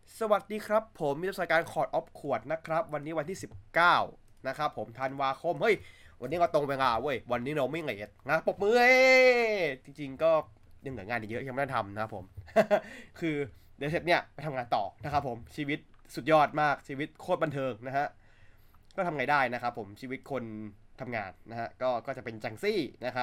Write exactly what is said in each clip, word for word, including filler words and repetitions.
สวัสดีครับผมมีรายการคอร์ดออฟขวดนะครับวันนี้วันที่สิบเก้านะครับผมธันวาคมเฮ้ยวันนี้ก็ตรงเวลาเว้ยวันนี้เราไม่เลทนะปรบมือเอ้จริงๆก็ยังเหลืองานอีกเยอะยังไม่ได้ทำนะครับผมคือเดี๋ยวเสร็จเนี่ยไปทำงานต่อนะครับผมชีวิตสุดยอดมากชีวิตโคตรบันเทิงนะฮะก็ทำไงได้นะครับผมชีวิตคนทำงานนะฮะก็ก็จะเป็นจังซี่นะครับ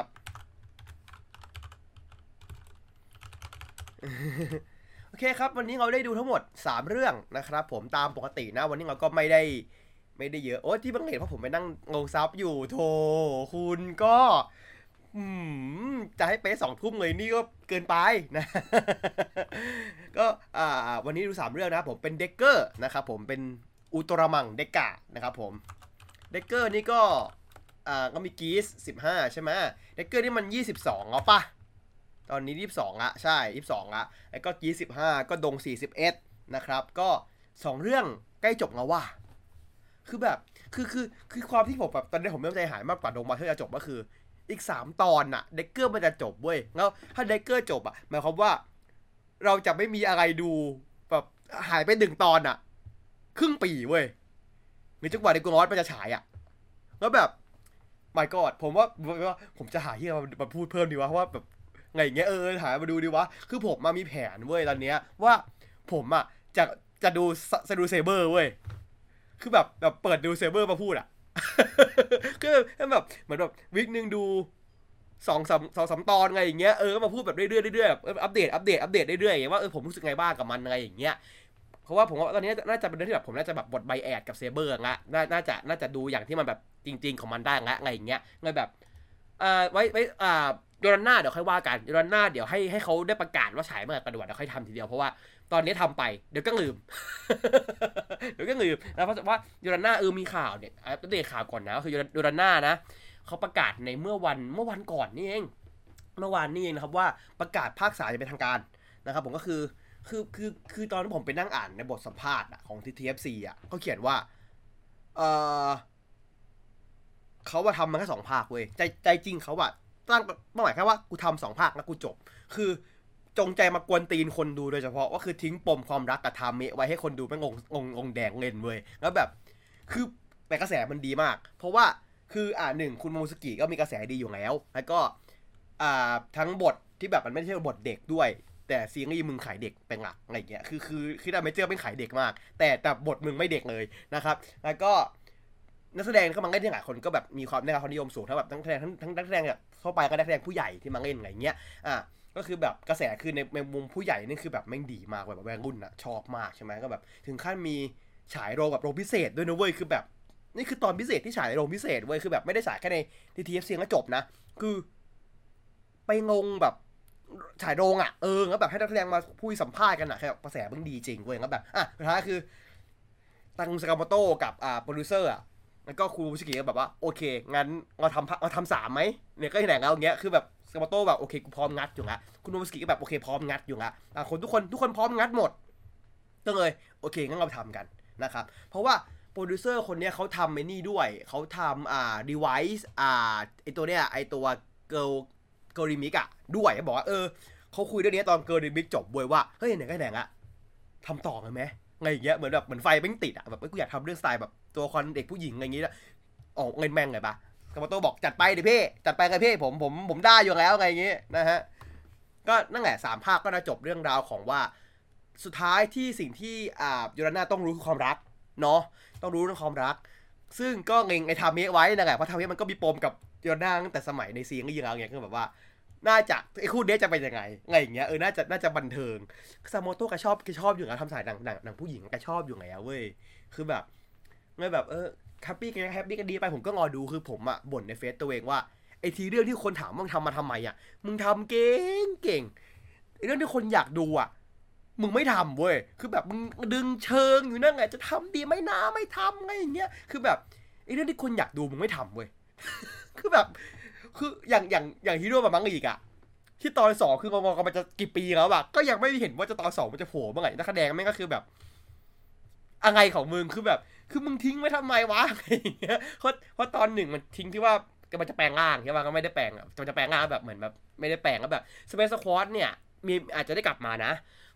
โอเคครับวันนี้เราได้ดูทั้งหมดสามเรื่องนะครับผมตามปกตินะวันนี้เราก็ไม่ได้ไม่ได้เยอะโอ้ที่บังเห็นเพราะผมไปนั่งงงซับอยู่โธ่คุณก็อืมจะให้เป๊ะสองทุ่มเลยนี่ก็เกินไปนะก็อ่าวันนี้ดูสามเรื่องนะครับผมเป็นเด็กเกอร์นะครับผมเป็นอุลตร้ามังเด็กกะนะครับผมเด็กเกอร์นี่ก็อ่าก็มีกีสสิบห้าใช่ไหมเด็กเกอร์นี่มันยี่สิบสองเอาปะ ตอนนี้ยี่สิบสองละใช่ยี่สิบสองละไอ้ก็ยี่สิบห้าก็ดงสี่สิบเอ็ดนะครับก็สองเรื่องใกล้จบแล้วว่าคือแบบคือคือคือความที่ผมแบบตอนนี้ผมเริ่มใจหายมากกว่าดงมาเธอจะจบก็คืออีกสามตอนน่ะเด็กเกอร์มันจะจบเว้ยแล้วถ้าเด็กเกอร์จบอ่ะหมายความว่าเราจะไม่มีอะไรดูแบบหายไปหนึ่งตอนอ่ะครึ่งปีเว้ยหรือจังหวะในกรงออสมันจะฉายอ่ะแล้วแบบ my god ผมว่าว่าผมจะหาที่มามาพูดเพิ่มดีวะเพราะว่าแบบไงอย่างเงี้ยเออหามาดูดีวะคือผมมามีแผนเว้ยตอนเนี้ยว่าผมอ่ะจะจะดูจะดูเซเบอร์เว้ยคือแบบแบบเปิดดูเซเบอร์มาพูดอ่ะก็แบบเหมือนแบบวิกหนึ่งดูสองสามสองสามตอนไงอย่างเงี้ยเออมาพูดแบบเรื่อยๆเรื่อยๆแบบอัปเดตอัปเดตอัปเดตเรื่อยๆว่าเออผมรู้สึกไงบ้างกับมันอะไรอย่างเงี้ยเพราะว่าผมว่าตอนนี้น่าจะเป็นเรื่องที่แบบผมน่าจะแบบบทไบแอดกับเซเบอร์ละน่าน่าจะน่าจะดูอย่างที่มันแบบจริงๆของมันได้ละอะไรอย่างเงี้ยไงแบบ อ่าไว้ไว้อ่าโยรันหน้าเดี๋ยวค่อยว่ากันโยรันหน้าเดี๋ยวให้ให้เขาได้ประกาศว่าฉายเมื่อไหร่กันดีกว่าเดี๋ยวค่อยทำทีเดียวเพราะว่าตอนนี้ทำไปเดี๋ยวก็ลืมเดี๋ยวก็ลืมนะเพราะว่าโยรันหน้าเออมีข่าวเนี่ยอัปเดตข่าวก่อนนะก็คือโยรันหน้านะเขาประกาศในเมื่อวันเมื่อวันก่อนนี่เองเมื่อวานนี่เองนะครับว่าประกาศภาคสามจะเป็นทางการนะครับผมก็คือคือคือคือตอนที่ผมไปนั่งอ่านในบทสัมภาษณ์ของทีทีเอฟซีอ่ะเขาเขียนว่าเออ เขาว่าทำมาแค่สองภาคเว้ยใจใจจริงเขาอะตั้งเป้าหมายแค่ว่ากูทำสองภาคแล้วกูจบคือจงใจมากวนตีนคนดูโดยเฉพาะว่าคือทิ้งปมความรักกับทามเมะไว้ให้คนดูไม่งงงงงแดงเล่นเว้ยแล้วแบบคือแต่กระแสมันดีมากเพราะว่าคืออ่าหนึ่งคุณโมสกิก็มีกระแสดีอยู่แล้วแล้วก็อ่าทั้งบทที่แบบมันไม่ใช่บทเด็กด้วยแต่ซีรีส์มึงขายเด็กเป็นหลักอะไรเงี้ยคือคือคือดาเมเจอร์เป็นขายเด็กมากแต่แต่บทมึงไม่เด็กเลยนะครับแล้วก็นักแสดงก็มาเล่นที่หลายคนก็แบบมีความได้รับความนิยมสูงทั้งแบบทั้งแสดงทั้งทั้งนักแสดงแบบทั่วไปก็นักแสดงผู้ใหญ่ที่มาเล่นอะไรเงี้ยอ่ะก็คือแบบกระแสคือในในมุมผู้ใหญ่นี่คือแบบแม่งดีมากแบบแวงรุ่นอะชอบมากใช่ไหมก็แบบถึงขั้นมีฉายโรงแบบโรงพิเศษด้วยนะเว้ยคือแบบนี่คือตอนพิเศษที่ฉายในโรงพิเศษเว้ยคือแบบไม่ได้ฉายแค่ในทีทีเอฟซีก็จบนะคือไปงงแบบฉายโรงอ่ะเออแล้วแบบให้นักแสดงมาพูดสัมภาษณ์กันอ่ะแค่กระแสมึงดีจริงเว้ยแล้วแบบอ่ะสุดท้ายคือตังสกามโตกับอ่าโปรดิวเซอร์อ่ะ แล้วก็ครูชิกิก็แบบว่าโอเคงั้นเราทำเราทำสามไหมเนี่ยก็แถลงแล้วอย่างเงี้ยคือแบบสกาโตแบบโอเคกูพร้อมงัดอยู่ละคุณโนมสกิก็แบบโอเคพร้อมงัดอยู่ละอ่ะคนทุกคนทุกคนพร้อมงัดหมดก็เลยโอเคงั้นเราทำกันนะครับเพราะว่าโปรดิวเซอร์คนเนี้ยเขาทำไอ้นี่ด้วยเขาทำอ่าดีไวซ์อ่าไอตัวเนี้ยไอตัวเกิร์ลเกิร์ลริมิกอะด้วยบอกว่าเออเขาคุยเรื่องนี้ตอนเกิร์ลริมิกจบเว้ยว่าเฮ้ยไหนก็ไหนอะทำต่อกันไหมไงอย่างเงี้ยเหมือนแบบเหมือนไฟไม่ติดอะแบบกูอยากทำเรื่องสไตล์แบบตัวคอนเด็กผู้หญิงอะไรอย่างเงี้ยออกเงินแม่งเลยปะกามาโต้บอกจัดไปดิพี่จัดไปกันพี่ผมผมผมได้อยู่แล้วไงอย่างงี้นะฮะก็นั่นแหละสามภาคก็จะจบเรื่องราวของว่าสุดท้ายที่สิ่งที่อ่ายูราน่าต้องรู้คือความรักเนาะต้องรู้เรื่องความรักซึ่งก็เงงไอ้ทามิไว้นั่นแหละเพราะทามิมันก็มีปมกับยูราน่าตั้งแต่สมัยในซีรีส์แล้วไงก็แบบว่าน่าจะไอ้คู่นี้จะเป็นยังไงไงอย่างเงี้ยเออน่าจะน่าจะบันเทิงซาโมโตะก็ชอบก็ชอบอยู่แล้วทำสายหนังหนังหนังผู้หญิงก็ชอบอยู่แล้วเว้ยคือแบบไม่แบบเออ แฮปปี้กันแฮปปี้กันดีไปผมก็งอดูคือผมอะบ่นในเฟซตัวเองว่าไอทีเรื่องที่คนถามมึงทำมาทำไมอะมึงทำเก่งเก่งไอเรื่องที่คนอยากดูอะมึงไม่ทำเว้ยคือแบบมึงดึงเชิงอยู่นั่นไงจะทำดีไหมนะไม่ทำไงอย่างเงี้ยคือแบบไอเรื่องที่คนอยากดูมึงไม่ทำเว้ยคือแบบคืออย่างอย่างอย่างฮีโร่แบบมังอีกอะที่ตอนสองคือมองกันมันจะกี่ปีแล้วอะก็ยังไม่เห็นว่าจะตอนสองมันจะโผล่เมื่อไหร่นักแสดงแม่งก็คือแบบอะไรของมึงคือแบบ คือมึงทิ้งไว้ทำไมวะอะไรอย่างเงี้ยเพราะเพราะตอนหนึ่งมันทิ้งที่ว่ามันจะแปลงร่างใช่ป่ะก็ไม่ได้แปลงอ่ะมันจะแปลงร่างแบบเหมือนแบบไม่ได้แปลงแล้วแบบสเปซสควอตเนี่ยมีอาจจะได้กลับมานะ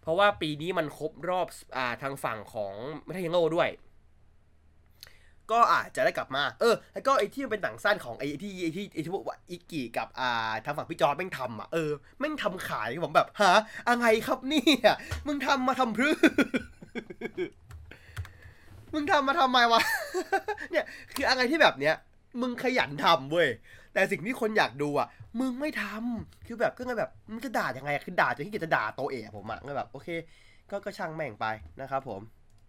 เพราะว่าปีนี้มันครบรอบอ่าทางฝั่งของไม่ใช่ยังโง่ด้วยก็อาจจะได้กลับมาเออแล้วก็ไอ้ที่เป็นหนังสั้นของไอ้ที่ไอ้ที่ไอ้ที่พวกอิกกี้กับอ่าทางฝั่งพี่จอร์จแม่งทำอ่ะเออแม่งทำขายผมแบบฮะอะไรครับเนี่ยมึงทำมาทำพรื้มึงทำมาทำไมวะ เนี่ยคืออะไรที่แบบเนี้ยมึงขยันทำเว้ยแต่สิ่งที่คนอยากดูอ่ะมึงไม่ทำคือแบบก็เลยแบบมึงจะด่ายังไงคือด่าจนที่จะด่าโตเอ๋ผมอ่ะก็แบบโอเคก็ก็ช่างแม่งไปนะครับผม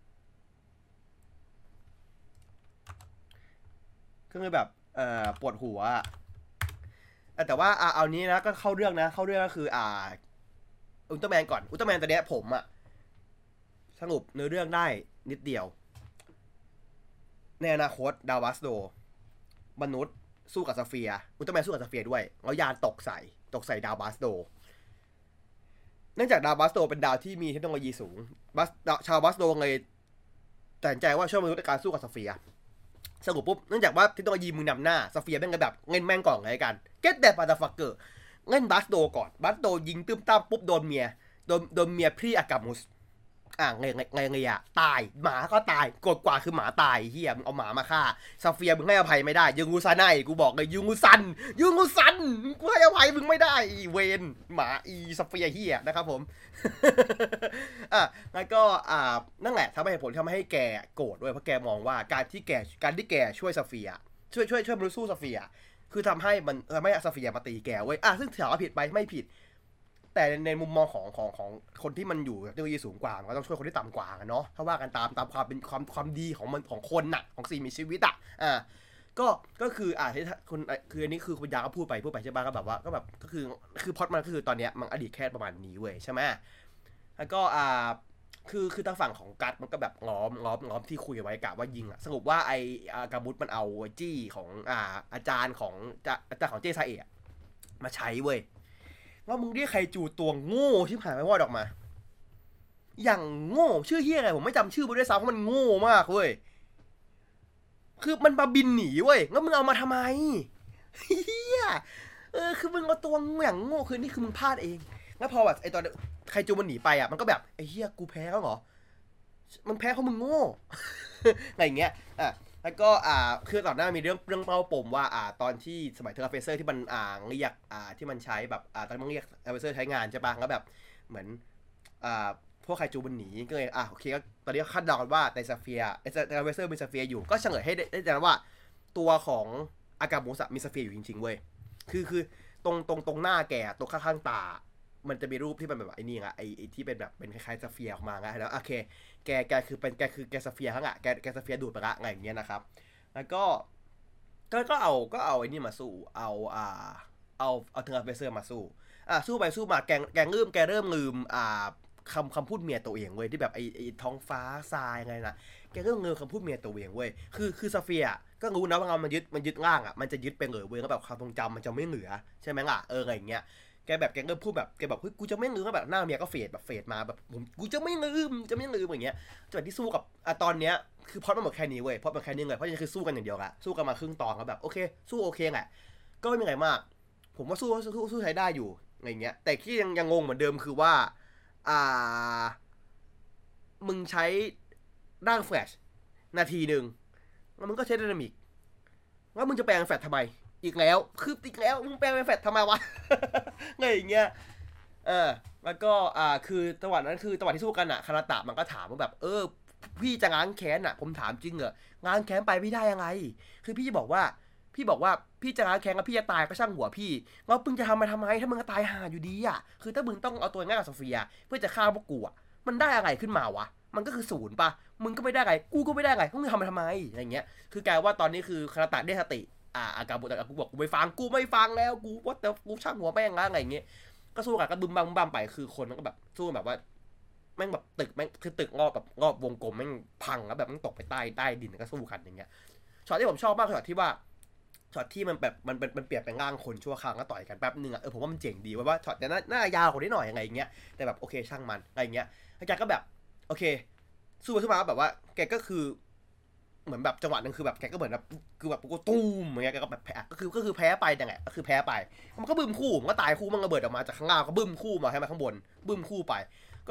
ก็เลยแบบเอ่อปวดหัวแต่ว่าอ่าเอานี้นะก็เข้าเรื่องนะเข้าเรื่องก็คืออ่าอุลตร้าแมนก่อนอุลตร้าแมนตอนเนี้ยผมอ่ะสรุปเนื้อเรื่องได้นิดเดียวในอนาคตดาวาสโดมนุษย์สู้กับซาเฟียอุลตร้าแมนสู้กับซาเฟียด้วยแล้วยานตกใส่ตกใส่ดาวบาสโดเนื่องจากดาวบาสโดเป็นดาวที่มีเทคโนโลยีสูงบัสชาวบาสโดเลยตัดสินใจว่าช่วยมนุษย์ในการสู้กับซาเฟียสรุปปุ๊บเนื่องจากว่าเทคโนโลยีมึงนำหน้าซาเฟียแม่งก็แบบเงินแม่งก่อนเลยกันเก็ตแบบปาตาฟักเกอร์เล่นบาสโดก่อนบาสโดยิงตื้มตั้มปุ๊บโดนเมียโดนโดนเมียพี่อากามุสอ่ะไงไงไงไงอะตายหมาก็ตายกดกว่าคือหมาตายเฮียมึงเอาหมามาฆ่าซาเฟียมึงให้อภัยไม่ได้ยูงูซาไนกูบอกเลยยูงูซันยูงูซันกูให้อภัยมึงไม่ได้อีเวนหมาอีซาเฟียเฮียนะครับผม อ่ะแล้วก็อ่านั่นแหละทำให้เหตุผลทำให้แกโกรธด้วยเพราะแกมองว่าการที่แกการที่แกช่วยซาเฟียช่วยช่วยช่วยมนุษย์สู้ซาเฟียคือทำให้มันทำให้ซาเฟียมาตีแกเว้ยอ่ะซึ่งถามว่าผิดไปไม่ผิดแต่ในมุมมองของของของคนที่มันอยู่เทคโนโลยีสูงกว่ามันก็ต้องช่วยคนที่ต่ำกว่าเนาะถ้าว่ากันตามตามความเป็นความความดีของมันของคนน่ะของสิ่งมีชีวิตอ่ะอ่าก็ก็คืออ่าที่คุณคืออันนี้คือคุณยาก็พูดไปพูดไปใช่ไหมก็แบบว่าก็แบบก็คือคือพอดมันก็คือตอนเนี้ยมันอดีตแค่ประมาณนี้เว้ยใช่ไหมแล้วก็อ่าคือคือทางฝั่งของกัดมันก็แบบง้อมง้อมง้อมที่คุยไว้กะว่ายิงอ่ะสรุปว่าไออากาบุตมันเอาจี้ของอ่าอาจารย์ของอาจารย์ของเจซาเอะมาใช้เว้ยว่ามึงเรียกใครจูตัวโง่ชิบหายไม่วอดออกมาอย่างโง่ชื่อเฮียอะไรผมไม่จำชื่อมันด้วยซ้ำเพราะมันโง่มากเว้ยคือมันมาบินหนีเว้ยแล้วมึงเอามาทำไมเฮียเออคือมึงเอาตัวอย่างโง่คือนี่คือมึงพลาดเองแล้วพอแบบไอตอนใครจูมันหนีไปอ่ะมันก็แบบไอเฮียกูแพ้แล้วเหรอมันแพ้เพราะมึงโง่อะไรอย่างเงี้ยอ่ะแล้วก็อ่าคือก่อนหน้ามีเรื่องเรื่องเป้าปมว่าอ่าตอนที่สมัยเทอร์เฟเซอร์ที่มันอ่าเรียกอ่าที่มันใช้แบบอ่าตอนมันเรียกเทอร์เฟเซอร์ใช้งานใช่ปะแล้วแบบเหมือนอ่าพวกไคจูมันหนีก็เลยอ่ะโอเคก็ตอนนี้คาดเดากันว่าในซาเฟียไอเทอร์เฟเซอร์มีซาเฟียอยู่ก็เฉลยให้ได้ได้ใจว่าตัวของอากาโมสมีซาเฟียอยู่จริงๆเว้ยคือคือตรงตรงตรงหน้าแกตรงข้างๆตามันจะมีรูปที่เป็นแบบไอ้นี่ไงไอ้ไอ้ที่เป็นแบบเป็นคล้ายๆซาเฟียออกมาไงแล้วโอเคแกแกคือเป็นแกคือแกซาเฟียทั้งอ่ะแกแกซาเฟียดูดไปละไงอย่างเงี้ยนะครับแล้วก็ก็ก็เอาก็เอาไอ้นี่มาสู้เอาอ่าเอาเอาเทอร์เฟเซอร์มาสู้อ่ะสู้ไปสู้มาแกแกเริ่มแกเริ่มลืมอ่าคำคำพูดเมียตัวเองเว้ยที่แบบไอ้ไอ้ท้องฟ้าทรายไงนะแกเริ่มเงยคำพูดเมียตัวเองเว้ยคือคือซาเฟียก็รู้นะว่าเงามันยึดมันยึดร่างอ่ะมันจะยึดไปเลยเว้ยแล้วแบบความทรงจำมันจะไม่เหลือใช่ไหมล่ะเอออะไรอย่างเงี้ยแกแบบแกก็พูดแบบแกแบบเฮ้ยกูจะไม่ลืมแบบหน้าเมียก็เฟดแบบเฟดมาแบบผมกูจะไม่ลืมจะไม่ลืมอย่างเงี้ยจังหวะที่สู้กับอ่ะตอนเนี้ยคือพอดมันหมดแค่นี้เว้ยพอดมันแค่นี้เลยเพราะยังคือสู้กันอย่างเดียวละสู้กันมาครึ่งตอนแล้วแบบโอเคสู้โอเคแหละก็ไม่มีอะไรมากผมว่าสู้สู้สู้ใช้ได้อยู่อะไรเงี้ยแต่ที่ยังยังงงเหมือนเดิมคือว่าอ่ามึงใช้ร่างแฟลชนาทีหนึ่งแล้วมึงก็ใช้ไดนามิกแล้วมึงจะแปลงแฟลชทำไมอีกแล้วคืออีกแล้วมึงแปลงเป็นแฟลชทำไมวะไงอย่างเงี้ยเออแล้วก็อ่าคือจังหวะนั้นคือจังหวะที่สู้กันอะคาราตะมันก็ถามว่าแบบเออพี่จะง้างแค้นอะผมถามจริงเหรอง้างแค้นไปพี่ได้ยังไงคือพี่บอกว่าพี่บอกว่าพี่จะง้างแค้นกับพี่จะตายก็ช่างหัวพี่แล้วมึงจะทำมาทำไมถ้ามึงก็ตายห่าอยู่ดีอะคือถ้ามึงต้องเอาตัวง่ายกับโซเฟียเพื่อจะฆ่าพวกกูอะมันได้อะไรขึ้นมาวะมันก็คือศูนย์ปะมึงก็ไม่ได้ไงกูก็ไม่ได้ไงมึงทำมาทำไมอะไรเงี้ยคือกลายว่าตอนนี้คือคาราตะได้สติอ่าอากาบุตะกูบอกกูไม่ฟังกูไม่ฟังแล้วกูว่าแต่กูช่างหัวแม่งอะไรอย่างเงี้ยก็สู้กันก็บึ้มบัมบัมไปคือคนมันก็แบบสู้แบบว่าแม่งแบบตึกแม่งคือตึกงอบแบบงอบวงกลมแม่งพังแล้วแบบแม่งตกไปใต้ใต้ดินก็สู้กันอย่างเงี้ยช็อตที่ผมชอบมากคือช็อตที่ว่าช็อตที่มันแบบมันเป็นมันเปลี่ยนเป็นร่างคนชั่วคราวก็ต่อยกันแป๊บนึงอ่ะเออผมว่ามันเจ๋งดีว่าช็อตแต่หน้ายาวกว่านี้หน่อยยังไงอย่างเงี้ยแต่แบบโอเคช่างมันอะไรเงี้ยแล้วแกก็แบบโอเคสู้ไปสู้มาแบบว่าแกก็คือเหมือนแบบจังหวะนึงคือแบบแกก็เหมือนแบบคือแบบกูตุ้มอย่างเงี้ยแกก็แบบแพ้ก็คือก็คือแพ้ไปยังไงก็คือแพ้ไปมันก็บึ้มคู่มันก็ตายคู่มันระเบิดออกมาจากข้างล่างก็บึ้มคู่มาให้มาข้างบนบึ้มคู่ไปก็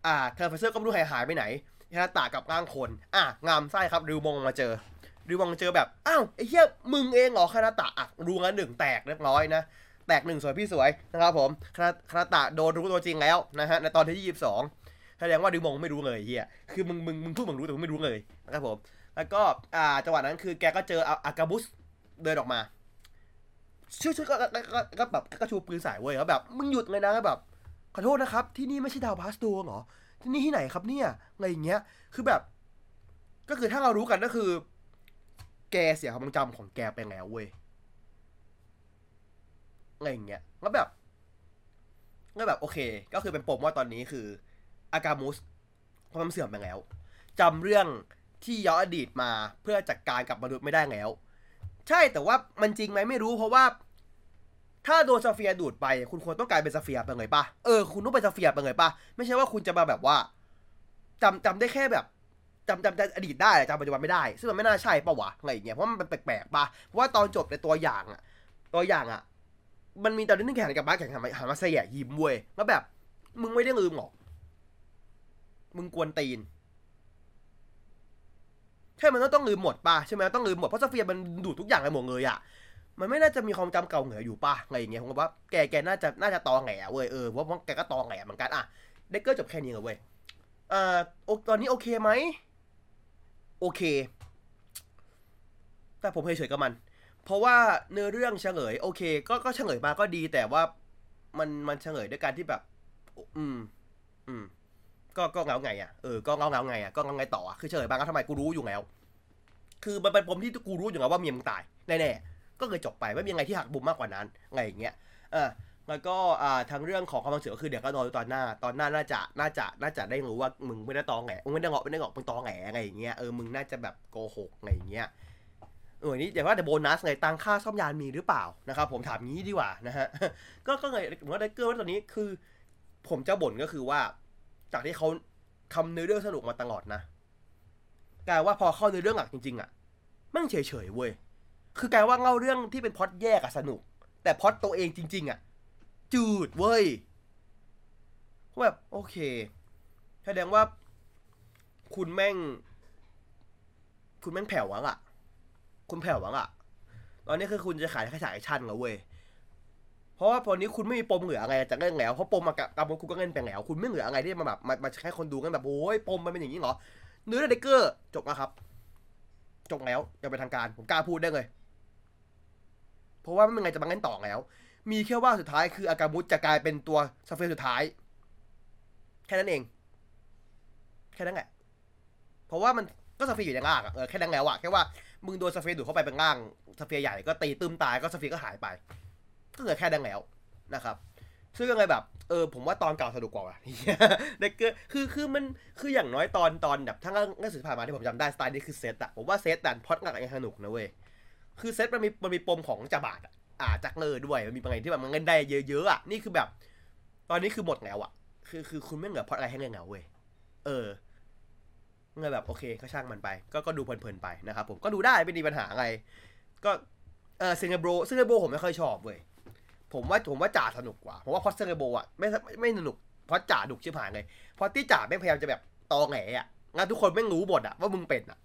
อ่าเทอร์เฟเซอร์ก็ไม่รู้หายหายไปไหนฮานาตะกับร่างคนอ่ะงามไส้ครับริวมงมาเจอริวมงเจอแบบอ้าวไอ้เหี้ยมึงเองเหรอฮานาตะอ่ะรู้งั้นหนึ่งแตกเรียบร้อยนะแตกหนึ่งสวยพี่สวยนะครับผมฮานาตะโดนรู้ตัวจริงแล้วนะฮะในตอนที่ยี่สิบสองแสดงว่าริวมงไม่รู้เลยเฮียคือมึงมึงมึงพูดมึงรู้แต่มึงไม่รู้เลยนะครับผมแล้วก็อ่าจังหวะนั้นคือแกก็เจออากาบุสเดินออกมาชื่อชื่อก็ก็ก็แบบก็ชูปืนใส่เว้ยแล้วแบบมึงหยุดเลยนะแบบขอโทษนะครับที่นี่ไม่ใช่ดาวพาสโตร์เหรอที่นี่ที่ไหนครับเนี่ยอะไรอย่างเงี้ยคือแบบก็คือถ้าเรารู้กันก็คือแกเสียความทรงจำของแกไปแล้วเว้ยอะไรอย่างเงี้ยแล้วแบบก็แบบโอเคก็คือเป็นปมว่าตอนนี้คืออากามุสความเสื่อมไปแล้วจำเรื่องที่ย้อนอดีตมาเพื่อจัดการกับมนุษย์ไม่ได้แล้วใช่แต่ว่ามันจริงไหมไม่รู้เพราะว่าถ้าโดนซาเฟียดูดไปคุณควรต้องกลายเป็นซาเฟียไปเลยป่ะเออคุณต้องเป็นซาเฟียไปเลยป่ะไม่ใช่ว่าคุณจะมาแบบว่าจำจำได้แค่แบบจำจำอดีตได้จำปัจจุบันไม่ได้ซึ่งมันไม่น่าใช่ป่ะวะอะไรอย่างเงี้ยเพราะมันเป็นแปลกๆป่ะเพราะว่าตอนจบในตัวอย่างอะตัวอย่างอะมันมีตอนนี้นึกแข่งกับบ้าแข่งหันมาหันมาเสียยิ้มเว้ยแล้วแบบมึงไม่ได้ลืมหรอกมึงกวนตีนใช่มันต้องต้องลืมหมดป่ะใช่ไหมต้องลืมหมดเพราะซาเฟียมันดูดทุกอย่างไปหมดเลยอะมันไม่น่าจะมีความจำเก่าเหนืออยู่ป่ะอะไรอย่างเงี้ยผมว่าแกแกน่าจะน่าจะตอแหงเว้ยเออเพราะว่าแกก็ตอแหงเหมือนกันอะเด็กเกอร์จบแค่นี้เลยเว้ยอ่าตอนนี้โอเคไหมโอเคแต่ผมเฉยๆกับมันเพราะว่าเนื้อเรื่องเฉลยโอเคก็ก็เฉลยมาก็ดีแต่ว่ามันมันเฉลยด้วยการที่แบบอืมอืมก็ก็เงาไงอ่ะเออก็เงาเงาไงอ่ะก็เงาไงต่ออ่ะคือเฉลยมาก็ทำไมกูรู้อยู่แล้วคือมันเป็นปมที่กูรู้อยู่แล้วว่าเมียมึงตายแน่ๆก็เลยจบไปไม่มีอะไรที่หักมุมมากกว่านั้นอะไรอย่างเงี้ยอ่าแล้วก็อ่าทางเรื่องของความบังเสือก็คือเดี๋ยวก็รอตอนหน้าตอนหน้าน่าจะน่าจะน่าจะได้รู้ว่ามึงไม่ได้ตอแหงมึงไม่ได้เงาะไม่ได้เงาะมึงตอแหงอะไรอย่างเงี้ยเออมึงน่าจะแบบโกหกอะไรอย่างเงี้ยเออนี่แต่ว่าแต่โบนัสไงตังค่าซ่อมยานมีหรือเปล่านะครับผมถามงี้ดีกว่านะฮะก็ก็เลยผมว่าไดเกอร์ว่าตอนนี้คือผมจะบ่นก็คือว่าจากที่เขาทำเนื้อเรื่องสนุกมาตลอดนะกลายว่าพอเข้าในเรื่องหลักจริงๆอ่ะมันเฉยๆเว้ยคือกลายว่าเล่าเรื่องที่เป็นพล็อตแยกอะสนุกแต่พล็อตตัวเองจริงๆอะจืดเว้ยแบบโอเคแสดงว่าคุณแม่งคุณแม่งแผ่วหวังอะคุณแผ่วหวังอะตอนนี้คือคุณจะขายแค่ฉายแอคชั่นเหรอเว้ยเพราะว่าตอนนี้คุณไม่มีปมเหลืออะไรจากเรื่องแล้วเพราะปมมากับกับคุณก็เงินไปแล้วคุณไม่เหลืออะไรที่มาแบบมามาให้คนดูกันแบบโอ้ยปมมันเป็นอย่างนี้เหรอเนื้อเด็กเกอร์จบแล้วครับจบแล้วจะเป็นทางการผมกล้าพูดได้เลยเพราะว่าไม่มีอะไรจะมาเล่นต่อแล้วมีแค่ว่าสุดท้ายคืออากามุสจะกลายเป็นตัวซาเฟสุดท้ายแค่นั้นเองแค่นั้นแหละเพราะว่ามันก็ซาเฟียอยู่ในร่างอะเออแค่นั้นแล้วอะแค่ว่ามึงโดนซาเฟียดูดเข้าไปเป็นร่างซาเฟียใหญ่ก็ตีตื้มตายก็ซาเฟียก็หายไปก็เหลือแค่นั้นแล้วนะครับซึ่งอะไรแบบเออผมว่าตอนเก่าสนุกกว่า เด็กเกอร์คือคือมันคืออย่างน้อยตอนตอนแบบทั้งเรื่องสื่อผ่านมาที่ผมจำได้สไตล์นี้คือเซตอะผมว่าเซตดันพอดหลักยังสนุกนะเว้ยคือเซตมันมีมันมีปมของจ่าบาทอะอ่าจักเลอร์ด้วยมันมีบางอย่างที่แบบมันเล่นได้เยอะๆอะนี่คือแบบตอนนี้คือหมดแล้วอะคือคือคุณไม่เหลือพอดอะไรให้เล่นแล้วเว้ยเออเงยแบบโอเคก็ช่างมันไปก็ก็ดูเพลินๆไปนะครับผมก็ดูได้ไม่มีปัญหาอะไรก็เออซิงเกิลโบรซิงเกิลโบรผมไม่ค่อยชอบเว้ยผมว่าผมว่าจ่าสนุกกว่าผมว่าพอดซิงเกิลโบรอ่ะไม่ไม่ไม่สนุกเพราะจ่าดุชิบหายเลยเพราะที่จ่าแม่งพยายามจะแบบตอแหงอ่ะงั้นทุกคนแม่งรู้บทอ่ะว่ามึงเป็นอ่ะ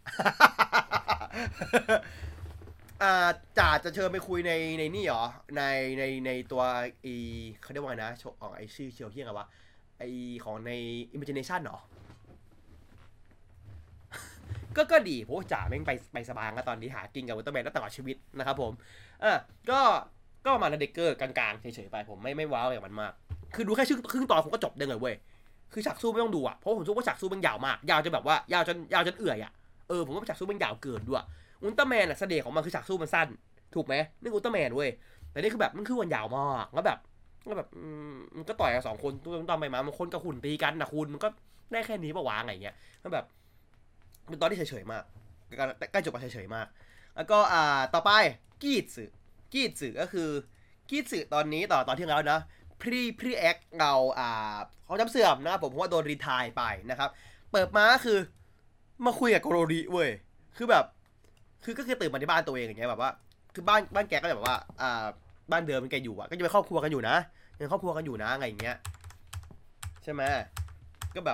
อ่าจ่าจะเชิญไปคุยในในนี่เหรอในในในตัวไอเขาเรียกว่าไงนะโชอ๋อไอชื่อเชียวที่ไงวะไอของใน imagination เหรอ ก็ก็ดีเพราะว่าจ่าแม่งไปไปสบายแล้วตอนนี้หากินกับอุลตร้าแมนตั้งตลอดชีวิตนะครับผมอ่ะก็ก็ประมาณนั้นเด็กเกอร์กลางๆเฉยๆไปผมไม่ไม่ว้าวอย่างมันมากคือดูแค่ชื่อครึ่งตอนผมก็จบได้เลยเว้ยคือฉากสู้ไม่ต้องดูอ่ะเพราะผมรู้ว่าฉากสู้มันยาวมากยาวจนแบบว่ายาวจนยาวจนเอื่อยอ่ะเออผมว่าฉากสู้มันยาวเกินด้วยอุลตร้าแมนอ่ะเสน่ห์ของมันคือฉากสู้มันสั้นถูกไหมนี่อุลตร้าแมนเว้ยแต่นี่คือแบบมันคือวันยาวมากแล้วแบบก็แบบมันก็ต่อยกันสองคนตัวตอนไปมามันคนกับหุ่นตีกันนะคุณมันก็ได้แค่นี้ปะวะอะไรเงี้ยแล้วแบบเป็นตอนที่เฉยๆมากใกล้จบมาเฉยๆมากแล้วก็อ่าต่อไปกีดสึกีดสึก็คือกีดสึตอนนี้ต่อตอนที่แล้วนะพรีพรีแอคเราอ่าเขาจำเสื่อมนะครับผมเพราะว่าโดนรีทายไปนะครับเปิดมาคือมาคุยกับโกโรริเว้ยคือแบบคือก็คือตื่นมาที่บ้านตัวเองอย่างเงี้ยแบบว่าคือบ้านบ้านแกก็แบบว่าอ่าบ้านเดิมมันแกอยู่อ่ะก็จะเป็นครอบครัวกันอยู่นะยังครอบครัวกันอยู่นะอะไรอย่างเงี้ยใช่ไหมก็แบบ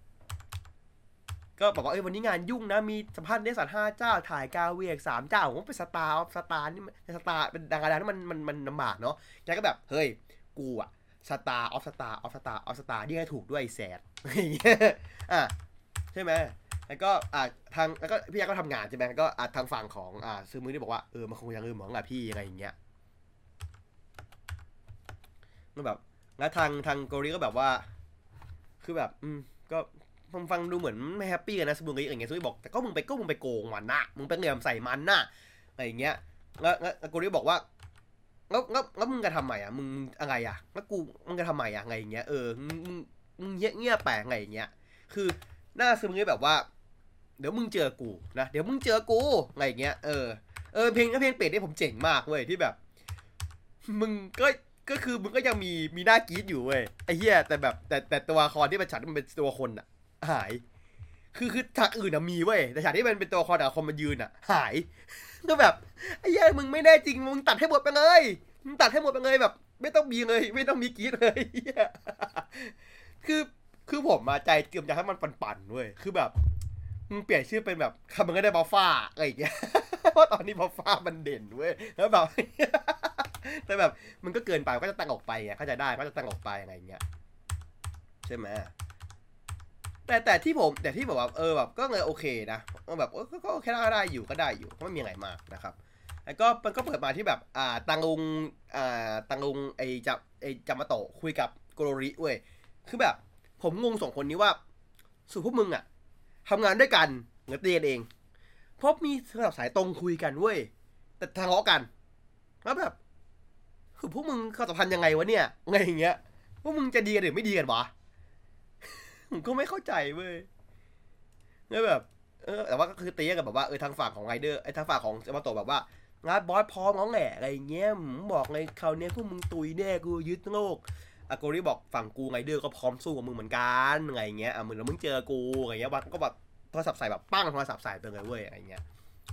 ก็บอกว่าเอ้ยวันนี้งานยุ่งนะมีสัมภาษณ์เนสันห้าเจ้าถ่ายกาเวียกสามเจ้าผมเป็นสตาร์สตาร์นี่สตาร์เป็นดาราที่มันมันมันลำบากเนาะแกก็แบบเฮ้ยกูอะสตาร์ออฟสตาร์ออฟสตาร์ออฟสตาร์นี่ให้ถูกด้วยแสดอย่างเงี้ยอ่ะใช่ไหมแล้วก็อ่าทางแล้วก็พี่แอ๊ก็ทำงานใช่ไหมก็อ่าทางฝั่งของอ่าซื้อมือที่บอกว่าเออมันคงยังเออเหมือนกับพี่อะไรอย่างเงี้ยก็แบบแล้วทางทางโกริก็แบบว่าคือแบบอืมก็ฟังฟังดูเหมือนไม่แฮปปี้กันนะสมุนไพรอย่างเงี้ยซุยบอกแต่ก็มึงไปก็มึงไปโกงมันนะมึงไปเหลี่ยมใส่มันนะอะไรอย่างเงี้ยแล้วแล้วโกริบอกว่าแล้วแล้วแล้วมึงจะทำไมอ่ะมึงอะไรอ่ะแล้วกูมึงจะทำไมอ่ะไงอย่างเงี้ยเออมึงมึงมึงเงี้ยเงี้ยแปลกไงอย่างเงี้ยคือหน้าซึมเงี้ยแบบว่าเดี๋ยวมึงเจอกูนะเดี๋ยวมึงเจอกูอะไรอย่างเงี้ยเออเออเพลงเพลงเป็ดนี่ผมเจ๋งมากเว้ยที่แบบมึงก็ก็คือมึงก็ยังมีมีหน้ากรี๊ดอยู่เว้ยไอ้เหี้ยแต่แบบแต่แต่ตัวละครที่มันฉันมันเป็นตัวคนอะหายคือคือฉากอื่นอะมีเว้ยแต่ฉากที่มันเป็นตัวละครแต่ละคนมันยืนอะหายก็แบบไอ้เหี้ยมึงไม่แน่จริงมึงตัดให้หมดไปเลยมึงตัดให้หมดไปเลยแบบไม่ต้องมีเลยไม่ต้องมีกรี๊ดเลยเหี้ยคือคือผมมาใจเกือบจะให้มันปั่นๆเว้ยคือแบบมึงเปลี่ยนชื่อเป็นแบบคำมันก็ได้บัฟฟ้าอะไรอย่างเงี้ยเพราะตอนนี้บัฟฟ้ามันเด่นเว้ยแล้วแบบแต่แบบมันก็เกินไปก็จะตั้งออกไปไงเข้าใจได้ก็จะตั้งออกไปอะไรอย่างเงี้ยใช่ไหมแต่แต่ที่ผมแต่ที่แบบว่าเออแบบก็เลยโอเคนะแบบก็ก็แค่ได้อยู่ก็ได้อยู่ไม่มีอะไรมากนะครับแล้วก็มันก็เปิดมาที่แบบอ่าตังลุงอ่าตังลุงไอจับไอจามาโตะคุยกับโกโรริเว้ยคือแบบผมงงสองคนนี้ว่าสู่พวกมึงอะทำงานด้วยกันเหมือนเตียนเองเพราะมีสลับสายตรงคุยกันเว้ยแต่ทะเลาะกันแล้วแบบคือพวกมึงเข้าสัมพันธ์ยังไงวะเนี่ยไงอย่างเงี้ยพวกมึงจะดีกันหรือไม่ดีกันวะผมก็ไม่เข้าใจเว้ยแล้วแบบเออแต่ว่าก็คือตีกันแบบว่าเออทางฝั่งของไรเดอร์ไอ้ทางฝั่งของมาโตะแบบว่างานบอสพร้อมง้องแหละอะไรเงี้ยผมบอกเลยคราวนี้พวกมึงตุยแน่กูยึดโลกอาโกริบอกฝั่งกูไรเดอร์ก็พร้อมสู้กับมึงเหมือนกันอะไรเงี้ยอ่ะมึงแล้วมึงเจอกูอะไรเงี้ยวัดก็แบบโทรศัพท์ใส่แบบปั้งโทรศัพท์ใส่ไปเลยเว้ยอะไรเงี้ย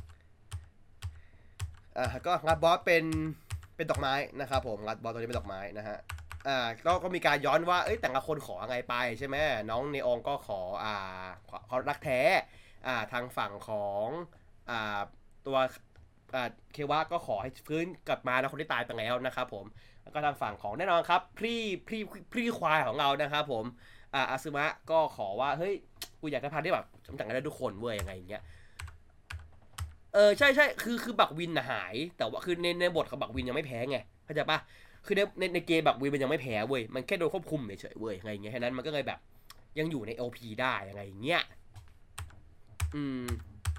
อ่ะก็งานบอสเป็นเป็นดอกไม้นะครับผมงานบอสตัวนี้เป็นดอกไม้นะฮะอ่าก็ก็มีการย้อนว่าเอ้ยแต่ละคนขออะไรไปใช่ไหมน้องเนอองก็ขออ่าเขารักแท้อ่าทางฝั่งของอ่าตัวอ่าเควะก็ขอให้ฟื้นกลับมาแล้วคนที่ตายไปแล้วนะครับผมแล้วก็ทางฝั่งของแน่นอนครับพรีพรีพรีควายของเรานะครับผมอ่าอาซึมะก็ขอว่าเฮ้ยกูอยากจะพาได้แบบจำจังกันได้ทุกคนเว้ยยังไงอย่างเงี้ยเออใช่ใช่คือคือบักวินหายแต่ว่าคือในในบทของบักวินยังไม่แพ้ไงเข้าใจปะคือในในในเกมบักวินมันยังไม่แพ้เว้ยมันแค่โดนควบคุมเฉยๆเว้ยอะไรอย่างเงี้ยแค่นั้นมันก็เลยแบบยังอยู่ใน โอ พี ได้ยังไงอย่างเงี้ยอืม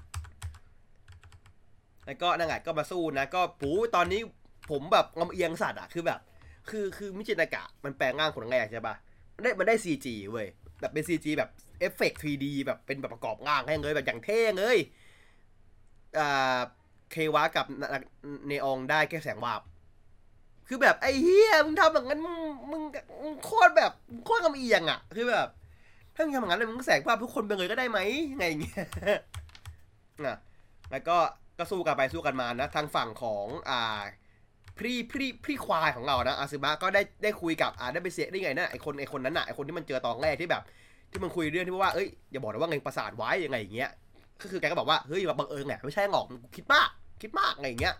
แล้วก็นั่งไงก็มาสู้นะก็ปูตอนนี้ผมแบบงำเอียงสัตว์อะคือแบบคือคือมิจินากะมันแปลงร่างคนแรกใช่ปะมันได้มันได้ ซี จี เว้ยแบบเป็น ซี จี แบบเอฟเฟกต์ ทรี ดี แบบเป็นแบบประกอบร่างให้เลยแบบอย่างเท่เลยอ่าเควะกับเนอองได้แค่แสงวาบคือแบบไอ้เฮียมึงทำแบบนั้นมึงมึงมึงโคตรแบบโคตรลำเอียงอ่ะคือแบบถ้ามึงทำอย่างนั้นเลยมึงแสงวาบทุกคนไปเลยก็ได้ไหมไงอย่างเงี้ยนะแล้วก็ก็สู้กันไปสู้กันมานะทางฝั่งของอ่าพี่พี่พี่ควายของเรานะอาซึมะก็ได้ได้คุยกับอ่าได้ไปเสียได้ไงนะไอคนไอคนนั้นน่ะไอคนที่มันเจอตอนแรกที่แบบที่มันคุยเรื่องที่ว่าเอ้ยอย่าบอกนะว่าเงินประสาทไว้ยังไงอย่างเงี้ยก็คือแกก็บอกว่าเฮ้ยแบบบังเอิญแหละไม่ใช่หรอกคิดมากคิดมากไงอย่างเงี้ย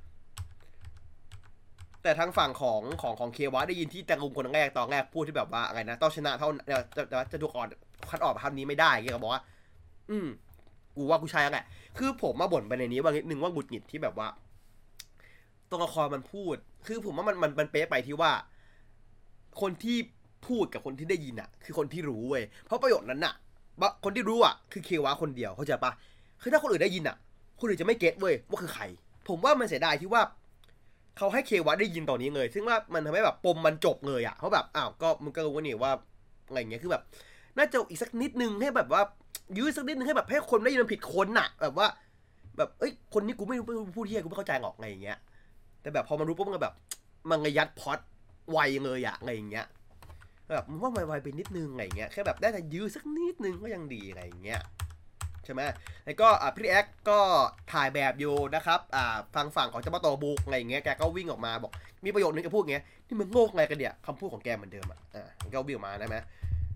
แต่ทางฝั่งของของของเควะได้ยินที่แตงลุงคนแรกตอนแรกพูดที่แบบว่าอะไรนะต้องชนะเท่าจะจะจะถูกอ่อนคัดออกภาพนี้ไม่ได้เงี้ยก็บอกว่าอืมกูว่ากูใช่แล้วแหละคือผมมาบ่นไปในนี้ว่านิดนึงว่าหงุดหงิดที่แบบว่าตัวละครมันพูดคือผมว่ามันมันมันเป๊ะไปที่ว่าคนที่พูดกับคนที่ได้ยินอ่ะคือคนที่รู้เว้ยเพราะประโยคนั้นอ่ะคนที่รู้อ่ะคือเควะคนเดียวเข้าใจปะคือถ้าคนอื่นได้ยินอ่ะคนอื่นจะไม่เก็ตเว้ยว่าคือใครผมว่ามันเสียดายที่ว่าเขาให้เควะได้ยินตอนนี้เลยซึ่งว่ามันทำให้แบบปมมันจบเลยอ่ะเพราะแบบอ้าวก็มึงก็รู้ว่านี่ว่าอะไรเงี้ยคือแบบน่าจะอีกสักนิดนึงให้แบบว่ายื้อสักนิดนึงให้แบบให้คนได้ยินมันผิดคนน่ะแบบว่าแบบเอ้ยคนนี้กูไม่รู้พูดเที่ยกูไม่เข้าใจหรอกไงอย่างเงี้ยแต่แบบพอมันรู้ปุ๊บมันก็แบบมันยัดพอดไวเลยอะอะไรอย่างเงี้ยแบบมันว่าไวๆไปนิดนึงอะไรเงี้ยแค่แบบได้แต่ยื้อสักนิดนึงก็ยังดีอะไรอย่างเงี้ยใช่ไหมแล้วก็อ่าพี่แอ๊กก็ถ่ายแบบอยู่นะครับอ่าฟังฝั่งของเจ้าพ่อโตบุกอะไรอย่างเงี้ยแกก็วิ่งออกมาบอกมีประโยชน์นึงแกพูดเงี้ยนี่มันโง่ไงกันเนี่ยคำพูดของแกเหมือนเดิมอ่ะอ่าก็วิ่งออกมาได้ไหม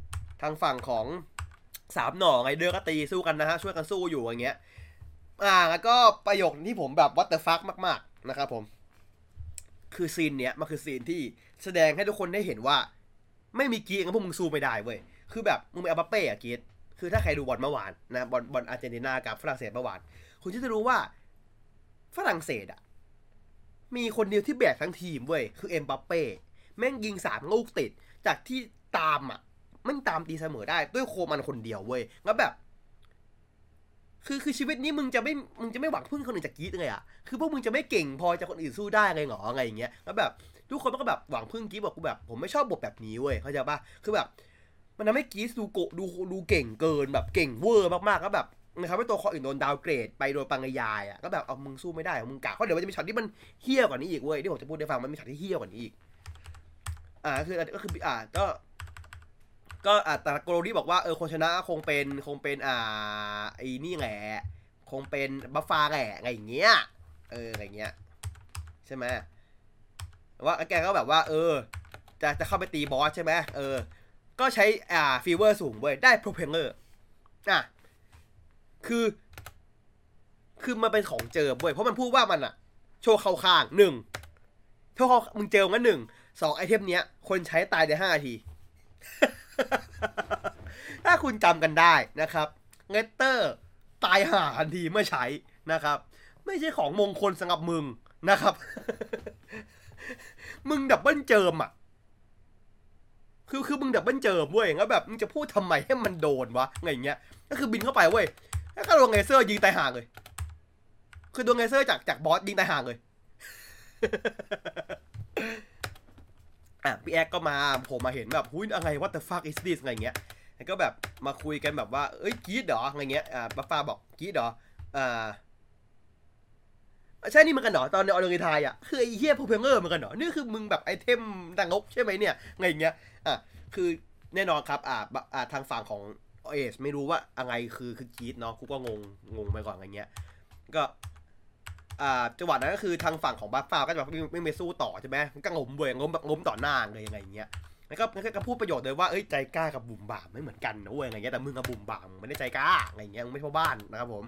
ทางฝั่งของสามหน่อไงเดอร์ก็ตีสู้กันนะฮะช่วยกันสู้อยู่อย่างเงี้ยอ่าแล้วก็ประโยคที่ผมแบบวัตเตอร์ฟักมากๆนะครับผมคือซีนเนี้ยมันคือซีนที่แสดงให้ทุกคนได้เห็นว่าไม่มีกีงั้นพวกมึงสู้ไม่ได้เว้ยคือแบบมึงเป็นอัปเป้อะกีคือถ้าใครดูบอลเมื่อวานนะบอลบอลอาร์เจนตินากับฝรั่งเศสเมื่อวานคุณจะรู้ว่าฝรั่งเศสอะมีคนเดียวที่แบกทั้งทีมเว้ยคือเอ็มบัปเป้แม่งยิงสามลูกติดจากที่ตามอะมันตามตีเสมอได้ด้วยโคมันคนเดียวเว้ยแล้วแบบคือคือชีวิตนี้มึงจะไม่มึงจะไม่หวังพึ่งคนอื่นจากกีดเลยอะคือพวกมึงจะไม่เก่งพอจะคนอื่นสู้ได้ไงหรอไงอย่างเงี้ยแล้วแบบทุกคนก็แบบหวังพึ่งกีดบอกกูแบบผมไม่ชอบบทแบบนี้เว้ยเข้าใจปะคือแบบมันทำให้กีดดูโกดูดูเก่งเกินแบบเก่งเวอร์มากๆแล้วแบบนะครับให้ตัวคออื่นโดนดาวเกรดไปโดยปริยายอ่ะก็แบบเอามึงสู้ไม่ได้มึงกะเพราะเดี๋ยวมันจะมีช็อตที่มันเฮี้ยกว่านี้อีกเว้ยที่ผมจะพูดให้ฟังมันมีช็อตที่เฮี้ยกว่านี้อีกอ่าคือก็คืออ่าก็ก็อ่าแต่โกโรดี้บอกว่าเออคนชนะคงเป็นคงเป็นอ่าไอ้นี่แหละคงเป็นบัฟฟาแหละไงอย่างเงี้ยเอออะไรเงี้ยใช่ไหมว่าแกก็แบบว่าเออจะจะเข้าไปตีบอสใช่ไหมเออก็ใช้อ่าฟีเวอร์สูงเว้ยได้โปรเพลเลอร์อ่ะคือคือมันเป็นของเจอเว้ยเพราะมันพูดว่ามันอะโชว์เข้าข้างหนึ่งโชว์เข้ามึงเจองั้นหนึ่งสองไอเทมเนี้ยคนใช้ตายในห้านาที ถ้าคุณจำกันได้นะครับเงเตอร์ตายห่าทันทีเมื่อใช้นะครับไม่ใช่ของมงคลสำหรับมึงนะครับ มึงดับเบิลเจิมอ่ะคือคือมึงดับเบิลเจิมเว้ยแล้วแบบมึงจะพูดทำไมให้มันโดนวะไงเงี้ยก็คือบินเข้าไปเว้ยแล้วก็โดนเลเซอร์ยิงตายห่าเลยคือโดนเลเซอร์จากจากบอสยิงตายห่าเลย อ่ะพี่แอ๊กก็มาผมมาเห็นแบบหุ้ยอะไร what the fuck is this อะไรเงี้ยแล้วก็แบบมาคุยกันแบบว่าเอ้ยกีดเหรออะไรเงี้ยอ่าป้าป้าบอกกีดเหรออ่าใช่นี่มันกันเหรอตอนในออร์กิทายอ่ะคือไอ้เฮียโพเพเงอร์มันกันเหรอนี่คือมึงแบบไอเทมดังงกใช่ไหมเนี่ยไงเงี้ยอ่ะคือแน่นอนครับอ่าอ่าทางฝั่งของเอสไม่รู้ว่าอะไรคือคือกีดเนาะกูก็งงงงไปก่อนอะไรเงี้ยก็อ่าจังหวะนั้นก็คือทางฝั่งของบัฟฟ้าก็จะแบบไม่ไม่ไปสู้ต่อใช่ไหมก็งมเว้ยงมแบบงมต่อหน้าเลยยังไงเงี้ยแล้วก็ก็พูดประโยชน์เลยว่าเอ้ยใจกล้ากับบุ่มบ่ามไม่เหมือนกันนะเว้ยอะไรเงี้ยแต่มึงกับบุ่มบ่ามไม่ได้ใจกล้าอะไรเงี้ยมึงไม่พ่อบ้านนะครับผม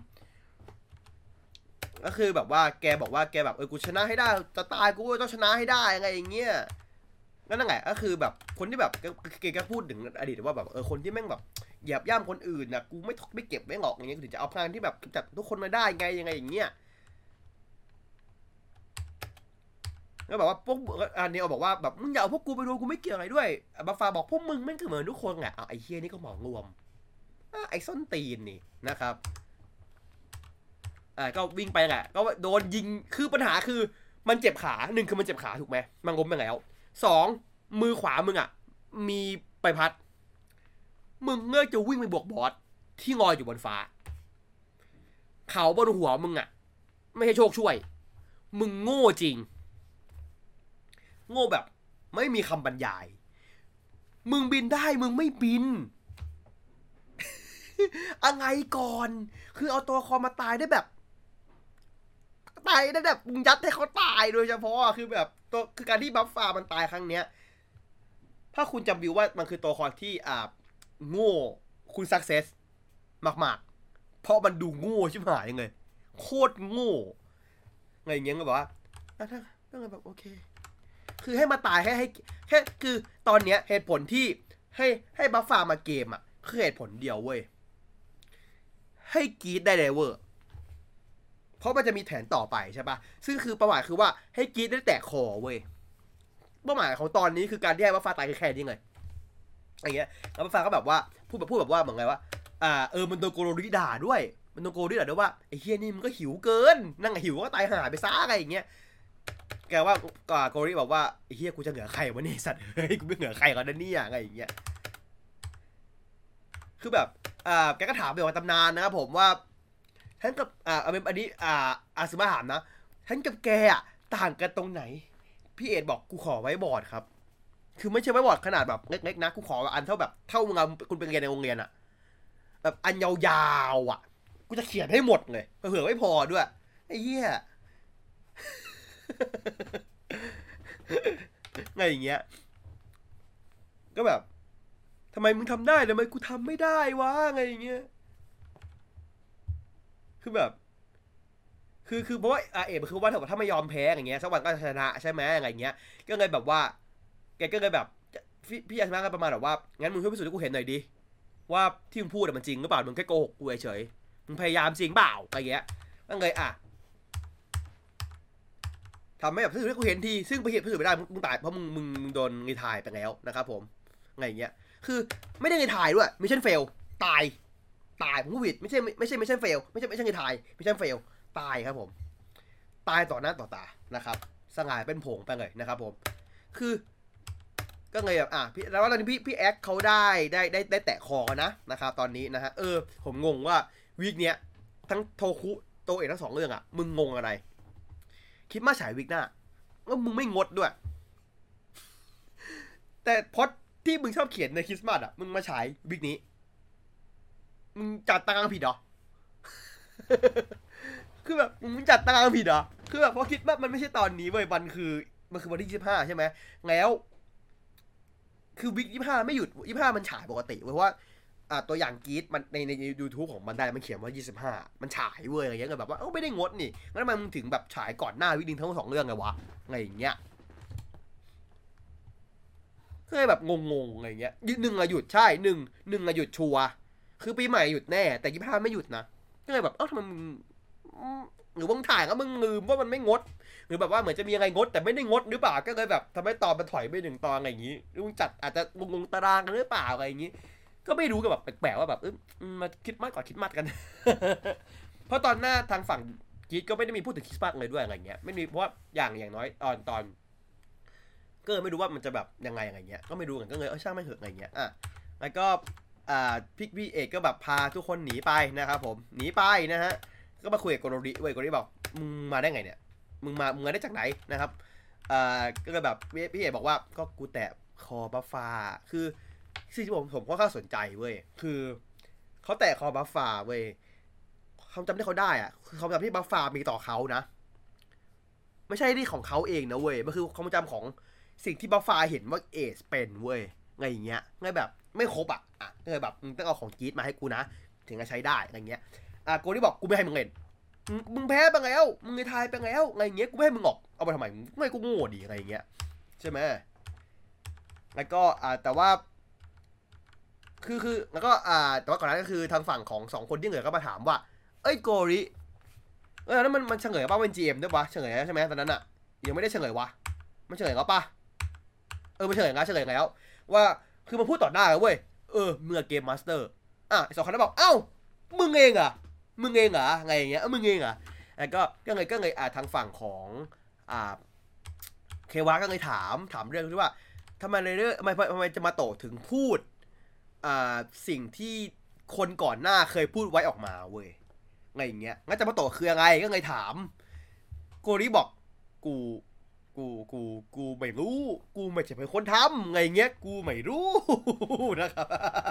ก็คือแบบว่าแกบอกว่าแกแบบเออกูชนะให้ได้จะตายกูต้องชนะให้ได้อะไรอย่างเงี้ยก็นั่นแหละก็คือแบบคนที่แบบแกก็พูดถึงอดีตว่าแบบเออคนที่แม่งแบบเหยียบย่ำคนอื่นนะกูไม่ไม่เก็บไม่หลอกอย่างเงี้ยถึงจะเอาพลังที่แบบจัดทุกคนมาได้ไงยังไงอย่างเงี้ยก็แบบว่าพวกอันนี้บอกว่าแบบมึงอย่าเอาพวกกูไปดูกูไม่เกี่ยวอะไรด้วยบัฟฟาบอกพวกมึงแม่งก็เหมือนทุกคนไงเอาไอ้เฮียนี่ก็หมองรวมไอ้ส้นตีนนี่นะครับอ่าก็วิ่งไปแหละก็โดนยิงคือปัญหาคือมันเจ็บขาหนึ่งคือมันเจ็บขาถูกไหมมันล้มไปแล้วสองมือขวามึงอ่ะมีใบพัดมึงเงือกจะวิ่งไปบวกบอสที่ลอยอยู่บนฟ้าเขาบนหัวมึงอ่ะไม่ใช่โชคช่วยมึงโง่จริงโง่แบบไม่มีคำบรรยายมึงบินได้มึงไม่บินอะไรก่อนคือเอาตัวคอมาตายได้แบบตายได้แบบมึงยัดให้เขาตายโดยเฉพาะคือแบบตัวคือการที่บัฟฟามันตายครั้งเนี้ยถ้าคุณจำวิวว่ามันคือตัวคอที่อ่าโง่คุณสักเซสมากๆเพราะมันดูโง่ชิบหายยังไงโคตรโง่ไงอย่างเงี้ยก็บอกว่าถ้าก็เลยแบบโอเคคือให้มาตายให้ให้แค่คือตอนเนี้ยเหตุผลที่ให้ให้บัฟฟามาเกมอ่ะคือเหตุผลเดียวเว้ยให้กีดได้เลเวอร์เพราะมันจะมีแผนต่อไปใช่ปะซึ่งคือประวัติคือว่าให้กีดได้แตะคอเว้ยเป้าหมายของตอนนี้คือการที่ให้บัฟฟาตายคือแค่นี้ไงอย่างเงี้ยแล้วบัฟฟาก็แบบว่าพูดแบบพูดแบบว่าเหมือนไงว่าอ่าเออมันโดนโกโรริด่าด้วยมันโดนโกโรริด่าด้วยว่าไอ้เฮียนี่มันก็หิวเกินนั่งหิวก็ตายหาไปซะอะไรอย่างเงี้ยแกว่าโกโรริบอกว่าไอ้เฮียกูจะเหนือใครวะเนี่ยสัตว์เฮ้ยกูไม่เหนือใครก่อนนะเนี่ยอะไรอย่างเงี้ยคือแบบอ่าแกก็ถามเกี่ยวกับตำนานนะครับผมว่าฉันกับอ่าอันนี้อ่าอาซึมะถามนะฉันกับแกอ่ะต่างกันตรงไหนพี่เอ็ดบอกกูขอไว้บอร์ดครับคือไม่ใช่ไว้บอร์ดขนาดแบบเล็กๆนะกูขออันเท่าแบบเท่ามึงคุณเป็นเรียนในโรงเรียนอะแบบอันยาวๆอ่ะกูจะเขียนให้หมดเลยเผื่อไม่พอด้วยไอ้เหี้ยไงอย่างเงี้ยก็แบบทำไมมึงทำได้ทำไมกูทำไม่ได้วะไงอย่างเงี้ยคือแบบคือคือเพราะว่าอาเอกมันคือว่าถ้าไม่ยอมแพ้อย่างเงี้ยสักวันก็ชนะใช่ไหมอะไรเงี้ยก็เลยแบบว่าแกก็เลยแบบพี่พี่อาชนะกันประมาณแบบว่างั้นมึงช่วยพิสูจน์ให้กูเห็นหน่อยดิว่าที่มึงพูดมันจริงหรือเปล่ามึงแค่โกหกกูเฉยมึงพยายามจริงเปล่าอะไรเงี้ยก็เลยอ่ะทำให้แบบพิสูจน์ให้กูเห็นทีซึ่งไปเห็นพิสูจน์ไม่ได้มึงตายเพราะมึงมึงมึงโดนรีไทร์ไปแล้วนะครับผมไงเงี้ยคือไม่ได้รีไทร์ด้วยมิชชั่นเฟลตายตายผมพูดผิดไม่ใช่ไม่ใช่มิชชั่นเฟลไม่ใช่ไม่ใช่รีไทร์มิชชั่นเฟลตายครับผมตายต่อหน้าต่อตานะครับสลายเป็นผงไปเลยนะครับผมคือก็เลยแบบอ่ะพี่แล้วตอนนี้พี่พี่แอคเขาได้ได้ได้ได้แตะคอกันนะนะครับตอนนี้นะฮะเออผมงงว่าวีคเนี้ยทั้งโทคุโตเอกทั้งสองเรื่องอ่ะมึงงงอะไรคิดมาฉายวีคหน้าแล้วมึงไม่งดด้วยแต่พอดที่มึงชอบเขียนในคริสต์มาสอ่ะมึงมาฉายวีคนี้มึงจัดตารางผิดเหรอ คือแบบมึงจัดตารางผิดเหรอคือแบบพอคิดว่ามันไม่ใช่ตอนนี้เว้ยมันคือมันคือวันที่ยี่สิบห้าใช่ไหมแล้วคือวิกยี่สิบห้าไม่หยุดยี่สิบห้ามันฉายปกติเพราะว่าอ่าตัวอย่างกรีดมันในในยูทูบของมันได้มันเขียนว่ายี่สิบห้ามันฉายเว้ยอะไรเงี้ยแบบว่าเออไม่ได้งดนี่งั้นทำไมมึงถึงแบบฉายก่อนหน้าวิกนึงทั้งสองเรื่องไงวะอะไรอย่างเงี้ยก็เลยแบบงงๆอะไรเงี้ยหนึ่งอะหยุดใช่หนึ่งหนึ่งอะหยุดชัวร์คือปีใหม่หยุดแน่แต่ยี่สิบห้าไม่หยุดนะก็เลยแบบเอ้าทำไมมึงหรือว่ามึงถ่ายก็มึงลืมว่ามันไม่งดหรือแบบว่าเหมือนจะมีอะไรงดแต่ไม่ได้งดหรือเปล่าก็เลยแบบทำให้ตอนมันถอยไปหนึ่งตอนอะไรอย่างงี้หรือมึงจัดอาจจะงงๆตารางกันหรือเปล่าอะไรอย่างงี้ก็ไม่รู้กับแบบแปลกๆว่าแบบเออมาคิดมากกว่าคิดมากกัน เพราะตอนหน้าทางฝั่งกีดก็ไม่ได้มีพูดถึงคริสต์มาสเลยด้วยอะไรเงี้ยไม่มีเพราะว่าอย่างอย่างน้อยตอนตอนก็ไม่รู้ว่ามันจะแบบยังไงอะไรเงี้ยก็ไม่รู้กันก็เลยเออช่างไม่เหอะอะไรเงี้ยอ่ะแล้วก็อ่าพี่พี่เอกก็แบบพาทุกคนหนีไปนะครับผมหนีไปนะฮะก็มาคุยกับโกโรริเว้ยโกโรริบอกมึงมาได้ไงเนี่ยมึงมามึงมาได้จากไหนนะครับอ่าก็เลยแบบพี่เอกบอกว่าก็กูแตะคอบัฟฟาคือสิ่งที่ผมผมก็เข้าสนใจเว้ยคือเขาแตะคอบัฟฟาเว้ยความจำที่เขาได้อะคือความจำที่บัฟฟามีต่อเขานะไม่ใช่ที่ของเขาเองนะเว้ยมันคือความจำของสิ่งที่บัฟฟาเห็นว่าเอสเป็นเว้ยไงอย่างเงี้ยไงแบบไม่ครบอ่ะอ่ะก็เลยแบบมึงต้องเอาของจี๊ดมาให้กูนะถึงจะใช้ได้อะไรเงี้ยอ่ะกูที่บอกกูไม่ให้มึงเล่นมึงแพ้ไปแล้วมึงไอ้ทายไปแล้วไงเงี้ยกูไม่ให้มึงออกเอาไปทำไมไม่กูโง่ดีอะไรเงี้ยใช่ไหมแล้วก็อ่าแต่ว่าคือคือแล้วก็อ่าแต่ว่าก่อนหน้านั้นก็คือทางฝั่งของสองคนที่เหลือก็มาถามว่าเอ้ยโกริเออแล้วมันมันเฉลยป่ะเป็น จี เอ็ม ด้วยวะเฉลยแล้วใช่ไหมตอนนั้นอะยังไม่ได้เฉลยวะมันเฉลยแล้วป่ะเออมันเฉลยแล้วเฉลยแล้วว่าคือมันพูดต่อหน้าเลยเว้ยเออเมื่อเกมมาสเตอร์อ่ะสองคนนั้นบอกเอ้ามึงเองอ่ะมึงเองเหรอไงอย่างเงี้ยมึงเองอ่ะแล้วก็ก็เลยก็เลยอ่าทางฝั่งของอ่าเควาก็เลยถามถามเรื่องที่ว่าทำไมเลยเรื่องทำไมทำไมจะมาโตถึงพูดอ่าสิ่งที่คนก่อนหน้าเคยพูดไว้ออกมาเว้ยไงอย่างเงี้ยงั้นจะมาโตคืออะไรก็เลยถามโกริบอกกูกูกูกูไม่รู้กูไม่ใช่เป็นคนทำไงเงี้ยกูไม่รู้นะครับ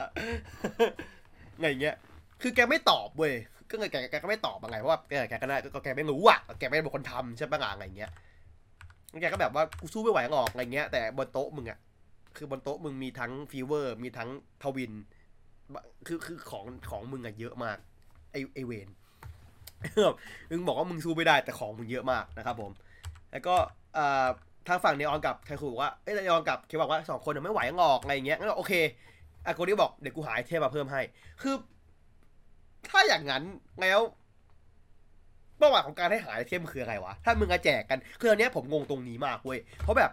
ไงเงี้ยคือแกไม่ตอบเว้ยก็เลยแกแกก็ไม่ตอบไงเพราะว่าแกแกก็ได้ก็แกไม่รู้อ่ะแกไม่ได้เป็นคนทำใช่ปะงไงเงี้ยแกก็แบบว่ากูสู้ไม่ไหวหรอกอะไรเงี้ยแต่บนโต๊ะมึงอ่ะคือบนโต๊ะมึงมีทั้งฟีเวอร์มีทั้งทวินคือคือของของมึงอะเยอะมากไอไอเวนมึงบอกว่ามึงสู้ไม่ได้แต่ของมึงเยอะมากนะครับผมแล้วก็ทางฝั่งเนออนกับไทคูบอกว่าเอ้ยเนออนกับเคบอกว่าสองคนไม่ไหวงอกอะไรเงี้ยงั้นโอเคอากูนี่บอกเดี๋ยวกูหาไอเทมมาเพิ่มให้คือถ้าอย่างนั้นแล้วเป้าหมายของการให้หาไอเทมคืออะไรวะถ้ามึงจะแจกกันคืออันนี้ผมงงตรงนี้มากเว้ยเพราะแบบ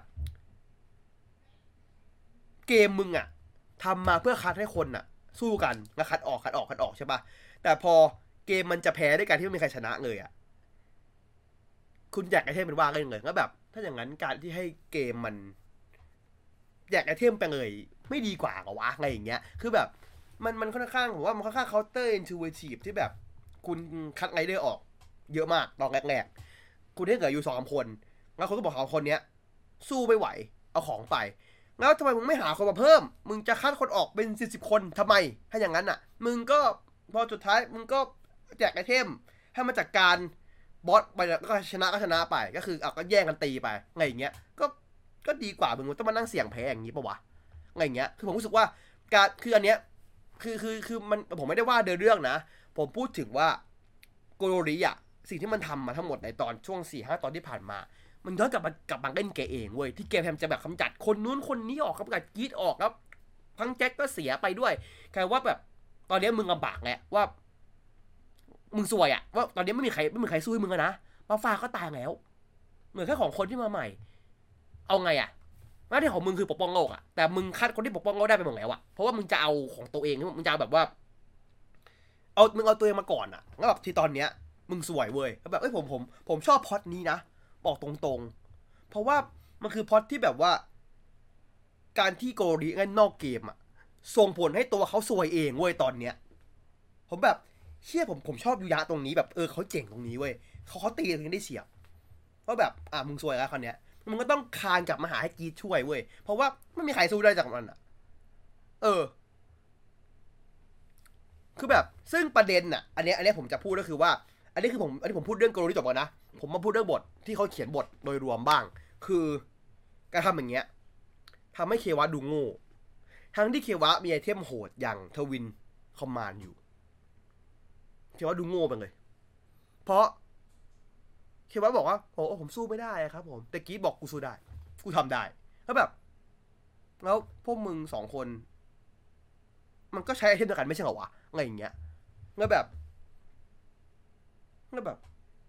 เกมมึงอะทำมาเพื่อคัดให้คนอะสู้กันแล้วคัดออกคัดออกคัดออกใช่ปะแต่พอเกมมันจะแพ้ด้วยการที่ไม่มีใครชนะเลยอะคุณอยากไอเทมเป็นว่ากันเลยก็แบบถ้าอย่างนั้นการที่ให้เกมมันอยากไอเทมไปเลยไม่ดีกว่าเหรอวะอะไรอย่างเงี้ยคือแบบมันมันค่อนข้างผมว่ามันค่อนข้างเคาน์เตอร์อินทูเวทีฟที่แบบคุณคัดไรเดอร์ออกเยอะมากตอนแรกๆคุณได้เหลืออยู่สองคนแล้วคนก็บอกสองคนเนี้ยสู้ไม่ไหวเอาของไปแล้วทำไมมึงไม่หาคนมาเพิ่มมึงจะคัดคนออกเป็นสิบสิบคนทำไมถ้าอย่างนั้นอ่ะมึงก็พอสุดท้ายมึงก็แจกไอเทมให้มันจัดการบอสไปแล้วก็ชนะก็ชนะไปก็คือเอาก็แย่งกันตีไปไงอย่างเงี้ยก็ก็ดีกว่ามึงต้องมานั่งเสี่ยงแพ้อย่างนี้ปะวะไงอย่างเงี้ยคือผมรู้สึกว่าการคืออันเนี้ยคือคือคือมันผมไม่ได้ว่าเดินเรื่องนะผมพูดถึงว่าโกโรริอ่ะสิ่งที่มันทำมาทั้งหมดในตอนช่วงสี่ห้าตอนที่ผ่านมามันย้อนกลับมากลับมาเล่นแกเองเว้ยที่แกพยายามจะแบบกำจัดคนนู้นคนนี้ออกกำจัดกีดออกครับทั้งแจ็คก็เสียไปด้วยกลายว่าแบบตอนนี้มึงลำบากแหละว่ามึงซวยอ่ะว่าตอนนี้ไม่มีใครไม่มีใครสู้มึงนะมาฟ้าก็ตายแล้วเหมือนแค่ของคนที่มาใหม่เอาไงอ่ะหน้าที่ของมึงคือปกป้องโลกอ่ะแต่มึงคัดคนที่ปกป้องโลกได้ไปหมดแล้วอ่ะเพราะว่ามึงจะเอาของตัวเองมึงจะแบบว่าเอามึงเอาตัวเองมาก่อนอ่ะแล้วแบบที่ตอนเนี้ยมึงสวยเว้ยแล้วแบบเอ้ยผมผมผมชอบพล็อตนี้นะบอกตรงๆเพราะว่ามันคือพล็อตที่แบบว่าการที่โกริเล่นนอกเกมอ่ะส่งผลให้ตัวเขาสวยเองเว้ยตอนเนี้ยผมแบบเชี่ยผมผมชอบยูยะตรงนี้แบบเออเขาเจ๋งตรงนี้เว้ยเขาเขาตีถึงได้เฉียบเพราะแบบอ่ะมึงสวยแล้วคราวเนี้ยมึงก็ต้องคานกลับมาหาให้กีดช่วยเว้ยเพราะว่าไม่มีใครสู้ได้จากมันอ่ะเออคือแบบซึ่งประเด็นอ่ะอันเนี้ยอันเนี้ยผมจะพูดก็คือว่าอันนี้คือผมอันนี้ผมพูดเรื่องโกโรริจบก่อนนะผมมาพูดเรื่องบทที่เขาเขียนบทโดยรวมบ้างคือการทำอย่างเงี้ยทำให้เควะดูโง่ทั้งที่เควะมีไอเทมโหดอย่างทวินคอมมานด์อยู่เควะดูโง่ไปเลยเพราะเควะบอกว่าโอ้ผมสู้ไม่ได้ครับผมแต่กีดบอกกูสู้ได้กูทำได้แล้วแบบแล้วพวกมึงสองคนมันก็ใช้ไอเทมเดียวกันไม่ใช่เหรอวะอะไรอย่างเงี้ยแล้วแบบแล้วแบบ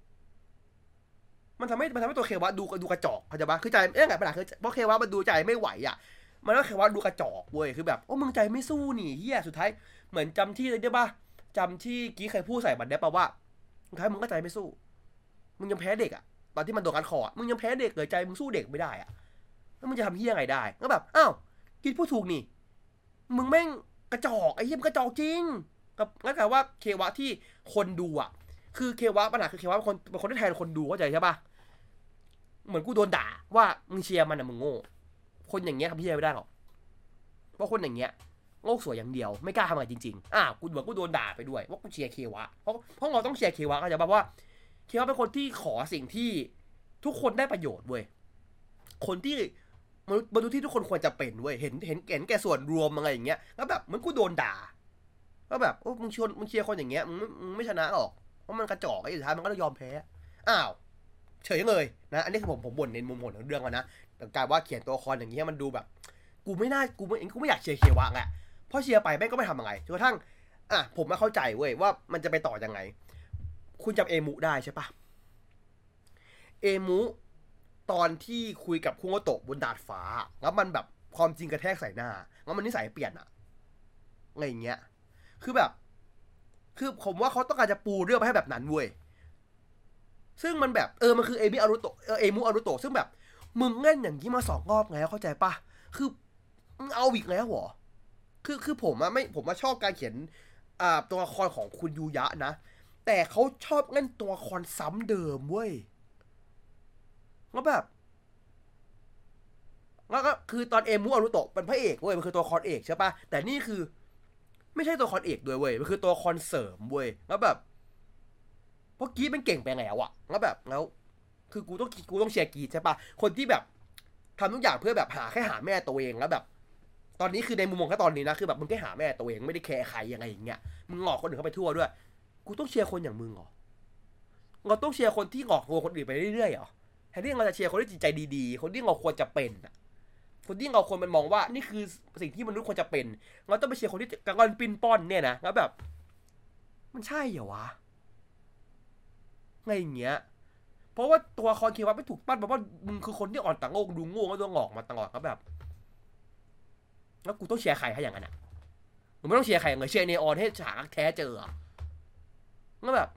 มันทำให้มันทำให้ตัวเควะดูดูกระจอกเข้าใจปะคือใจเอ๊ะไงปัญหาคือเพราะเควะมันดูใจไม่ไหวอ่ะมันก็เควะดูกระจอกเว้ยคือแบบโอ้มึงใจไม่สู้นี่เฮียสุดท้ายเหมือนจำที่เลยได้ปะจำที่กี้เคยพูดใส่บัตรได้ปะว่าสุดท้ายมึงก็ใจไม่สู้มึงยังแพ้เด็กอ่ะตอนที่มันโดนกันคอมึงยังแพ้เด็กเลยใจมึงสู้เด็กไม่ได้อ่ะแล้วมึงจะทำเฮียไงได้ก็แบบอ้าวกินพูดถูกนี่มึงแม่งกระจอกไอ้เฮียมกระจอกจริงกับงั้นแปลว่าเควะที่คนดูอ่ะคือเควะปัญหาคือเควะเป็นคนเป็นคนที่แทนคนดูเข้าใจใช่ปะเหมือนกูโดนด่าว่ามึงเชียร์มันอะมึงโง่คนอย่างเงี้ยทำเฮียไม่ได้หรอกเพราะคนอย่างเงี้ยโลกสวยอย่างเดียวไม่กล้าทำอะไรจริงๆอ้าวกูเหมือนกูโดนด่าไปด้วยว่ากูเชียร์เควะเพราะเพราะเราต้องเชียร์เควะเข้าใจปะว่าเควะเป็นคนที่ขอสิ่งที่ทุกคนได้ประโยชน์เว้ยคนที่มนุษย์มนุษย์ที่ทุกคนควรจะเป็นเว้ยเห็นเห็นเห็นแก่ส่วนรวมอะไรอย่างเงี้ยแล้วแบบเหมือนกูโดนด่าว่าแบบโอ้มึงชวนมึงเชียร์คนอย่างเงี้ยมึงมึงไม่ชนะหรอกเพราะมันกระจอกไอ้สุดท้ายมันก็ต้องยอมแพ้อ้าวเฉยเลยนะอันนี้คือผมผมบ่นในมุมของเรื่องนะแต่การว่าเขียนตัวละครอย่างเงี้ยมันดูแบบกูไม่น่ากูไม่กูไม่อยากเชียร์เควะแหละเพราะเชียร์ไปแม่งก็ไม่ทำอะไรจนกระทั่งอ่ะผมไม่เข้าใจเว้ยว่ามันจะไปต่อยังไงคุณจำเอมุได้ใช่ปะเอมุตอนที่คุยกับคุโงโตะบนดาดฟ้าแล้วมันแบบความจริงกระแทกใส่หน้าแล้วมันนิสัยเปลี่ยนอะอะไรอย่างเงี้ยคือแบบคือผมว่าเขาต้องการจะปูเรื่องไปให้แบบนั้นเว้ยซึ่งมันแบบเออมันคือเอมิอารุโตะเออเอมุอารุโตะซึ่งแบบมึงเล่นอย่างนี้มาสองรอบไงเข้าใจปะคือมึงเอาอีกแล้วเหรอคือคือผมอะไม่ผมมาชอบการเขียนอ่าตัวละครของคุณยูยะนะแต่เขาชอบเล่นตัวละครซ้ำเดิมเว้ยแล้วแบบแล้วก็คือตอนเอมุอารุโตะเป็นพระเอกเว้ยมันคือตัวละครเอกใช่ปะแต่นี่คือไม่ใช่ตัวละครเอกด้วยเว้ยมันคือตัวละครเสริมเว้ยแล้วแบบเพราะกีดมันเก่งไปแล้วอะแล้วแบบแล้วคือกูต้องกูต้องเชียร์กีดใช่ปะคนที่แบบทำทุกอย่างเพื่อแบบหาแค่หาแม่ตัวเองแล้วแบบตอนนี้คือในมุมมองแค่ตอนนี้นะคือแบบมึงแค่หาแม่ตัวเองไม่ได้แคร์ใครยังไงอย่างเงี้ยมึงหลอกคนอื่นเข้าไปทั่วด้วยกูต้องเชียร์คนอย่างมึงเหรอเราต้องเชียร์คนที่หลอกลวงคนอื่นไปเรื่อยๆเหรอแทนที่เราจะเชียร์คนที่จิตใจดีๆคนที่เราควรจะเป็นอะคนที่เราควรมันมองว่านี่คือสิ่งที่มนุษย์ควรจะเป็นเราต้องไปเชียร์คนที่กำลังปิ้นป้อนเนี่ยนะแล้วแบบมันใช่เหรอวะไงอย่างเงี้ยเพราะว่าตัวคอนเควะไม่ถูกปั้นเพราะว่ามึงคือคนที่อ่อนต่างโลกดูโง่ก็ตัวงอกมาตลอดครับแบบแล้วกูต้องเชียร์ใครให้อย่างนั้นอ่ะมึงไม่ต้องเชียร์ใครเลยเชียร์เนออนให้ฉากแท้เจอแล้วแบบ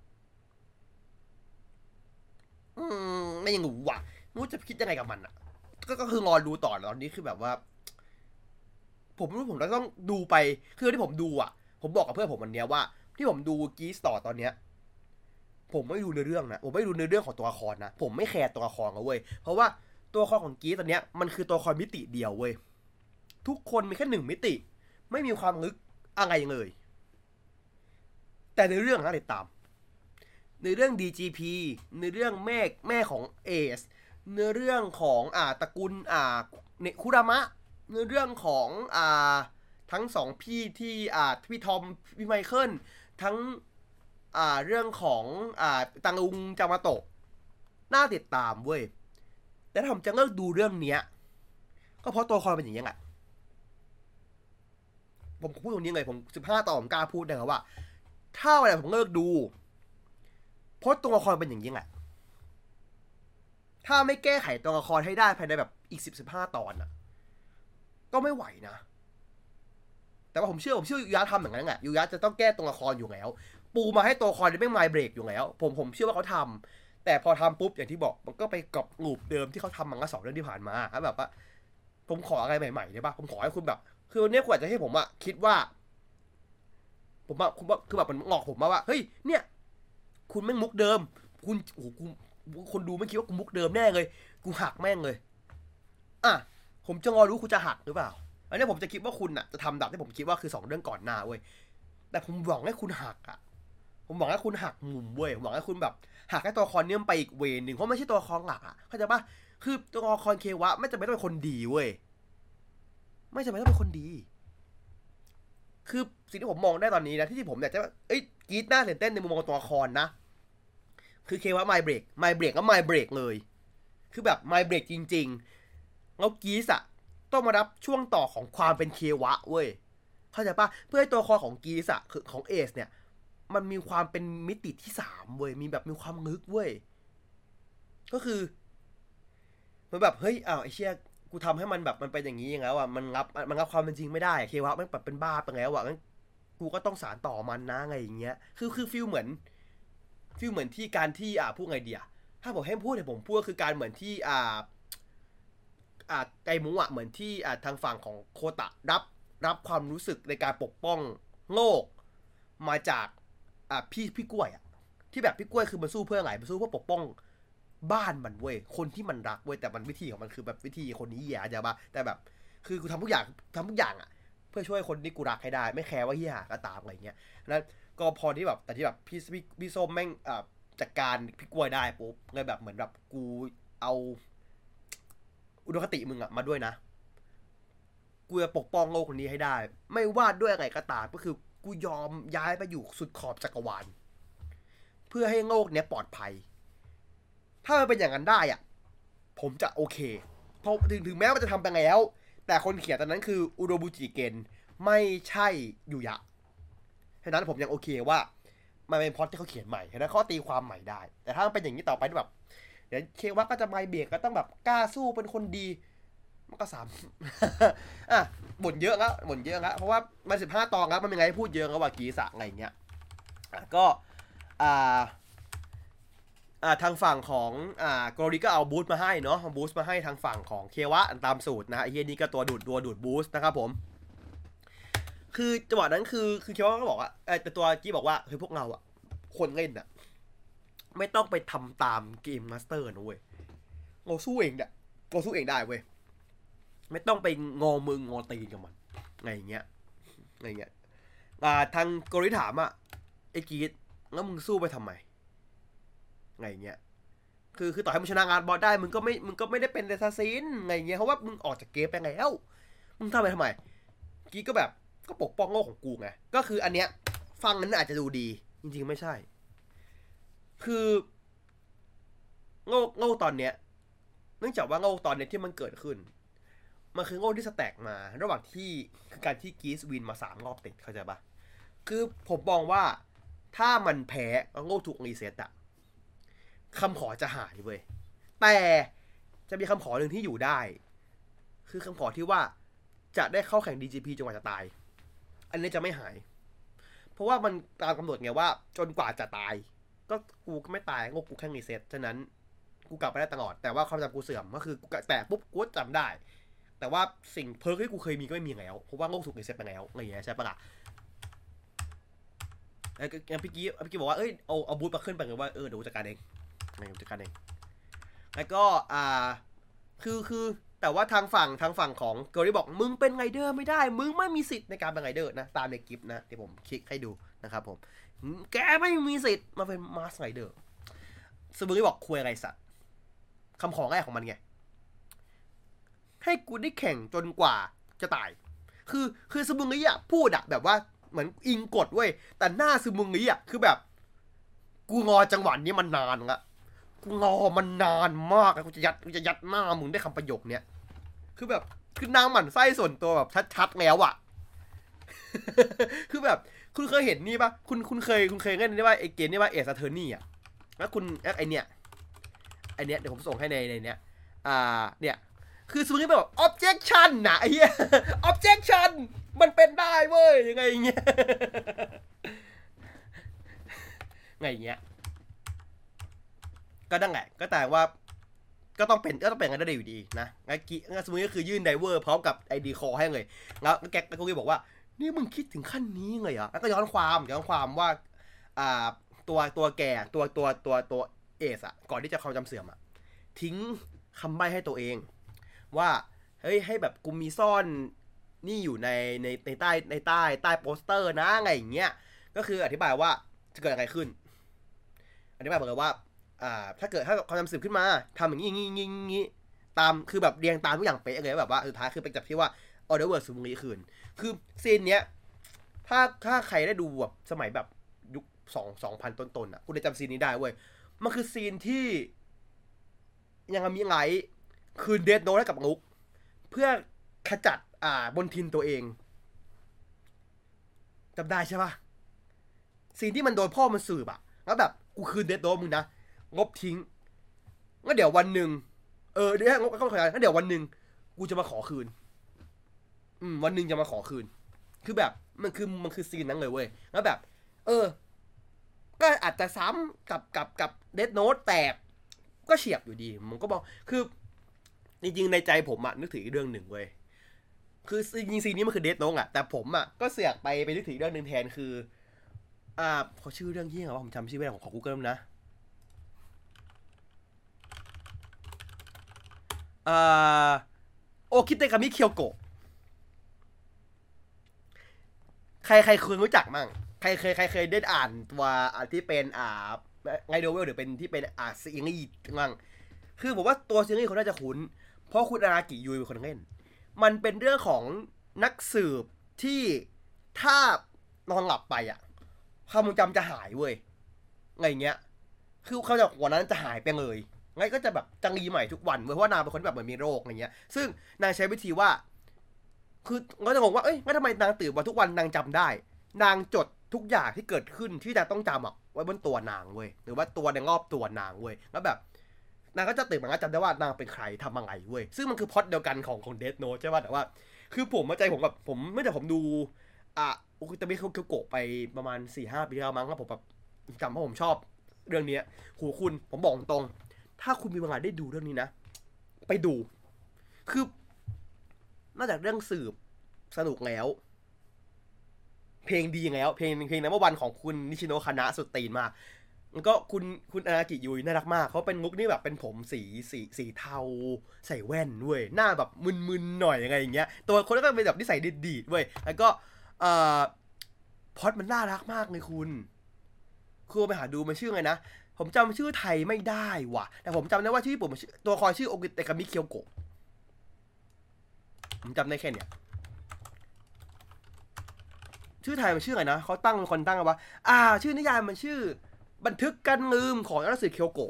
อืมไม่ยังรู้ว่ะไม่รู้จะคิดยังไงกับมันอ่ะก็ก็คือรอดูต่อตอนนี้คือแบบว่าผมรู้ผมต้องดูไปคือที่ผมดูอ่ะผมบอกกับเพื่อนผมวันนี้ว่าที่ผมดูกีสต่อตอนเนี้ยผมไม่ดูในเรื่องนะผมไม่ดูในเรื่องของตัวละครนะผมไม่แคร์ตัวละครเขาเว้ยเพราะว่าตัวละครของกีสตอนเนี้ยมันคือตัวละครมิติเดียวเว้ยทุกคนมีแค่หนึ่งมิติไม่มีความลึกอะไรเลยแต่ในเรื่องนะติดตามในเรื่อง ดี จี พี ในเรื่องแม่แม่ของเอสในเรื่องของอ่าตระกูลอ่าเนคุรามะในเรื่องของอ่าททั้งสองพี่ที่อ่าพี่ทอมพี่ไมเคิลทั้งอ่าเรื่องของอ่าตังอุงจามาโตะน่าติดตามเว้ยแต่ถ้าผมจะเลิกดูเรื่องเนี้ยก็เพราะตัวละครเป็นอย่างนี้แหละผมพูดตรงนี้เลยผมสิบห้าต่อผมกล้าพูดนะครับว่าถ้าวันไหนผมเลิกดูเพราะตัวละครเป็นอย่างนี้แหละถ้าไม่แก้ไขตัวละครให้ได้ภายในแบบอีกสิบสิบห้าตอนอ่ะก็ไม่ไหวนะแต่ว่าผมเชื่อผมเชื่อยูยะทำอย่างนั้นแหละยูยะจะต้องแก้ตัวละครอยู่แล้วปูมาให้ตัวละครไม่ไมล์เบรกอยู่แล้วผมผมเชื่อว่าเขาทำแต่พอทำปุ๊บอย่างที่บอกมันก็ไปกลับลูปเดิมที่เขาทำมันก็สองเรื่องที่ผ่านมาแบบว่าผมขออะไรใหม่ๆได้ป่ะผมขอให้คุณแบบคือวันนี้คุณอาจจะให้ผมอะคิดว่าผมอะคุณว่าคือแบบมันงอกผมมาว่าเฮ้ยเนี่ยคุณแม่งมุกเดิมคุณโอ้โหกูคนดูไม่คิดว่ากูมุกเดิมแน่เลยกูหักแม่งเลยอ่ะผมจะรอรู้คุณจะหักหรือเปล่าอันนี้ผมจะคิดว่าคุณอะจะทำแบบที่ผมคิดว่าคือสองเรื่องก่อนหน้าเว้ยแต่ผมหวังให้คุณหักอะผมหวังให้คุณหักมุมเว้ยผมหวังให้คุณแบบหักให้ตัวละครเนี้ยไปอีกเวนึงเพราะไม่ใช่ตัวละครหลักอะเข้าใจปะคือตัวละครเควะไม่จำเป็นต้องเป็นคนดีเว้ยไม่จำเป็นต้องเป็นคนดี คือสิ่งที่ผมมองได้ตอนนี้นะที่ที่ผมอยากจะเอ้ยกรีดหน้าตื่นเต้นในมุมมองตัวละครนะคือเควะไมเบรกไมเบรกก็ไมเบรกเลยคือแบบไมเบรกจริงๆแล้วกีสอะต้องมารับช่วงต่อของความเป็นเควะเว้ยเข้าใจปะเพื่อให้ตัวละครของกีสอะคือของเอสเนี่ยมันมีความเป็นมิติที่สามเว้ยมีแบบมีความลึกเว้ยก็คือมันแบบเฮ้ยอ้าวไอ้เชี่ยกูทำให้มันแบบมันเป็นอย่างนี้ยังไงวะมันรับมันรับความเป็นจริงไม่ได้เควะมันแบบเป็นบ้าไปแล้วอะงั้นกูก็ต้องสานต่อมันนะไงอย่างเงี้ยคือคือฟีลเหมือนฟีลเหมือนที่การที่อ่าพูดไงเดียถ้าผมให้พูดเนี่ยผมพูดคือการเหมือนที่อ่าอ่าไกมุอะเหมือนที่อ่าทางฝั่งของโคตะรับรับความรู้สึกในการปกป้องโลกมาจากอ่าพี่พี่กล้วยอะที่แบบพี่กล้วยคือมันสู้เพื่ออะไรมันสู้เพื่อปกป้องบ้านมันเว้ยคนที่มันรักเว้ยแต่มันวิธีของมันคือแบบวิธีคนนี้แย่จะบ้าแต่แบบคือกูทำทุกอย่างทำทุกอย่างอะเพื่อช่วยคนที่กูรักให้ได้ไม่แคร์ว่าเฮียก็ตามอะไรเงี้ยนั้นก็พอที่แบบแต่ที่แบบพี่พี่พี่ส้มแม่งอ่าจัดการพี่กล้วยได้ปุ๊บเลยแบบเหมือนแบบกูเอาอุดมคติมึงอะมาด้วยนะกูจะปกป้องโลกคนนี้ให้ได้ไม่ว่าด้วยอะไรก็ตามก็คือกูยอมย้ายไปอยู่สุดขอบจักรวาลเพื่อให้โลกเนี้ยปลอดภัยถ้ามันเป็นอย่างนั้นได้อะผมจะโอเคเพราะถึงถึงแม้ว่าจะทำไปแล้วแต่คนเขียนตอนนั้นคืออุโดบุจิเกนไม่ใช่ยูยะฉะนั้นผมยังโอเคว่ามันเป็นพล็อตที่เขาเขียนใหม่ฉะนั้นเขาตีความใหม่ได้แต่ถ้ามันเป็นอย่างนี้ต่อไปแบบเดี๋ยวเคว่าก็จะไม่เบรกก็ต้องแบบกล้าสู้เป็นคนดีมันก็สามอ่ะบ่นเยอะแล้วบ่นเยอะแล้วเพราะว่ามันสิบห้าตอนแล้วมันเป็นไงพูดเยอะแล้วว่ากีสะอะไรเงี้ยก็อ่าอ่าทางฝั่งของอ่าโกริก็เอาบูสต์มาให้เนาะบูสต์มาให้ทางฝั่งของเควะตามสูตรนะไอ้เฮียนี่ก็ตัวดูดตัวดูดบูสต์นะครับผมคือจังหวะนั้นคือคือเควะก็บอกว่าเออแต่ตัวกี้บอกว่าคือพวกเราอะคนเล่นอะไม่ต้องไปทำตามเกมมาสเตอร์นะเว้ยเราสู้เองเนี่ยเราสู้เองได้เว้ยไม่ต้องไปงอมืองอตีนกับมันไงอย่างเงี้ยไงอย่างเงี้ยอ่าทางโกริถามอะไอ้กีดแล้วมึงสู้ไปทำไมไงอย่างเงี้ย คือคือต่อให้มึงชนะงานบอสได้มึงก็ไม่มึงก็ไม่ได้เป็นเดซาซินไงเงี้ยเพราะว่ามึงออกจากเกมไปแล้วมึงทำไปทำไมกี้ก็แบบก็ปกป้องโลกของกูไงก็คืออันเนี้ยฟังนั้นอาจจะดูดีจริงๆไม่ใช่คือโลกโลกตอนเนี้ยเนื่องจากว่าโลกตอนเนี้ยที่มันเกิดขึ้นมันคือโลกที่สแต็กมาระหว่างที่คือการที่กีสวินมาสามรอบติดเข้าใจปะคือผมมองว่าถ้ามันแพ้โลกถูกรีเซ็ตอะคำขอจะหายเว้ยแต่จะมีคำขอหนึ่งที่อยู่ได้คือคำขอที่ว่าจะได้เข้าแข่ง ดี จี พี จนกว่าจะตายอันนี้จะไม่หายเพราะว่ามันตามกำหนดไงว่าจนกว่าจะตายก็กูก็ไม่ตายงกกูแค่รีเซ็ตฉะนั้นกูกลับไปได้ตลอดแต่ว่าความจำกูเสื่อมก็คือแต่ปุ๊บกูจำได้แต่ว่าสิ่งเพิร์กที่กูเคยมีก็ไม่มีแล้วเพราะว่าโลกถูกรีเซ็ตไปแล้วอะไรอย่างเงี้ยใช่ปะล่ะไอ้พี่กี้พี่กี้บอกว่าเอ้ยเอาเอาบูทมาขึ้นไปเลยว่าเออเดี๋ยวกูจัดการเองเดี๋ยวกูจัดการเองแล้วก็อ่าคือคือแต่ว่าทางฝั่งทางฝั่งของเกอรี่บอกมึงเป็นไงเดอร์ไม่ได้มึงไม่มีสิทธิ์ในการเป็นไงเดอร์นะตามในคลิปนะที่ผมคลิกให้ดูนะครับผมแกไม่มีสิทธิ์มาเป็นมาสไงเดอร์สมุนบอกคุยอะไรสัตว์คำขอแรกของมันไงให้กูได้แข่งจนกว่าจะตายคือคือซึมุงิอ่ะพูดอ่ะแบบว่าเหมือนอิงกฎเว้ยแต่หน้าซึมุงิอ่ะคือแบบกูงอจังหวะนี้มันนานละกูงอมันนานมากกูจะยัดกูจะยัดหน้ามึงได้คำประโยคเนี้ยคือแบบคือนางหมั่นไส้ส่วนตัวแบบชัดๆแล้วอ่ะ คือแบบคุณเคยเห็นนี่ปะคุณคุณเคยคุณเคยเล่นนี่ว่าไอเกมนี่ว่าเอสเทอร์นี่อ่ะแล้วคุณไอเนี้ยไอเนี้ยเดี๋ยวผมส่งให้ในในเนี้ยอ่าเนี่ยคือสมมติแบบ objection นะไอ้เหี้ย objection มันเป็นได้เว้ยยังไงอย่างเงี้ย ไงอย่างเงี้ยก็นั่งแหละก็แต่ว่าก็ต้องเป็นก็ต้องเป็นกันได้อยู่ดีนะงั้นกี้งั้นสมมติก็คือยื่นไดเวอร์พร้อมกับไอดีคอให้เลยแล้วแกก็บอกว่านี่มึงคิดถึงขั้นนี้เลยเหรอแล้วก็ย้อนความย้อนความว่าอ่าตัวตัวแกตัวตัวตัวตัวเอสอะก่อนที่จะความจำเสื่อมอะทิ้งคำใบ้ให้ตัวเองว่าเฮ้ยให้แบบกูมีซ่อนนี่อยู่ในในในใต้ในใต้ใต้โปสเตอร์นะไงอย่างเงี้ยก็คืออธิบายว่าจะเกิดอะไรขึ้นอธิบายบอกเลยว่าอ่าถ้าเกิดถ้าความจำเสื่อมขึ้นมาทำอย่างงี้งี้งี้งี้ตามคือแบบเรียงตามทุกอย่างเป๊ะเลยแบบว่าสุดท้ายคือไปจับที่ว่าออเดอร์เวิร์ดซูมงี้คืนคือซีนเนี้ยถ้าถ้าใครได้ดูแบบสมัยแบบยุคสองสองพันต้นๆอ่ะคุณจะจำซีนนี้ได้เว้ยมันคือซีนที่ยังมีไงคืนเดดโนให้กับลุกเพื่อขจัดอ่าบนทินตัวเองจำได้ใช่ปะซีนที่มันโดนพ่อมันสืบอะแล้วแบบกูคืนเดดโนมึงนะงบทิ้งงั้นเดี๋ยววันหนึ่งเออเดี๋ยวงบเข้าใจงั้นเดี๋ยววันหนึ่งกูจะมาขอคืนอืมวันหนึ่งจะมาขอคืนคือแบบมันคือมันคือซีนนั้นเลยเว้ยแล้วแบบเออก็อาจจะซ้ำกับกับกับเดดโนตแต่ก็เฉียบอยู่ดีมันก็บอกคือจริงๆในใจผมอะนึกถึงอีกเรื่องหนึ่งเว้ยคือจริงๆซีนนี้มันคือเดดโนตอะแต่ผมอะก็เสือกไปไปนึกถึงเรื่องหนึ่งแทนคืออ่าเขาชื่อเรื่องที่ไงวะผมจำชื่อไม่ได้ของของ Google นะอ่าโอคิเตกามิเคียวโกะใครใครเคยรู้จักมั่งใครเคยใครเคยได้อ่านตัวที่เป็นอ่าไงโดเวลหรือเป็นที่เป็นอ่าซีรีส์มั่งคือผมว่าตัวซีรีส์เขาน่าจะคุ้นเพราะคุณอารากิยุยเป็นคนเล่นมันเป็นเรื่องของนักสืบที่ถ้านอนหลับไปอ่ะความทรงจำจะหายเว้ยไงเงี้ยคือเขาจะวันนั้นจะหายไปเลยไงก็จะแบบจังรีใหม่ทุกวันเว้ยเพราะว่านางเป็นคนที่แบบเหมือนมีโรคอะไรเงี้ยซึ่งนางใช้วิธีว่า คือก็จะงงว่าเอ้ยงั้นทำไมนางตื่นมาทุกวันนางจำได้นางจดทุกอย่างที่เกิดขึ้นที่จะต้องจำอ่ะไว้บนตัวนางเว้ยหรือว่าตัวในรอบตัวนางเว้ยแล้วแบบนางก็จะตื่นมาก็จำได้ว่านางเป็นใครทำอะไรเว้ยซึ่งมันคือพล็อตเดียวกันของของเดธโนตใช่ป่ะแต่ว่าคือผมมาใจผมแบบผมไม่แต่ผมดูอ่ะโอ้ยแต่ไม่เขาเคียวโกะไปประมาณสี่ห้าปีแล้วมั้งครับผมแบบจำว่าผมชอบเรื่องนี้หูคุณผมบอกตรงถ้าคุณมีเวลาได้ดูเรื่องนี้นะไปดูคือนอกจากเรื่องสืบสนุกแล้วเพลงดีแล้วเพลงเพลงนั้นเมื่อวันของคุณนิชิโนะคานะสุดตีนมากแล้วก็คุณคุณอารากิยุยน่ารักมากเขาเป็นมุกนี่แบบเป็นผมสีสีสีเทาใส่แว่นด้วยหน้าแบบมึนๆหน่อยยังไงอย่างเงี้ยตัวคนก็เป็นแบบนิสัยดีๆด้วยแล้วก็เอ่อพอดมันน่ารักมากเลยคุณคือไปหาดูมันชื่อไงนะผมจำชื่อไทยไม่ได้ว่ะแต่ผมจำได้ว่าชื่อญี่ปุ่นตัวคอยชื่อโอกิเตกามิเคียวโกะผมจำได้แค่เนี้ย ชื่อไทยมันชื่ออะไรนะเขาตั้งคนตั้งว่าอ่าชื่อนิยายมันชื่อบันทึกการลืมของนักสืบเคียวโกะ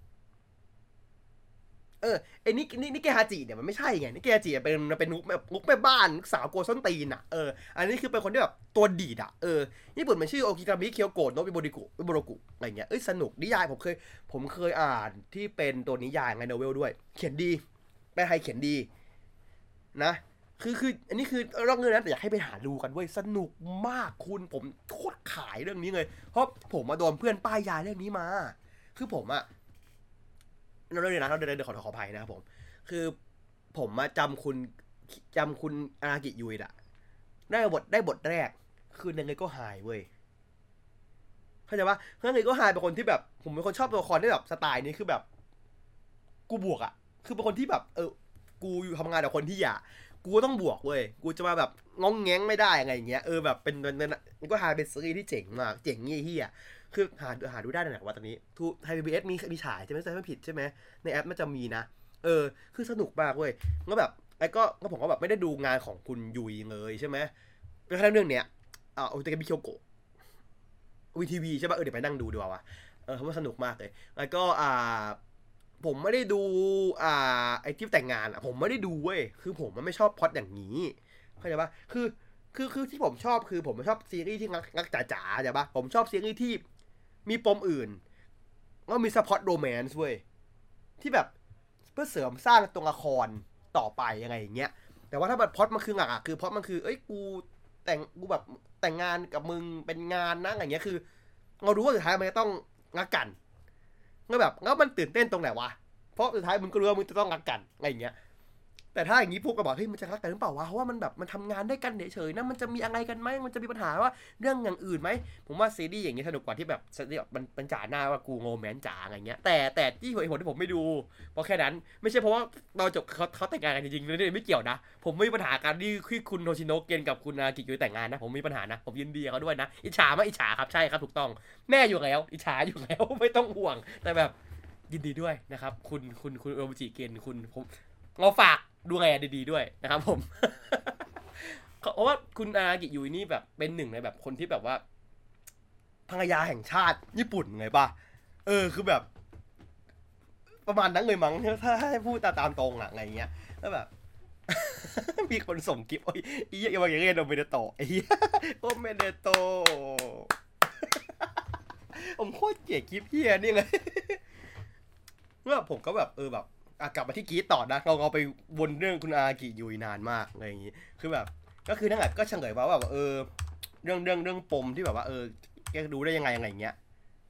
เออไอ้นี่นี่นี่เกฮาจิเนี่ยมันไม่ใช่ไงนี่เกฮาจิเป็นเป็นนุกแบบนุกแม่บ้านสาวโกส้นตีนอ่ะเอออันนี้คือเป็นคนที่แบบตัวดีดอ่ะเออญี่ปุ่นมันชื่อโอกิกามิเคียวโกะโนบิโบริกุบิโบโรกุอะไรเงี้ยเอ้ยสนุกนิยายผมเคยผมเคยอ่านที่เป็นตัวนิยายไงโนเวลด้วยเขียนดีแปลไทยเขียนดีนะคือคืออันนี้คือเรื่องนึงนะแต่อยากให้ไปหาดูกันเว้ยสนุกมากคุณผมโคตรขายเรื่องนี้เลยเพราะผมมาโดนเพื่อนป้ายยาเรื่องนี้มาคือผมอะเราเรื่องนี้นะเราเดินเดินขอขออภัยนะครับผมคือผมมาจำคุณจำคุณอารากิยุยอะได้บทได้บทแรกคือยังไงก็หายเว้ยเข้าใจปะยังไงก็หายเป็นคนที่แบบผมเป็นคนชอบตัวละครที่แบบสไตล์นี้คือแบบกูบวกอะคือเป็นคนที่แบบเออกูอยู่ทำงานกับคนที่อยากกูต้องบวกเว้ยกูจะมาแบบงองแงงไม่ได้ไงอย่างเงี้ยเออแบบเป็นมันก็หาเป็นซีรีส์ที่เจ๋งมากเจ๋งเงี้ยเฮียคือหาหาดูได้ไหนวะตอนนี้ทูไทยพีบีเอสมีมีฉายใช่ไหมใช่ไม่ผิดใช่ไหมในแอปมันจะมีนะเออคือสนุกมากเว้ยก็แบบไอ้ก็ก็ผมก็แบบไม่ได้ดูงานของคุณยุยเลยใช่ไหมเป็นแค่เรื่องเนี้ยอ่าโอเตเกบิโคโกะวีทีวีใช่ป่ะเออเดี๋ยวไปนั่งดูดีกว่าวะเออเพราะว่าสนุกมากเลยแล้วก็อ่าผมไม่ได้ดูอ่าไอ้ที่แต่งงานอ่ะผมไม่ได้ดูเว้ยคือผมมันไม่ชอบพล็อตอย่างนี้เข้าใจป่ะคือคือคือที่ผมชอบคือผมชอบซีรีส์ที่งักงักจ๋าๆใช่ป่ะผมชอบซีรีส์ที่มีปมอื่นแล้วมีซัพพอร์ตโรแมนซ์เว้ยที่แบบเพื่อเสริมสร้างตัวละครต่อไปยังไงอย่างเงี้ยแต่ว่าถ้าแบบพล็อตมันคือหลักอ่ะคือพล็อตมันคือเอ้ยกูแต่งกูแบบแต่งงานกับมึงเป็นงานนะอย่างเงี้ยคือเรารู้ว่าสุดท้ายมันจะต้องงักกันก็แบบแล้วมันตื่นเต้นตรงไหนวะเพราะสุดท้ายมึงก็รู้ว่ามึงจะต้องงักกันอะไรอย่างเงี้ยแต่ถ้าอย่างนี้พวกก็บอกเฮ้ยมันจะรักกันหรือเปล่าวะเพราะว่ามันแบบมันทำงานได้กันเฉยๆนะมันจะมีอะไรกันไหมมันจะมีปัญหาว่าเรื่องอย่างอื่นไหมผมว่าซีรีส์อย่างเงี้ยสนุกกว่าที่แบบที่แบบมันเป็นจ๋าหน้าว่ากูโงแมนจ๋าอะไรเงี้ยแต่แต่ที่เหตุผลที่ผมไม่ดูเพราะแค่นั้นไม่ใช่เพราะว่าเราจบเขาเขาแต่งงานกันจริงๆเลยไม่เกี่ยวนะผมไม่มีปัญหาการที่ที่คุณโนชิโนะเกนกับคุณอากิยุแต่งงานนะผมไม่มีปัญหานะผมยินดีกับเขาด้วยนะอิจฉาไหมอิจฉาครับใช่ครับถูกต้องแน่อยู่แล้วอิจฉาอยู่แล้วไม่ต้องห่วงแต่แบบยินดีด้วยนะครับคุณคุณคุณโอจิเกนคุณผมเราฝากดูแลดีๆด้วยนะครับผม เพราะว่าคุณอากิยุยนี่แบบเป็นหนึ่งในแบบคนที่แบบว่าภรรยาแห่งชาติญี่ปุ่นไงป่ะเออคือแบบประมาณนั้นเลยมั้งถ้าให้พูดตามตรงอะไงเงี้ยแล้วแบบ มีคนส่งคลิปโอ้ยอีเหี้ยมาอย่างเงี้ยโอเมเดโตะไอ้เหี้ยโอเมเดโตะผมโคตรเกลียดคลิปเหี้ยนี่เลย เมื่อผมก็แบบเออแบบอ่ะกลับมาที่กีตต่อนะเราเราไปวนเรื่องคุณอากิยุยนานมากอะไรอย่างงี้คือแบบก็คือนั่นแหละก็เฉลยว่าแบบเออเรื่องเรื่องเรื่องปมที่แบบว่าเออแกดูได้ยังไงอะไรอย่างเงี้ย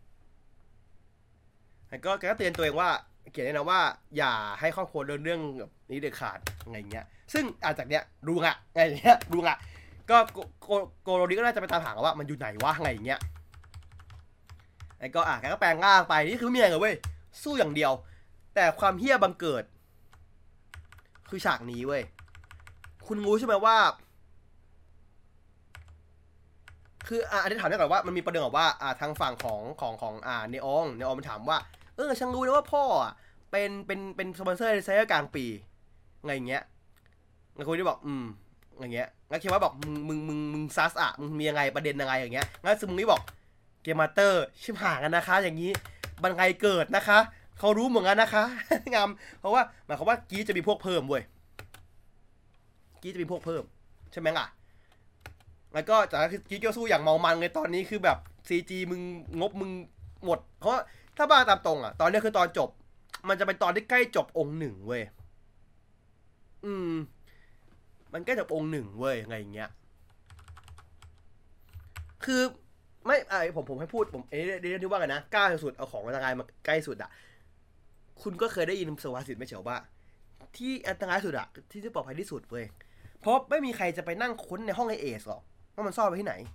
แต่ก็แกก็เตือนตัวเองว่าเขียนไว้นะว่าอย่าให้ครอบครัวเรื่องเรื่องแบบนี้เด็ดขาดอะไรอย่างเงี้ยซึ่งอาจากเนี้ยดูงะอะไรอย่างเงี้ยดูงะก็โกโกโกโรดีก็น่าจะไปตามหาว่ามันอยู่ไหนวะอะไรอย่างเงี้ยไอ้ก็อ่ะแกก็แปลงร่างไปนี่คือไม่มีอะไรเลยเว้ยสู้อย่างเดียวแต่ความเฮี้ยบังเกิดคือฉากนี้เว้ยคุณรู้ใช่ไหมว่าคืออ่ะอันนี้ถามได้ก่อนว่ามันมีประเด็นแบบว่าอ่าทางฝั่งของของของอ่าเนอองเนอองมันถามว่าเออฉันรู้นะว่าพ่ออ่ะเป็นเป็นเป็นสปอนเซอร์ในไซเออร์กลางปีไงอย่างเงี้ยแล้วคนที่บอกอืมอย่างเงี้ยแล้วคิดว่าบอกมึงมึงมึงมึงซัสอ่ะมึงมียังไงประเด็นยังไงอย่างเงี้ยงั้นซึมึงนี่บอกเกมมาสเตอร์ชิบหายกันนะคะอย่างนี้บันไกเกิดนะคะเขารู้เหมือนกันนะคะ งามเพราะว่าหมายความว่ากี้จะมีพวกเพิ่มเว้ยกี้จะมีพวกเพิ่มใช่ไหมล่ะ แล้วก็จากกิ๊กก็สู้อย่างเมามันเลยตอนนี้คือแบบ ซี จี มึงงบมึงหมด เพราะถ้าบ้าตามตรงอ่ะตอนนี้คือตอนจบ มันจะเป็นตอนที่ใกล้จบองค์หนึ่งเว้ยอืมมันใกล้จบองค์หนึ่งเว้ยไงอย่างเงี้ยคือไม่ไอผมผมให้พูดผมเอ๊ะเรื่องที่ว่ากันนะกล้าสุดเอาของอันตรายมาใกล้สุดอ่ะคุณก็เคยได้ยินสวาสิทธิ์ไม่เฉาว่าที่อันตรายสุดอะที่ที่ปลอดภัยที่สุดเว้ยเพราะไม่มีใครจะไปนั่งค้นในห้องไอเอสหรอกว่ามันซ่อนไว้ที่ไหน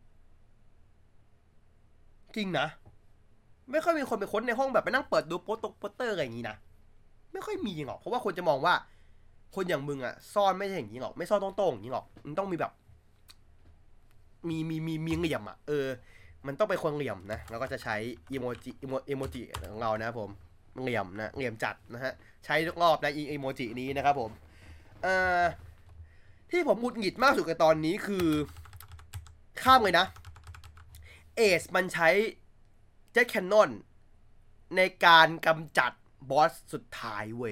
จริงนะ ไม่ค่อยมีคนไปค้นในห้องแบบไปนั่งเปิดดูโปสต์โปสเตอร์อะไรอย่างนี้นะไม่ค่อยมีหรอกเพราะว่าคนจะมองว่าคนอย่างมึงอะซ่อนไม่ใช่อย่างนี้หรอกไม่ซ่อนตรงๆอย่างนี้หรอกมันต้องมีแบบมีมีมีมีเหลี่ยมอะเออมันต้องเป็นคนเหลี่ยมนะแล้วก็จะใช้อีโมจิอีโมอีโมจิของเรานะผมเหลี่ยมนะเหลี่ยมจัดนะฮะใช้ทุกรอบนะอีโมจินี้นะครับผมเอ่อที่ผมหงุดหงิดมากสุดในตอนนี้คือข้ามเลยนะเอสมันใช้เจ็ตแคนนอนในการกำจัดบอสสุดท้ายเว้ย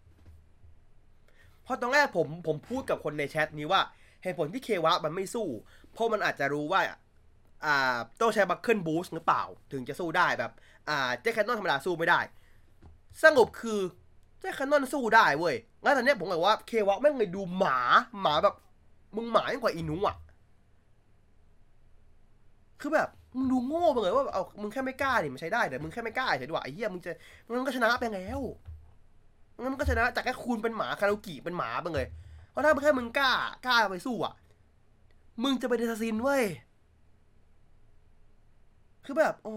เพราะตอนแรกผมผมพูดกับคนในแชทนี้ว่าเหตุผลที่เควะมันไม่สู้เพราะมันอาจจะรู้ว่าอ่าต้องใช้บัคเกิลบูสต์หรือเปล่าถึงจะสู้ได้แบบอ่าเจ็ตแคนนอนธรรมดาสู้ไม่ได้สรุปคือเจ็ตแคนนอนสู้ได้เว้ยแล้วตอนนี้ผมบอกว่าเควะแม่งเลยดูหมาหมาแบบมึงหมายิ่งกว่าอีนุอ่ะคือแบบมึงดูโง่ไปเลยว่าเอามึงแค่ไม่กล้าดิมันใช้ได้แต่มึงแค่ไม่กล้าเฉยดีกว่าไอ้เหี้ยมึงจะมึงก็ชนะไปแล้วงั้นมันก็ชนะจากแค่คุณเป็นหมาคาราโอเกะเป็นหมาไปเลยเพราะถ้าแค่มึงกล้ากล้าไปสู้อ่ะมึงจะไปเดซซินเว้ยคือแบบโอ้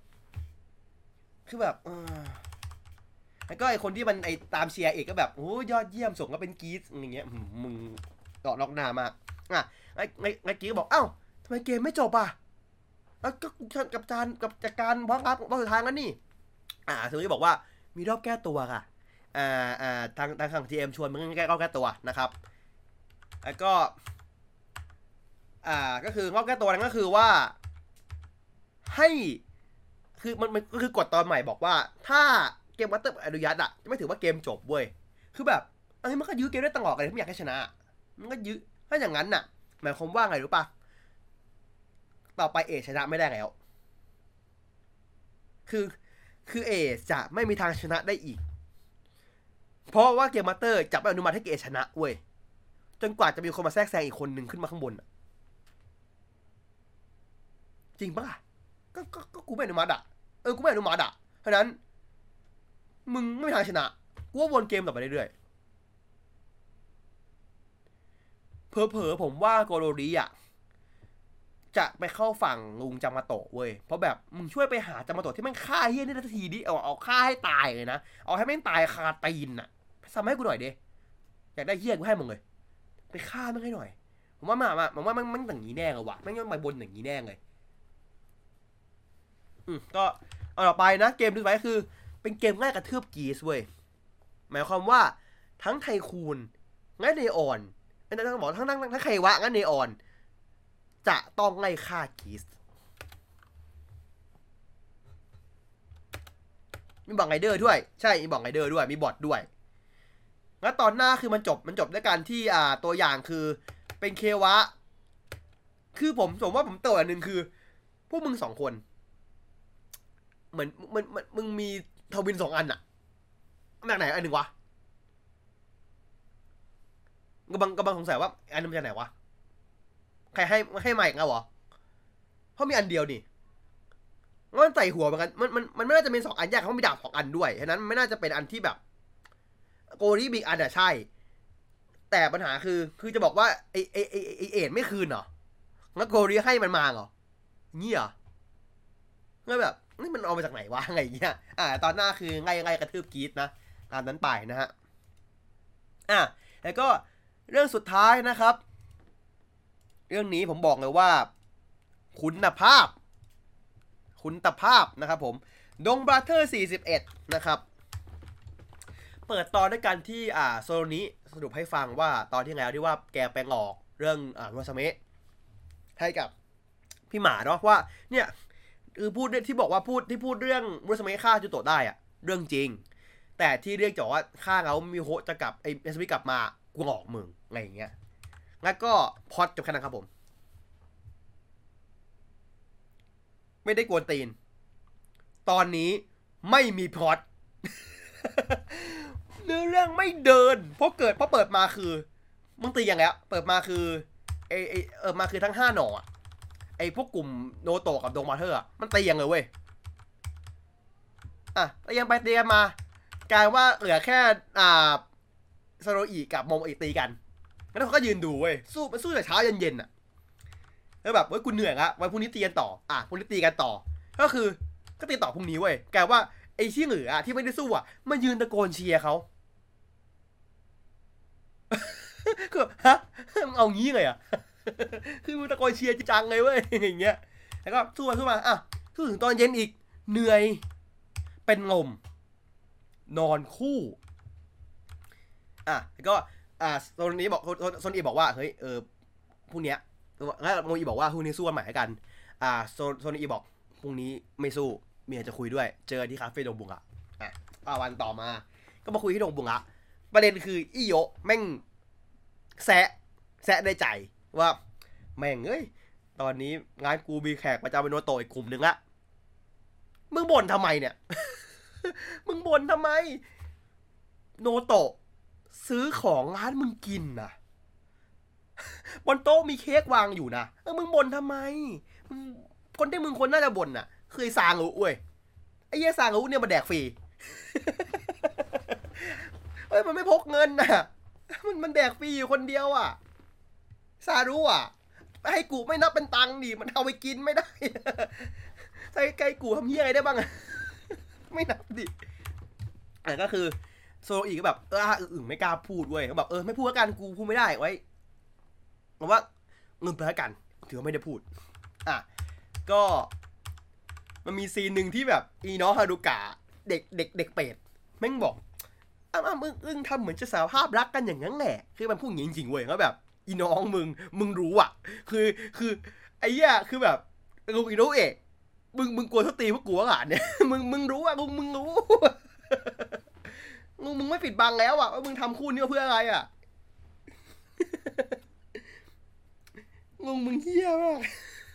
คือแบบอแล้วก็ไอคนที่มันไอตามเชียร์เอกก็แบบโอ้ยอดเยี่ยมส่งก็เป็นกีสอย่างเงี้ยมึงต่อล็อกหน้ามากอ่ะไอไอไอกีก็บอกเอ้าทำไมเกมไม่จบอ่ะแล้วก็กับการกับจากการพังคับรอบสุดท้ายงั้นนี่อ่าซึ่งที่บอกว่ามีรอบแก้ตัวค่ะอ่าอ่าทางทางฝั่ง ที เอ็ม ชวนมึงแก้ก็แก้ตัวนะครับแล้วก็อ่าก็คืองอกแก้ตัวนั้นก็คือว่าให้คือมันมันก็คือกฎตอนใหม่บอกว่าถ้าเกมวัตเตอร์อนุญาตอะจะไม่ถือว่าเกมจบเว้ยคือแบบเอ้ยมันก็ยื้อเกมได้ตลอดเลยไม่อยากให้ชนะมันก็ยื้อถ้าอย่างนั้นน่ะหมายความว่าไงรู้ปะต่อไปเอชนะไม่ได้แล้วคือคือเอจะไม่มีทางชนะได้อีกเพราะว่าเกมมาสเตอร์จะไม่อนุมัติให้เอชนะเว้ยจนกว่าจะมีคนมาแทรกแซงอีกคนหนึ่งขึ้นมาข้างบนจริงปะล่ะก็ก็ก็กูไม่อนุมัติอ่ะเออกูไม่อนุมัติอ่ะเพราะนั้นมึงไม่มีทางชนะกูว่าวนเกมต่อไปเรื่อยๆเผลอๆผมว่าโกโรริอ่ะจะไปเข้าฝั่งลุงจามาโตะเว้ยเพราะแบบมึงช่วยไปหาจามาโตะที่แม่งฆ่าเฮี้ยนี่ทันทีดิเอาเอาฆ่าให้ตายเลยนะเอาให้แม่งตายคาตีนอ่ะทำให้กูหน่อยดิอยากได้เฮี้ยกูให้มึงเลยไปฆ่าแม่งให้หน่อยผมว่ามามาผมว่ามันมันอย่างนี้แน่เลยวะแม่งยังมาบนอย่างนี้แน่เลยอืมก็เอาต่อไปนะเกมที่ไว้คือเป็นเกมง่ายกระทืบกีสเว้ยหมายความว่าทั้งไทคูนงั้นเนออนไอ้นั่นบอกทั้งทั้งทั้งไควะงั้นเนออนจะต้องไล่ฆ่ากีสมีบอกไงเดอร์ด้วยใช่มีบอกไงเดอร์ด้วยมีบอทด้วยแล้วตอนหน้าคือมันจบมันจบด้วยการที่อ่าตัวอย่างคือเป็นเควะคือผมผมว่าผมเติร์อันหนึ่งคือพวกมึงสองคนเหมือนมันมันมึงมีทวินสองอันอะมาจากไหนอันหนึ่งวะกำลังกำลังสงสัยว่าอันนึงมาจากไหนวะใครให้ให้มาอีกแล้วเหรอเพราะมีอันเดียวนี่มันใส่หัวเหมือนกันมันมันมันไม่น่าจะเป็นสองอันยากเพราะมีดาบสองอันด้วยฉะนั้นไม่น่าจะเป็นอันที่แบบโกรีบีอันอะใช่แต่ปัญหาคือคือจะบอกว่าไอไอไอไอเอ็ดไม่คืนเหรอแล้วโกรีให้มันมาเหรอเงี้ยแล้วแบบนี่มันเอามาจากไหนวะไงเงี้ยอ่าตอนหน้าคือไงไงกระทืบกีดนะตามนั้นไปนะฮะอ่ะแล้วก็เรื่องสุดท้ายนะครับเรื่องนี้ผมบอกเลยว่าคุณภาพคุณภาพนะครับผมดงบราเธอร์สี่สิบเอ็ดนะครับเปิดตอนด้วยกันที่อ่าโซโลนี้สรุปให้ฟังว่าตอนที่แล้วที่ว่าแกไปหลอกเรื่องอ่าโรซาเมะให้กับพี่หมาเนาะว่าเนี่ยคือพูดที่บอกว่าพูดที่พูดเรื่องโรซาเมะฆ่าจูโตะได้อะเรื่องจริงแต่ที่เรียกจ่อว่าฆ่าเขามีโฮจะกลับไอ้เอสบิกลับมากูหลอกมึงอะไรอย่างเงี้ยงั้นก็พอดจบแค่นั้นครับผมไม่ได้กวนตีนตอนนี้ไม่มีพล็อตเนื้อเรื่องไม่เดินเพราะเกิดเพราะเปิดมาคือมึงตีอย่างแล้วเปิดมาคือไอไอเออมาคือทั้งห้าหน่อไอพวกกลุ่มโนโตะกับดงมาเธอร์มันตีอย่างเลยเว้ยอ่ะแล้วยังไปตีกันมากลายว่าเหลือแค่อ่าซาโรอิกับโมโมอิตีกันแล้วเขาก็ยืนดูเว้ยสู้มันสู้แต่เช้าเย็นๆอ่ะแล้วแบบเว้ยกูเหนื่อยละวันพรุ่งนี้ตีกันต่ออ่ะพรุ่งนี้ตีกันต่อก็คือก็ตีต่อพรุ่งนี้เว้ยกลายว่าไอ้ที่เหลือที่ไม่ได้สู้อ่ะมายืนตะโกนเชียร์เขาคือฮะมึงเอางี้เลยอ่ะคือมึงตะโกนเชียร์จังเลยเว้ยอย่างเงี้ยแล้วก็สู้มาสู้มาอ่ะสู้ถึงตอนเย็นอีกเหนื่อยเป็นลมนอนคู่อ่ะแล้วก็อ่าโซนนี้บอกโซนอีบอกว่าเฮ้ยเออพรุ่งเนี้ยแล้วโมอีบอกว่าพรุ่งนี้สู้กันใหม่กันอ่าโซนโซนอีบอกพรุ่งนี้ไม่สู้เมียจะคุยด้วยเจอที่คาเฟ่ดงบุงอะอ่ะวันต่อมาก็มาคุยที่ดงบุงอะประเด็นคืออีโยแม่งแซะแซะในใจว่าแม่งเอ้ยตอนนี้งานกูมีแขกประจำเป็นโนโตะอีกกลุ่มนึงละมึงบ่นทำไมเนี่ย มึงบ่นทำไมโนโตะซื้อของร้านมึงกินนะบนโต๊ะมีเค้กวางอยู่นะเออมึงบ่นทำไมมึงคนที่มึงคนน่าจะบ่นน่ะคือไอ้ซางอุเว้ยไอ้เหี้ยซางอุเนี่ยมาแดกฟรีเฮ้ยมันไม่พกเงินน่ะมันมันแดกฟรีอยู่คนเดียวอ่ะซารุอ่ะให้กูไม่นับเป็นตังค์ดิมันเอาไปกินไม่ได้ใส่ไก่กูทำเหี้ยอะไรได้บ้างไม่นับดิแต่ก็คือโซอีก็แบบเอออึ่งไม่กล้าพูดเว้ยเขาแบบเออไม่พูดแล้วกันกูพูดไม่ได้ไว้ผมว่าเงินไปแล้วกันถือว่าไม่ได้พูดอ่ะก็มันมีซีนหนึ่งที่แบบอีน้องฮารุกะเด็กเด็กเด็กเป็ดแม่งบอกอ้าวมึงมึงทำเหมือนจะสารภาพรักกันอย่างนั้นแหละคือมันพูดอย่างนี้จริงๆเว้ยก็แบบอีน้องมึงมึงรู้อ่ะคือคือไอ้เหี้ยคือแบบลุงอีโนเอะมึงมึงกลัวเขาตีพวกกูอ่ะเนี่ยมึงมึงรู้อ่ะมึงมึงรู้มึงมึงไม่ปิดบังแล้วอ่ะว่ามึงทำคู่นี้เพื่ออะไรอ่ะมึงมึงเหี้ยมาก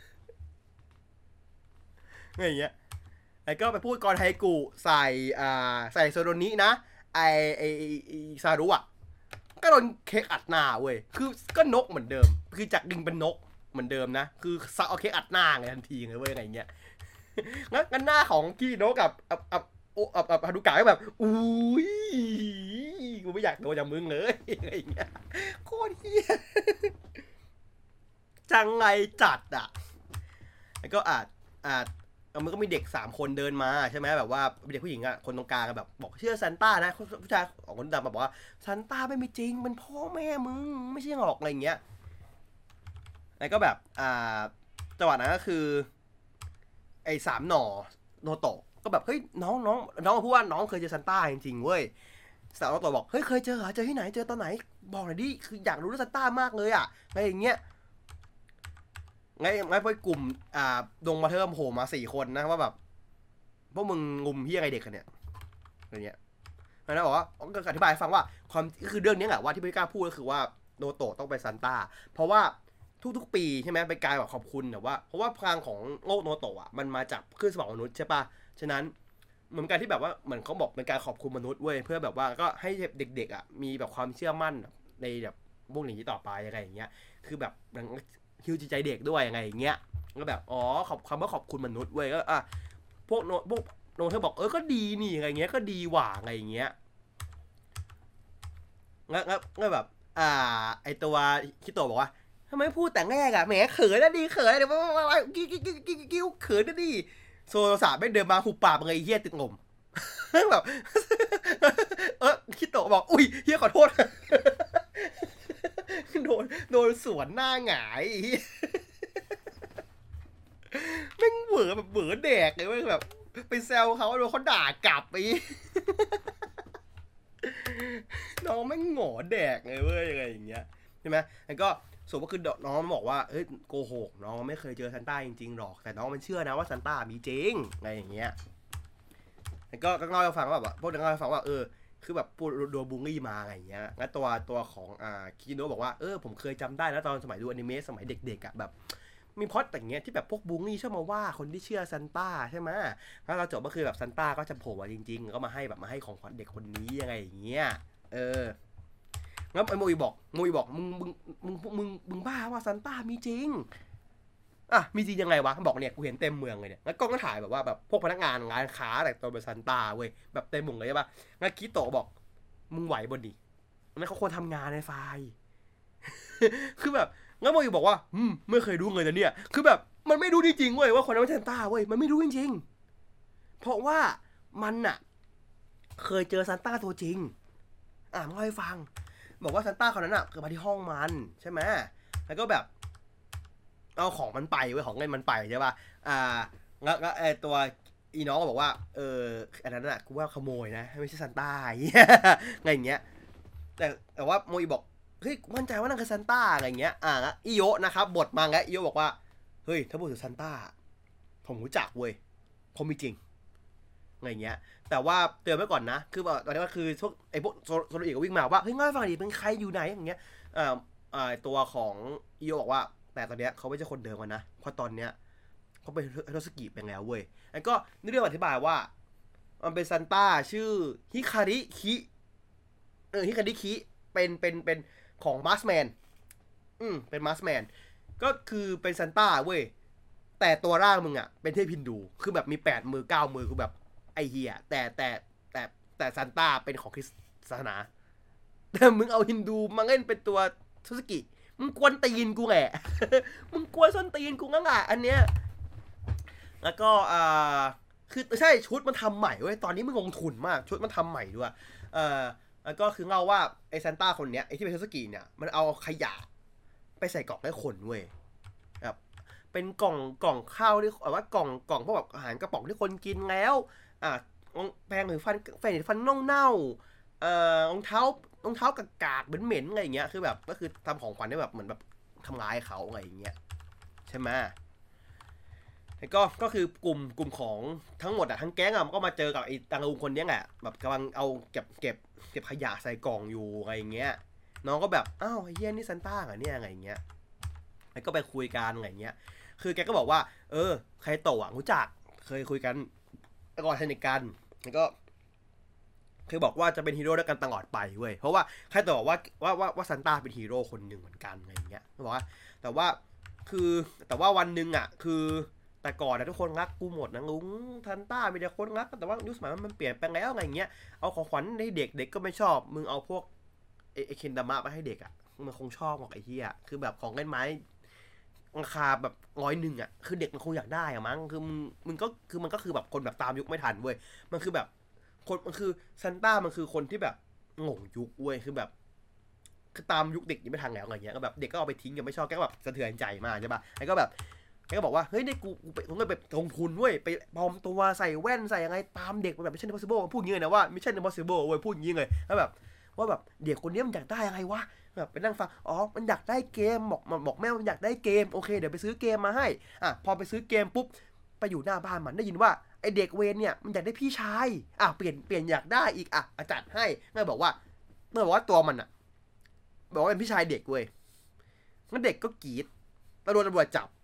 อะไรอย่างเงี้ยไอ้ก็ไปพูดกรไทกุใส่อ่าใส่โซโดนินะไอไอซารุอ่ะก็โดนเค้กอัดหน้าเว้ยคือก็นกเหมือนเดิมคือจากดิงเป็นนกเหมือนเดิมนะคือซักเอาเค้กอัดหน้าไงทันทีเลยเว้ยอะไรเงี้ยงั้นงั้นหน้าของกีโนกับอับอับโอ้อับอับฮารุกะก็แบบอุ้ยกูไม่อยากโดนจากมึงเลยอะไรเงี้ยโคตรเฮี้ยจังไงจัดอ่ะแล้วก็อาจอาจมันก็มีเด็กสามคนเดินมาใช่ไหมแบบว่าเด็กผู้หญิงอ่ะคนตรงกลางแบบบอกเชื่อซันต้านะผู้ชายของคนดำบอกว่าซันต้าไม่มีจริงเป็นพ่อแม่มึงไม่ใช่หรอกอะไรเงี้ยแล้วก็แบบอ่าจังหวะนั้นก็คือไอ้สามหน่อโนโตะก็แบบเฮ้ยน้องน้องน้องพูดว่าน้องเคยเจอซันต้าจริงๆเว้ยสาวโนโตะบอกเฮ้ยเคยเจอเหรอเจอที่ไหนเจอตอนไหนบอกหน่อยดิคืออยากรู้เรื่องซันต้ามากเลยอ่ะอะไรอย่างเงี้ยไงไงพวกกลุ่มอ่าดงมาเทิมโผล่มาสี่คนนะว่าแบบพวกมึงงุมที่อะไรเด็กกันเนี่ยอะไรเงี้ยแล้วบอกว่าก็อธิบายฟังว่าความคือเรื่องนี้แหละว่าที่พี่กล้าพูดก็คือว่าโนโตะต้องไปซันต้าเพราะว่าทุกๆปีใช่ไหมเป็นการแบบขอบคุณแต่ว่าเพราะว่าพลังของโลกโนโตะอ่ะมันมาจากคลื่นสมองมนุษย์ใช่ปะฉะนั้นเหมือนกันที่แบบว่าเหมือนเขาบอกเป็นการขอบคุณมนุษย์เว้ยเพื่อแบบว่าก็ให้เด็กๆอ่ะมีแบบความเชื่อมั่นในแบบพวกนี้ต่อไปอะไรอย่างเงี้ยคือแบบฮิวจิตใจเด็กด้วยยังไงอย่างเงี้ยก็แบบอ๋อขอบคำว่าขอบคุณมนุษย์เว้ยก็อ่ะพวกโนพวกโนเธอบอกเออก็ดีนี่อะไรเงี้ยก็ดีหว่าอะไรอย่างเงี้ยงั้นงั้นแบบอ่าไอตัวคิโตะบอกว่าทำไมพูดแต่แรกอะแหมเขินนะดีเขินเดี๋ยวว่ากิ้วกิ้วกิ้วกิ้วกิ้วเขินนะดีโซโลสาไม่เดินมาหุบปากเลยเฮียติดงมแบบเออคิโตะบอกอุ้ยเฮียขอโทษโดนโดนสวนหน้าหงายแม่งเหวอแบบเหวอแดกเลยแบบไปแซวเขาโดนเขาด่ากลับไปน้องแม่งหงอแดกเลยเว้ยอะไรอย่างเงี้ยใช่ไหมแล้วก็สมมติว่าคือน้องบอกว่าเฮ้ยโกหกน้องไม่เคยเจอซันต้าจริงๆหรอกแต่น้องมันเชื่อนะว่าซันต้ามีจริงอะไรอย่างเงี้ยแล้วก็ก็เล่าให้ฟังว่าแบบพวกนั้นเล่าให้ฟังว่าเออคือแบบปูโดนบูลลี่มาอะไรอย่างเงี้ยแล้วตัวตัวของอ่าคิโนะบอกว่าเออผมเคยจำได้แล้วตอนสมัยดูอนิเมะสมัยเด็กๆอ่ะแบบมีพล็อตอย่างเงี้ยที่แบบพวกบูลลี่ชอบมาว่าคนที่เชื่อซันต้าใช่ไหมแล้วเราจบก็คือแบบซันต้าก็จะโผล่มาจริงๆก็มาให้แบบมาให้ของขวัญเด็กคนนี้ยังไงอย่างเงี้ยเออแล้วไอ้โมยบอกโมยบอกมึงมึงมึงมึงมึงบ้าว่าซันต้ามีจริงอ่ะมีจริงยังไงวะบอกเนี่ยกูเห็นเต็มเมืองเลยเนี่ยแล้วกล้องก็ถ่ายแบบว่าแบบพวกพนักงานร้านค้าแต่ตัวเป็นซันต้าเว้ยแบบเต็มหมุงเลยใช่ปะงั้นคิโตะบอกมึงไหวบนดิงั้นเขาควรทำงานในไฟล์คือแบบงั้นโมยบอกว่าอืมไม่เคยรู้เลยนะเนี่ยคือแบบมันไม่รู้จริงๆเว้ยว่าคนนั้นเป็นซันต้าเว้ยมันไม่รู้จริงๆเพราะว่ามันอะเคยเจอซันต้าตัวจริงอ่ะมึงเล่าให้ฟังบอกว่าซันต้าคนนั้นอะเกิดมาที่ห้องมันใช่ไหมแล้วก็แบบเอาของมันไปเว้ยของเล่นมันไปใช่ป่ะอ่าแล้วก็ไอตัวอีน้องก็บอกว่าเอออันนั้นอะกูว่าขโมยนะไม่ใช่ซันต้าไงอย่างเงี้ยแต่แต่ว่าโมอีบอกเฮ้ยมั่นใจว่านั่นคือซันต้าอะไรเงี้ยอ่าอีโยนะครับบทมาแล้วอีโยบอกว่าเฮ้ยถ้าพูดถึงซันต้าผมรู้จักเว้ยผมมีจริงอะไรเงี้ยแต่ว่าเตือนไว้ก่อนนะคือแบบตอนนี้ก็คือพวกไอ้พวกโซโลอีก็วิ่งมาว่าเฮ้ยง่ายฟังดิเป็นใครอยู่ไหนอย่างเงี้ยอ่าอ่าตัวของอีโยบอกว่าแต่ตอนเนี้ยเขาไม่ใช่คนเดิมกันนะเพราะตอนเนี้ยเขาเป็นฮิโรสกิไปแล้วเว้ยแล้วก็นี่เรื่องอธิบายว่ามันเป็นซันต้าชื่อฮิคาริคิเออฮิคาริคิเป็นเป็นเป็นของมาสแมนอืมเป็นมาสแมนก็คือเป็นซันต้าเว้ยแต่ตัวร่างมึงอ่ะเป็นเทพฮินดูคือแบบมีแปดมือเก้ามือคือแบบไอเฮียแต่แต่แต่แต่ซันต้าเป็นของคริสต์ศาสนาแต่มึงเอาฮินดูมาเล่นเป็นตัวซูซูกิมึงกวนตีนกูแหละมึงกวนส้นตีนกูงั้นแหละอันเนี้ยแล้วก็อ่าคือใช่ชุดมันทำใหม่เว้ยตอนนี้มึงลงทุนมากชุดมันทำใหม่ด้วยเอ่อแล้วก็คือเล่าว่าไอ้ซันต้าคนเนี้ยไอ้ที่เป็นซูซูกิเนี่ยมันเอาขยะไปใส่กล่องให้คนเว้ยแบบเป็นกล่องกล่องข้าวที่แบบว่ากล่องกล่องพวกแบบอาหารกระป๋องที่คนกินแล้วอ่ะแปรงหรือฟันแปรงหรือฟันเน่าเอ่อรองเท้ารองเท้ากากๆเหม็นๆอะไรอย่างเงี้ยคือแบบก็คือทำของขวัญได้แบบเหมือนแบบทำร้ายเขาอะไรอย่างเงี้ยใช่ไหมแล้วก็ก็คือกลุ่มกลุ่มของทั้งหมดอะทั้งแก๊งอะมันก็มาเจอกับไอ้ตังลุงคนนี้แหละแบบกำลังเอาเก็บเก็บเก็บขยะใส่กล่องอยู่อะไรอย่างเงี้ยน้องก็แบบอ้าวไอ้เฮียนี่ซันต้าเหรอเนี่ยอะไรอย่างเงี้ยแล้วก็ไปคุยกันอะไรอย่างเงี้ยคือแกก็บอกว่าเออใครโตะรู้จักเคยคุยกันก่อนสนิทกันแล้วก็คือบอกว่าจะเป็นฮีโร่ด้วยกันตลอดไปเว้ยเพราะว่าใครโตะบอกว่าว่าว่าว่าซันต้าเป็นฮีโร่คนหนึ่งเหมือนกันอะไรอย่างเงี้ยบอกว่าแต่ว่าคือแต่ว่าวันหนึ่งอ่ะคือแต่ก่อนนะทุกคนรักกูหมดนะลุงทันต้ามีแต่คนรักแต่ว่ายุคสมัยมันเปลี่ยนไปแล้วอะไรเงี้ยเอาของขวัญให้เด็กเด็กก็ไม่ชอบมึงเอาพวกไอเคนดามะมาให้เด็กอ่ะมันคงชอบหรอกไอ้เหี้ยคือแบบของเล่นไม้ราคาแบบร้อยหนึ่งอ่ะคือเด็กมันคงอยากได้อะมั้งคือมึงมึงก็คือมันก็คือแบบคนแบบตามยุคไม่ทันเว้ยมันคือแบบคนมันคือซันต้ามันคือคนที่แบบหงงยุคเว้ยคือแบบคือตามยุคเด็กยังไม่ทันแล้วอะไรเงี้ยก็แบบเด็กก็เอาไปทิ้งยังไม่ชอบแกก็แบบสะเทือนใจมากใช่ป่ะไอ้ก็แบบแกก็บอกว่าเฮ้ยนี่กูกูไปกูไปลงทุนเว้ยไปปลอมตัวใส่แว่นใส่ยังไงตามเด็กแบบ Mission Impossible พูดอย่างงี้เลยนะว่า Mission Impossible เว้ยพูดอย่างงี้เลยแล้วแบบว่าแบบเด็กคนนี้มันอยากได้อะไรวะแบบไปนั่งฟังอ๋อมันอยากได้เกมบอกมันบอกแม่มันอยากได้เกมโอเคเดี๋ยวไปซื้อเกมมาให้อ่ะพอไปซื้อเกมปุ๊บไปอยู่หน้าบ้านมันได้ยินว่าไอเด็กเวนเนี่ยมันอยากได้พี่ชายอ่ะเปลี่ยนเปลี่ยนอยากได้อีกอ่ะจัดให้แม่บอกว่าแม่บอกว่าตัวมันอ่ะบอกว่าเป็นพี่ชายเด็กเว้ยงั้นเด็กก็กรีดแล้วโดนตำรวจจับ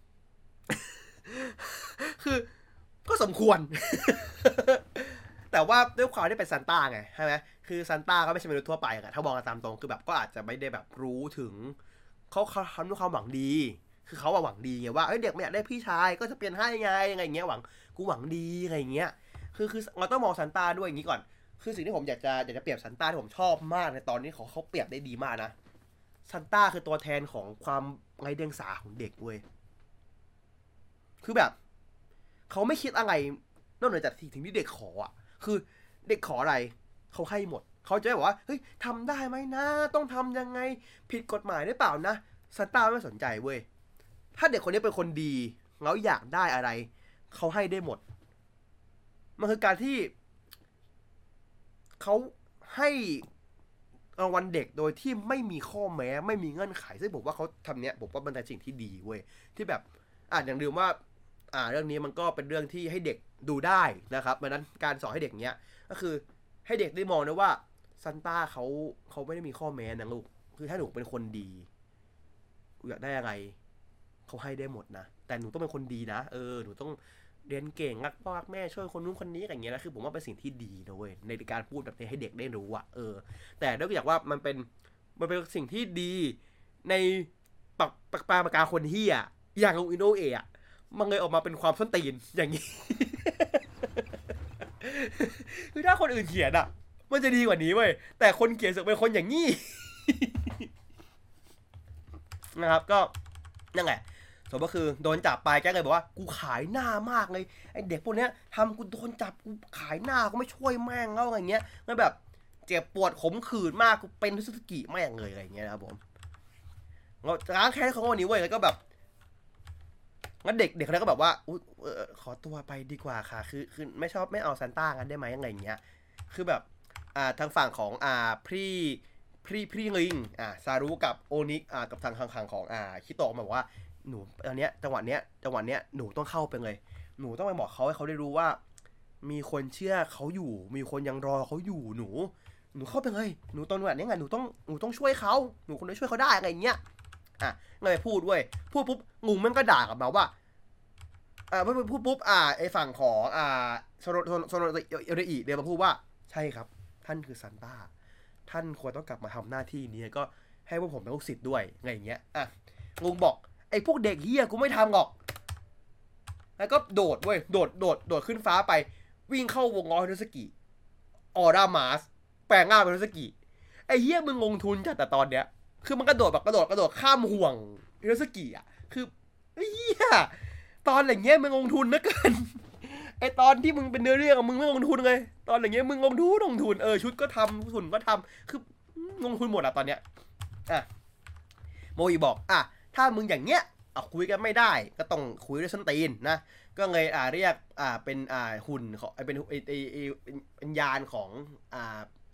คือก็สมควร แต่ว่าด้วยความที่เป็นซันต้าไงใช่ไหมคือซันต้าก็ไม่ใช่มนุษย์ทั่วไปอะถ้ามองกันตามตรงคือแบบก็อาจจะไม่ได้แบบรู้ถึงเขาเขาทำด้วยความหวังดี คือเขาหวังดีไงว่าเอ้ยเด็กไม่อยากได้พี่ชายก็จะเปลี่ยนให้ไงไงเงี้ยหวังกูหวังดีอะไรเงี้ยคือคือเราต้องมองซันต้าด้วยอย่างนี้ก่อนคือสิ่งที่ผมอยากจะอยากจะเปรียบซันต้าที่ผมชอบมากในตอนนี้เขาเขาเปรียบได้ดีมากนะซันต้าคือตัวแทนของความไร้เดียงสาของเด็กเว้ยคือแบบเขาไม่คิดอะไรนอกเหนือจากสิ่งที่เด็กขออ่ะคือเด็กขออะไรเขาให้หมดเขาจะบอกว่าเฮ้ยทำได้ไหมนะต้องทำยังไงผิดกฎหมายได้เปล่านะซันต้าไม่สนใจเว้ยถ้าเด็กคนนี้เป็นคนดีแล้วอยากได้อะไรเขาให้ได้หมดมันคือการที่เขาให้รางวัลเด็กโดยที่ไม่มีข้อแม้ไม่มีเงื่อนไขซึ่งผมว่าเขาทำเนี้ยผมว่ามันเป็นสิ่งที่ดีเว้ยที่แบบอ่าอย่างลืมว่าอ่าเรื่องนี้มันก็เป็นเรื่องที่ให้เด็กดูได้นะครับดังนั้นการสอนให้เด็กเนี้ยก็คือให้เด็กได้มองนะว่าซันต้าเขาเขาไม่ได้มีข้อแม้นะลูกคือถ้าหนูเป็นคนดีอยากได้อะไรเขาให้ได้หมดนะแต่หนูต้องเป็นคนดีนะเออหนูต้องเรียนเก่งรักพ่อรักแม่ช่วยคนนู้นคนนี้อย่างเงี้ยนะคือผมว่าเป็นสิ่งที่ดีนะเว้ยในการพูดแบบนี้ให้เด็กได้รู้อะเออแต่เนื่องจากว่ามันเป็นมันเป็นสิ่งที่ดีในปากปากปากกาคนเฮียอย่างลุงอินโนเอะมันเลยออกมาเป็นความส้นตีนอย่างนี้ คือถ้าคนอื่นเขียนอะมันจะดีกว่านี้เว้ยแต่คนเขียนสึกเป็นคนอย่างนี้ นะครับก็นั่นแหละสมก็คือโดนจับไปแกเลยบอกว่ากูขายหน้ามากเลยไอเด็กพวกเนี้ยทำกูโดนจับกูขายหน้ากูไม่ช่วยแม่งแล้วอะไรเงี้ยแล้วแบบเจ็บปวดขมขื่นมากกูเป็นทุสกิแม่งเลยอะไรเงี้ยนะครับผมเราล้างแค้นเขาวันนี้เว้ยแล้วก็แบบงั้นเด็กเด็กคนนั้นก็แบบว่าอุ๊ยขอตัวไปดีกว่าค่ะคือคือไม่ชอบไม่เอาซันต้ากันได้ไหมยังไงเงี้ยคือแบบอ่าทางฝั่งของอ่าพรีพรีพรีลิงอ่าซารุกับโอนิกอ่ากับทางข้างๆของอ่าคิโตะแบบว่าหนูตอนเนี้ยจังหวะเนี้ยจังหวะเนี้ยหนูต้องเข้าไปเลยหนูต้องไปบอกเขาให้เขาได้รู้ว่ามีคนเชื่อเขาอยู่มีคนยังรอเขาอยู่หนูหนูเข้าไปเลยหนูตอนแบบนี้ไงหนูต้องหนูต้องช่วยเขาหนูคนนี้ช่วยเขาได้อะไรเงี้ยอ่ะเลยพูดด้วยพูดปุ๊บงูมันก็ด่ากลับมาว่าอ่าพูดพูดปุ๊บอ่าไอฝั่งของอ่าโซโนโซโนโซโนเอเรอิเดี๋ยวมาพูดว่าใช่ครับท่านคือซันต้าท่านควรต้องกลับมาทำหน้าที่นี้ก็ให้พวกผมเป็นลูกศิษย์ด้วยไงอย่างเงี้ยอ่ะลุงบอกไอ้พวกเด็กเฮียกูไม่ทำหรอกแล้วก็โดดเว้ยโดดโดดโดดขึ้นฟ้าไปวิ่งเข้าวงล้อฮิโนสกิออร่ามาสแปลงร่างเป็นฮิโนสกิไอ้เฮียมึงลงทุนจัดแต่ตอนเนี้ยคือมันกระโดดแบบกระโดดกระโดดข้ามห่วงฮิโนสกิอ่ะคือเฮียตอนอย่างเงี้ยมึงลงทุนนะเกินไอตอนที่มึงเป็นเนื้อเรื่องมึงไม่ลงทุนเลยตอนอย่างเงี้ยมึงลงทุนลงทุนเออชุดก็ทำหุ่นก็ทำคือลงทุนหมดอะตอนเนี้ยอ่ะโมอีบอกอ่ะถ้ามึงอย่างเงี้ยอ่ะคุยกันไม่ได้ก็ต้องคุยด้วยส้นตีนนะก็เลยอ่าเรียกอ่าเป็นอ่าหุ่นของเป็นไอไอเป็นยานของอ่า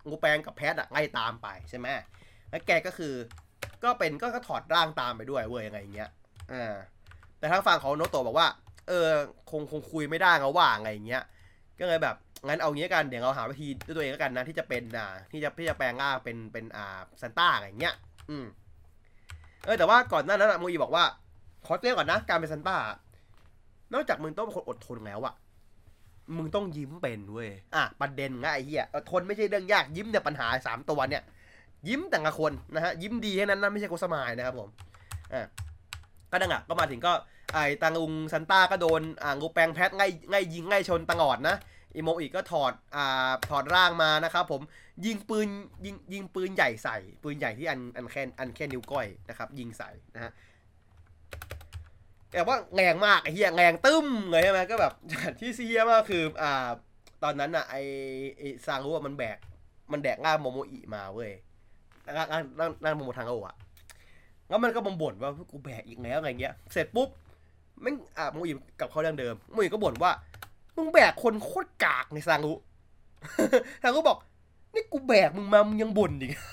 งูแปลงกับแพทอะไล่ตามไปใช่ไหมแล้วแกก็คือก็เป็นก็ถอดร่างตามไปด้วยเว้ยยังไงอย่างเงี้ยอ่าแต่ทางฝั่งของโนโตะบอกว่าเออคงคงคุยไม่ได้เขาว่าไงอย่างเงี้ยก็เลยแบบงั้นเอางี้กันเดี๋ยวเราหาวิธีด้วยตัวเองแล้วกันนะที่จะเป็นอ่าที่จะที่จะแปลงร่างเป็นเป็นอ่าซันต้าอะไรอย่างเงี้ยอืมเออแต่ว่าก่อนหน้านั้นอะโมอีบอกว่าขอเตือนก่อนนะการเป็นซันต้านอกจากมึงต้องเป็นคนอดทนแล้วอะมึงต้องยิ้มเป็นเว้ยอ่ะประเด็นง่ายเฮียอดทนไม่ใช่เรื่องยากยิ้มเนี่ยปัญหาสามตัวเนี่ยยิ้มแต่ละคนนะฮะยิ้มดีแค่นั้นนะไม่ใช่โคสมายนะครับผมอ่ะก็ดังอ่ะก็มาถึงก็ไอ้ตังลุงซันต้าก็โดนอ่างูแปลงแพทง่ายง่ายยิงง่ายชนตลอดนะอีโมอีกก็ถอดอ่าถอดร่างมานะครับผมยิงปืนยิงยิงปืนใหญ่ใส่ปืนใหญ่ที่อันอันแค่อันแค่นิ้วก้อยนะครับยิงใส่นะฮะแต่ว่าแรงมากไอ้เหี้ยแรงตึ้มเลยใช่ไหมก็แบบที่เซียมากคืออ่าตอนนั้นอ่ะไอ้ไอ้ซารุมันแบกมันแดกง่าโมโมอิมาเว้ยง่าง่าง่าโมโมทังโออะแล้วมันก็บ่นว่ากูแบกอีกแล้วอะไรเงี้ยเสร็จปุ๊บแม่งอ่ะโมอิกับเขาเรื่องเดิมโมอิก็บ่นว่ามึงแบกคนโคตรกากในซารุซารุบอกนี่กูแบกมึงมามึงยังบ่นอีก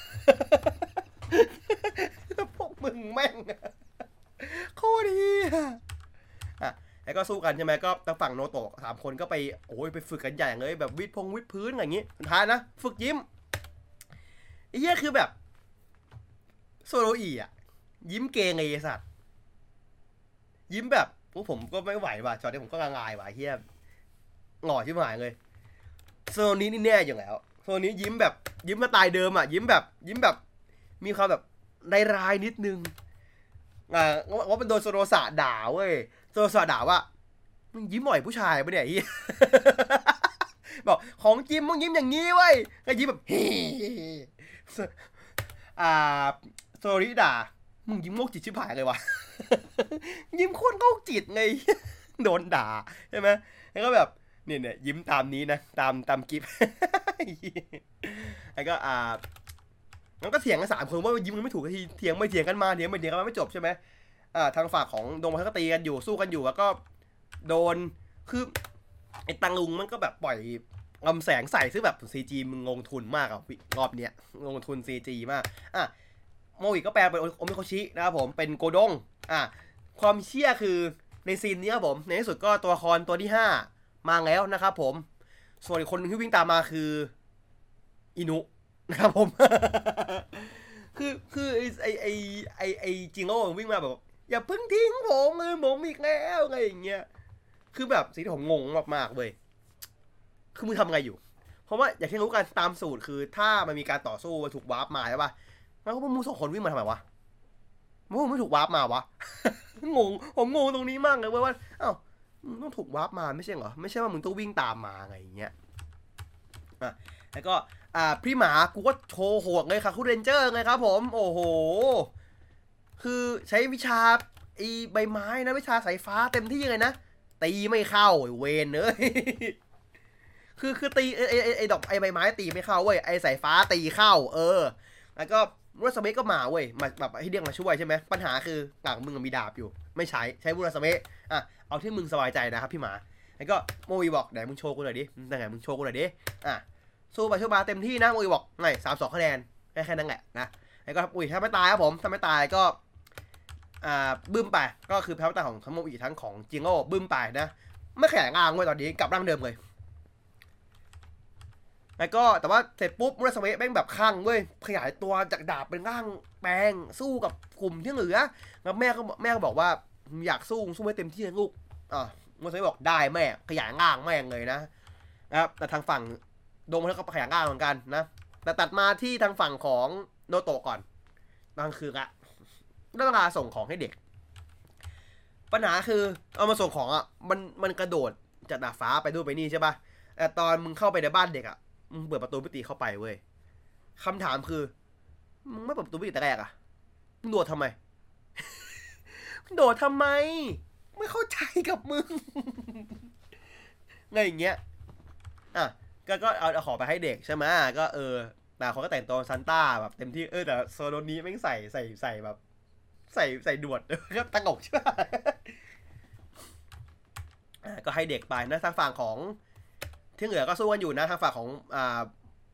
พวกมึงแม่งโคตรเฮียอ่ะแล้วก็สู้กันใช่ไหมก็ทางฝั่งโนโตะสามคนก็ไปโอ้ยไปฝึกกันใหญ่เลยแบบวิดพงวิดพื้นอะไรอย่างงี้สุดท้ายนะฝึกยิ้มไอ้เหี้ยคือแบบโซโลอีอ่ะยิ้มเกงไอ้สัตว์ยิ้มแบบพวกผมก็ไม่ไหวว่ะจอดนี้ผมก็งายว่ะเฮียหล่อชิบหายเลยโซโลนี้นี่แน่อย่างแล้วโซโลนี้ยิ้มแบบยิ้มมาตายเดิมอ่ะยิ้มแบบยิ้มแบบมีความแบบรายๆนิดนึงอ่าว่าเป็นโดนโซโลสะด่าเว้ยโซโลสะด่าว่ามึงยิ้มหน่อยผู้ชายปะเนี่ยเฮียบอกของจิมมึงยิ้มอย่างงี้เว้ยก็ยิ้มแบบเฮ้อ่าโซโลนี้ด่ามึงยิ้มโงกจิตชิบหายเลยวะยิ้มโคตรโงกจิตไงโดนด่าใช่ไหมแล้วก็แบบเนี่ยเนี่ยยิ้มตามนี้นะตามตามกิฟแล้วก็อ่างั้นก็เถียงกันสามคนว่ายิ้มกันไม่ถูกทีเถียงไม่เถียงกันมาเถียงไม่เถียงกันมาไม่จบใช่ไหมอ่าทางฝั่งของดงมันก็ตีกันอยู่สู้กันอยู่แล้วก็โดนคือไอ้ตังลุงมันก็แบบปล่อยลำแสงใส่ซึ่งแบบ ซี จี มึงลงทุนมากอะรอบเนี้ยลงทุน ซี จี มากอ่ะโมอิก็แปลเป็นโอมิโคชินะครับผมเป็นโกด้งอ่ะความเชื่อคือในซีนนี้ครับผมในที่สุดก็ตัวละครตัวที่ห้ามาแล้วนะครับผมส่วนอีกคนนึงที่วิ่งตามมาคืออินุนะครับผม คือคือไอไอไอไอไอจิงโง่วิ่งมาแบบอย่าเพิ่งทิ้งผมเลยผมอีกแล้วไงอย่างเงี้ยคือแบบสิ่งที่ผมงงมากๆเว้ยคือมึงทำไงอยู่เพราะว่าอย่างที่รู้กันตามสูตรคือถ้ามันมีการต่อสู้ถูกวาร์ปมาใช่ป่ะแล้วก็มึงสองคนวิ่งมาทำไมวะมึงไม่ถูกวาร์ปมาวะ งงผมงงตรงนี้มากเลยเว้ยว่าเอ้ามึงต้องถูกวาร์ปมาไม่ใช่เหรอไม่ใช่ว่ามึงต้องวิ่งตามมาไงอย่างเงี้ยอ่ะแล้วก็อ่าพี่หมากูก็โชว์โหดเลยค่ะคุณเรนเจอร์ไงครับผมโอ้โหคือใช้วิชาไอ้ใบไม้นะวิชาสายฟ้าเต็มที่เลยนะตีไม่เข้าเวนเนยคือคือตีไอ้ไอ้ไอ้ดอกไอ้ใบไม้ตีไม่เข้าเว้ยไอ้สายฟ้าตีเข้าเออแล้วก็มูราสเมะก็มาเว้ยมาแบบให้เรียกมาช่วยใช่ไหมปัญหาคือหลังมึงมีดาบอยู่ไม่ใช้ใช้มูราสเมะอ่ะเอาที่มึงสบายใจนะครับพี่หมาแล้วก็โมวีบอกไหนมึงโชว์กูหน่อยดิไหนมึงโชว์กูหน่อยดิอ่ะสู้ไปสู้มาเต็มที่นะโมวีบอกไงสามสองคะแนนแค่แค่นั้นแหละนะแล้วก็อุ้ยถ้าไม่ตายครับผมถ้าไม่ตายก็อ่าบึ้มไปก็คือแพ้ตาของทั้งโมวีทั้งของจิงโง่บึ้มไปนะไม่แข็งอ่างเว้ยตอนนี้กลับร่างเดิมเลยแล้วก็แต่ว่าเสร็จปุ๊บมูราสเมะแม่งแบบข้างเว้ยขยายตัวจากดาบเป็นร่างแปลงสู้กับกลุ่มที่เหลือแล้วแม่ก็แม่ก็บอกว่าอยากสู้สู้ให้เต็มที่นะลูกอ่ะมูราสเมะบอกได้แม่ขยายร่างแม่งเลยนะนะครับแต่ทางฝั่งโดมเขาก็ขยายร่างเหมือนกันนะแต่ตัดมาที่ทางฝั่งของโนโตะก่อนนั่นคืออะต้องการส่งของให้เด็กปัญหาคือเอามาส่งของอ่ะมันมันกระโดดจากดาดฟ้าไปดูไปนี่ใช่ป่ะแต่ตอนมึงเข้าไปในบ้านเด็กอ่ะมึงเปิดประตูไม่ตีเข้าไปเว้ยคำถามคือมึงไม่เปิดประตูไม่ตีแต่แรกอ่ะมึงโดดทำไมมึงโดดทำไมไม่เข้าใจกับมึงไงอย่างเงี้ยอ่ะก็ก็เอาเอาของไปให้เด็กใช่ไหมก็เออแต่เขาก็แต่งตัวซันต้าแบบเต็มที่เออแต่โซโลนี้ไม่ใส่ใส่ใส่แบบใส่ใส่ดวดก็ตั้งอกใช่ไหมก็ให้เด็กไปนะทางฝั่งของที่เหลือก็สู้กันอยู่นะทางฝั่งของอ่า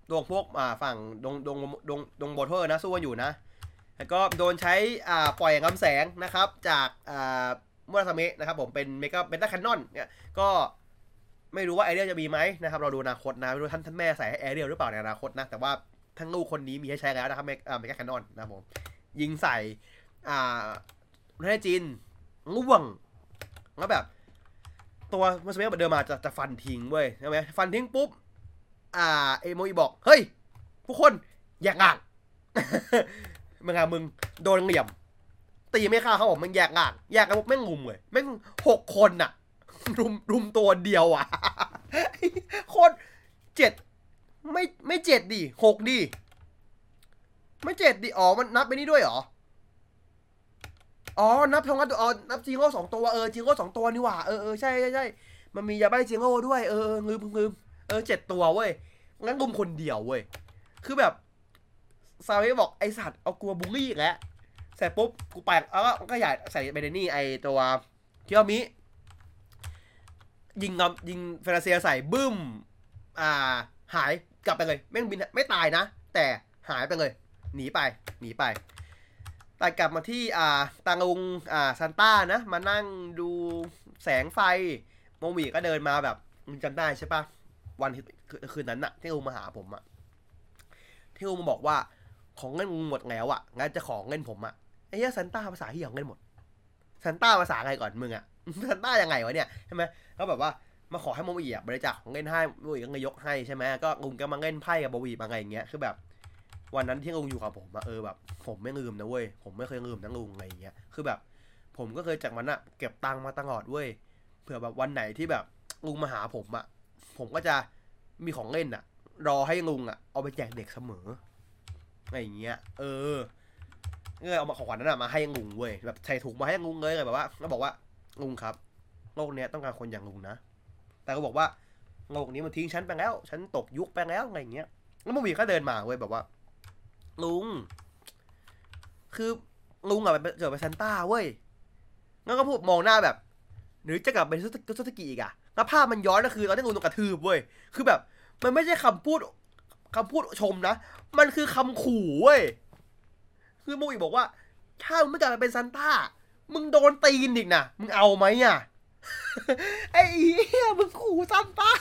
ดวงพวกอ่าฝั่งดงดงดงดงโบเทอร์นะสู้กันอยู่นะแล้วก็โดนใช้อ่าปล่อยคำแสงนะครับจากอ่ามูราซาเมะนะครับผมเป็นเมกาเป็นต้าแคนนอนเนี่ยก็ไม่รู้ว่าแอเรียลจะมีไหมนะครับเราดูอนาคตนะไม่รู้ท่านท่านแม่ใส่ให้แอเรียลหรือเปล่าในอนาคตนะแต่ว่าทั้งลูกคนนี้มีให้ใช้แล้วนะครับเมกาเมกาแคนนอนนะครับผมยิงใส่อ่าแท้จินง่วงแล้วแบบตัวมูราซาเมะเดินมาจะจะฟันทิ้งเว้ยใช่ไหมฟันทิ้งปุ๊บอ่าเอโมอีบอกเฮ้ยทุกคนแยกงางมึงอะมึงโดนเหลี่ยมตีไม่ฆ่าเขาบอกมึงแยกงางแยกกันปุ๊บแม่งงุมเลยแม่งหกคนอะรุมรุมตัวเดียวอะโคตรเจ็ดไม่ไม่เจ็ดดิหกดิไม่เจ็ดดิอ๋อมันนับไปนี่ด้วยเหรออ๋อนับทงนับอ๋อนับจิงโง่สองตัวเออจิงโง่สองตัวนี่หว่าเออเออใช่ใช่ใช่มันมียาใบจิงโง่ด้วยเออลืมลืมเออเจ็ดตัวเว้ยงั้นรุมคนเดียวเว้ยคือแบบซาเวบอกไอสัตว์เอากลัวบูลลี่อีกแล้วเสร็จปุ๊บกูแปลกแล้วก็ใหญ่ใส่เบเดนี่ไอตัวเคียวมิยิงงยิงเฟรเซียใส่บึ้มอ่าหายกลับไปเลยแม่งบินไม่ตายนะแต่หายไปเลยหนีไปหนีไปแต่กลับมาที่อ่าตางลุงอ่าซันต้านะมานั่งดูแสงไฟโมมิก็เดินมาแบบมึงจำได้ใช่ปะวันคืนนั้นอะที่ลุงมาหาผมอะที่ลุงมาบอกว่าของเงินมึงหมดแล้วอะงั้นจะของเงินผมอะไอ้เหี้ยซันต้าภาษาที่ของเงินหมดซันต้าภาษาไงก่อนมึงอะซันต้ายังไงวะเนี่ยใช่ไหมก็แบบว่ามาขอให้โมบิบริจาคของเงินให้โมบิก็เงยยกให้ใช่ไหมก็ลุงก็มาเล่นไพ่กับโมบิมาไงอย่างเงี้ยคือแบบวันนั้นที่ลุงอยู่กับผมอะเออแบบผมไม่ลืมนะเว้ยผมไม่เคยลืมนะลุงอะไรอย่างเงี้ยคือแบบผมก็เคยจากมันอะเก็บตังค์มาตลอดเว้ยเผื่อแบบวันไหนที่แบบลุงมาหาผมอะผมก็จะมีของเล่นอะรอให้ลุงอะเอาไปแจกเด็กเสมออะไรอย่างเงี้ยเออก็เลยเอามาของขวัญนั้นอะมาให้ลุงเว้ยแบบใส่ถุงมาให้ลุงเลยแบบว่าแล้วบอกว่าลุงครับโลกนี้ต้องการคนอย่างลุงนะแต่ก็บอกว่าโลกนี้มันทิ้งฉันไปแล้วฉันตกยุคไปแล้วอะไรอย่างเงี้ยแล้วโมบีก็เดินมาเว้ยแบบว่าลุงคือลุงอะเกิดไปซันต้าเว้ยงั้นก็พูดมองหน้าแบบหรือจะกลับไปซุสกิอีกอะแล้วภาพมันย้อนก็คือตอนที่ลุงโดนกระทืบเว้ยคือแบบมันไม่ใช่คำพูดคำพูดชมนะมันคือคำขู่เว้ยคือโมบีบอกว่าถ้ามึงไม่กลับไปเป็นซันต้ามึงโดนตีนอีกนะมึงเอาไหมอะไอ้เหี้ยมึงขู่ซันต้า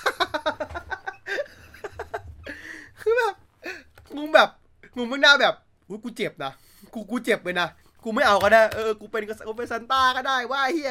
คือแบบมึงแบบมึงไม่น่าแบบอุ้ยกูเจ็บนะกูกูเจ็บเลยนะกูไม่เอาก็ได้เออกูเป็นกูเป็นซันต้าก็ได้ว่าเฮีย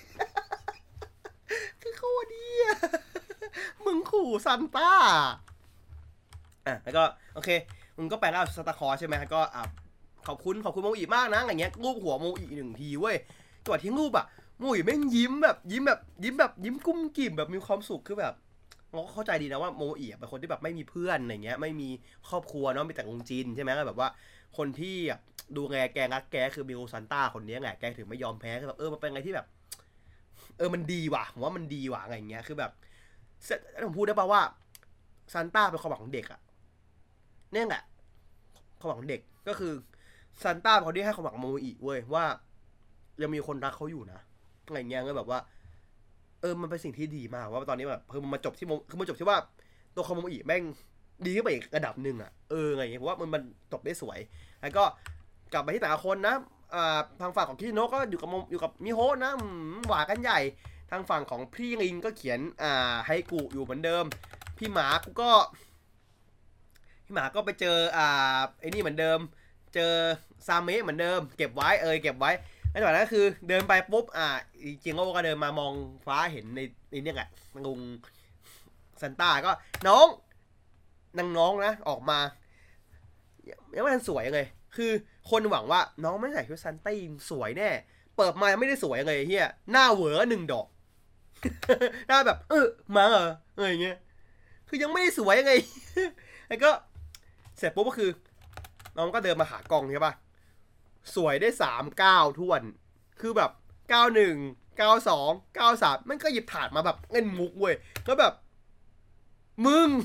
คือโคตรดีอ่ะมึงขู่ซันต้าอ่ะแล้วก็โอเคมึงก็แปลงร่างสตาร์คอร์ใช่ไหมก็อ่ะขอบคุณขอบคุณโมอีมากนะอย่างเงี้ยรูปหัวโมอีหนึ่งทีเว้ยตัวทิ้งรูปอ่ะโมอีแม่งยิ้มแบบยิ้มแบบยิ้มแบบยิ้มกุ้มกิ่มแบบมีความสุขคือแบบเราก็เข้าใจดีนะว่าโมอีเป็นคนที่แบบไม่มีเพื่อนอะไรเงี้ยไม่มีครอบครัวเนาะมีแต่องจินใช่ไหมก็แบบว่าคนที่ดูแงแกงักแกคือมิโอซันต้าคนนี้ไงแกถึงไม่ยอมแพ้คือแบบเออมันเป็นไงที่แบบเออมันดีว่ะผมว่ามันดีว่ะอะไรเงี้ยคือแบบผมพูดได้ป่าว่าซันต้าเป็นความหวังของเด็กอะเนี่ยแหละความหวังของเด็กก็คือซันต้าเป็นคนที่ให้ความหวังโมอีเว้ยว่ายังมีคนรักเขาอยู่นะอะไรเงี้ยก็แบบว่าเออมันเป็นสิ่งที่ดีมากว่าตอนนี้แบบคือมันมาจบที่คือมันจบที่ว่าตัวคอมโมอีแม่งดีขึ้นไปอีกระดับหนึ่งอ่ะเออไงเพราะว่ามันมันจบได้สวยแล้วก็กลับไปที่แต่ละคนนะอ่าทางฝั่งของคิโนะก็อยู่กับอยู่กับมิโฮะนะหวากันใหญ่ทางฝั่งของพี่ลิงก็เขียนอ่าไฮกุอยู่เหมือนเดิมพี่หมาก็พี่หมาก็ไปเจออ่าไอ้นี่เหมือนเดิมเจอซาเมะเหมือนเดิมเก็บไว้เออเก็บไว้แล้วจากนั้นก็คือเดินไปปุ๊บอ่าจิงโง่ก็เดินมามองฟ้าเห็นในในเนี่ยแหละลุงซันต้าก็น้องนางน้องนะออกมายังไม่ทันสวยเลยคือคนหวังว่าน้องไม่ใส่ชุดซันต้าสวยแน่เปิดมาไม่ได้สวยเลยเฮียหน้าเหวอหนึ่งดอกหน้าแบบเออมาเหรออะไรเงี้ยคือยังไม่ได้สวยยังไงแล้วก็เสร็จปุ๊บก็คือน้องก็เดินมาหากล้องใช่ป่ะสวยได้สามเก้าท่วนคือแบบเก้าหนึ่งเก้าสองเก้าสามมันก็หยิบถาดมาแบบเงินมุกเว้ยแล้วแบบมึง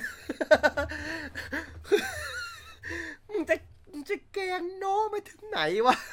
มึงจะมึงจะแกงน้องไปถึงไหนวะ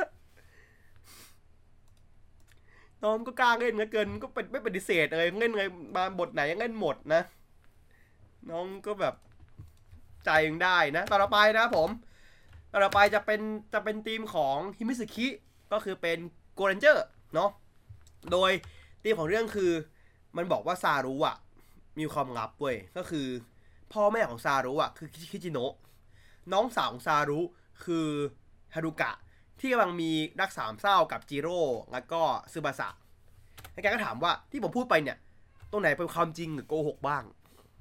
น้องก็กล้าเล่นเกินก็เป็นไม่ปฏิเสธเลยเล่นไงมาบทไหนยังเล่นหมดนะน้องก็แบบใจยังได้นะต่อไปนะผมต่อไปจะเป็นจะเป็นทีมของฮิมิสึคิก็คือเป็นโกเรนเจอร์เนาะโดยทีมของเรื่องคือมันบอกว่าซารุอ่ะมีความลับเว้ยก็คือพ่อแม่ของซารุอ่ะคือคิจิโนะน้องสาวของซารุคือฮารุกะที่กำลังมีรักสามเศร้ากับจิโร่แล้วก็ซึบาสะแล้วแกก็ถามว่าที่ผมพูดไปเนี่ยตรงไหนเป็นความจริงหรือโกหกบ้าง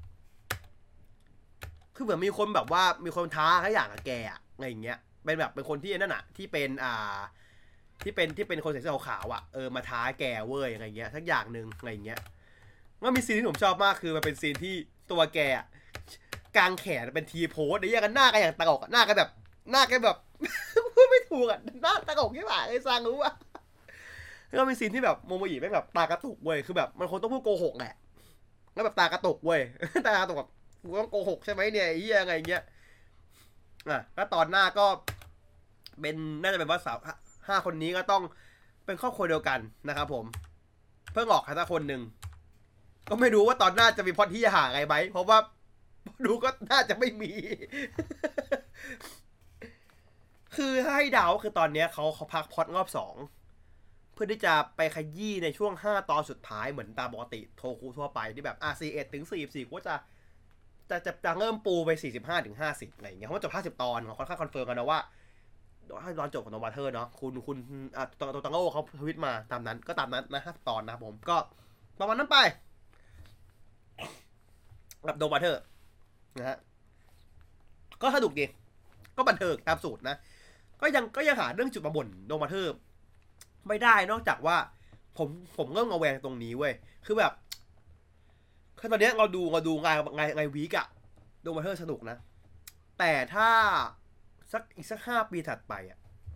คือเหมือนมีคนแบบว่ามีคนท้าขอย่างกับแกอะอะไรอย่างเงี้ยเป็นแบบเป็นคนที่นั่นอะที่เป็นอ่าที่เป็นที่เป็นคนใส่เสื้อขาวอะเออมาท้าแกเว้ยอะไรเงี้ยทักอย่างหนึ่งอะไรเงี้ยมันมีซีนที่ผมชอบมากคือมันเป็นซีนที่ตัวแกกางแขนเป็นทีโพสเดี๋ยวกันหน้ากันอย่างตลกหน้ากันแบบหน้ากันแบบพูดไม่ถูกอะหน้าตลกที่บ่าไอ้ซางรู้อะแล้วก็มีซีนที่แบบโมโมอิแม่งแบบตากระตุกเว้ยคือแบบมันคงต้องพูดโกหกแหละแล้วแบบตากระตุกเว้ยตากระตุกแบบกูต้องโกหกใช่ไหมเนี่ยไอ้เหี้ยไงเงี้ยอ่ะแล้วตอนหน้าก็เป็นน่าจะเป็นว่าสาวห้าคนนี้ก็ต้องเป็นครอบครัวเดียวกันนะครับผมเพิ่งออกใครสักคนหนึ่งก็ไม่รู้ว่าตอนหน้าจะมีพอดที่จะหาไงไหมเพราะว่าดูก็น่าจะไม่มี คือให้เดาคือตอนนี้เขาเขาพักพอดรอบสองเพื่อที่จะไปขยี้ในช่วงห้าตอนสุดท้ายเหมือนตามปกติโทคุทั่วไปที่แบบ อาร์ ซี เอ็ด ถึง สี่สิบสี่ ก็จะจะจะจะเริ่มปูไป สี่สิบห้า ถึง ห้าสิบ อะไรอย่างเงี้ยเพราะว่าจบห้าสิบตอนเขาค่อนข้างคอนเฟิร์มกันนะว่าให้ตอนจบของโนวาเทอร์เนาะคุณคุณอ่ะตัวตัวตังโง่เขาทวิตมาตามนั้นก็ตามนั้นนะห้าสิบตอนนะครับผมก็ประมาณนั้นไปกับโนวาเทอร์นะฮะก็สนุกดีก็บันเทิงตามสูตรนะก็ยังก็ยังหาเรื่องจุดมาบ่นโนวาเทอร์ไม่ได้นอกจากว่าผมผมเริ่มระแวงตรงนี้เว้ยคือแบบคือตอนนี้เราดูเราดูไงไงไงวีกอะโนวาเทอร์สนุกนะแต่ถ้าสักอีกสักห้าปีถัดไปอะ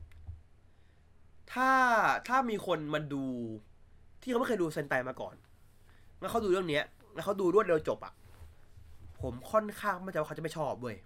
ถ้าถ้ามีคนมาดูที่เขาไม่เคยดูเซนไตมาก่อนแล้วเขาดูเรื่องนี้แล้วเขาดูรวดเร็วจบอะผมค่อนข้างมั่นใจว่าเขาจะไม่ชอบเว้ย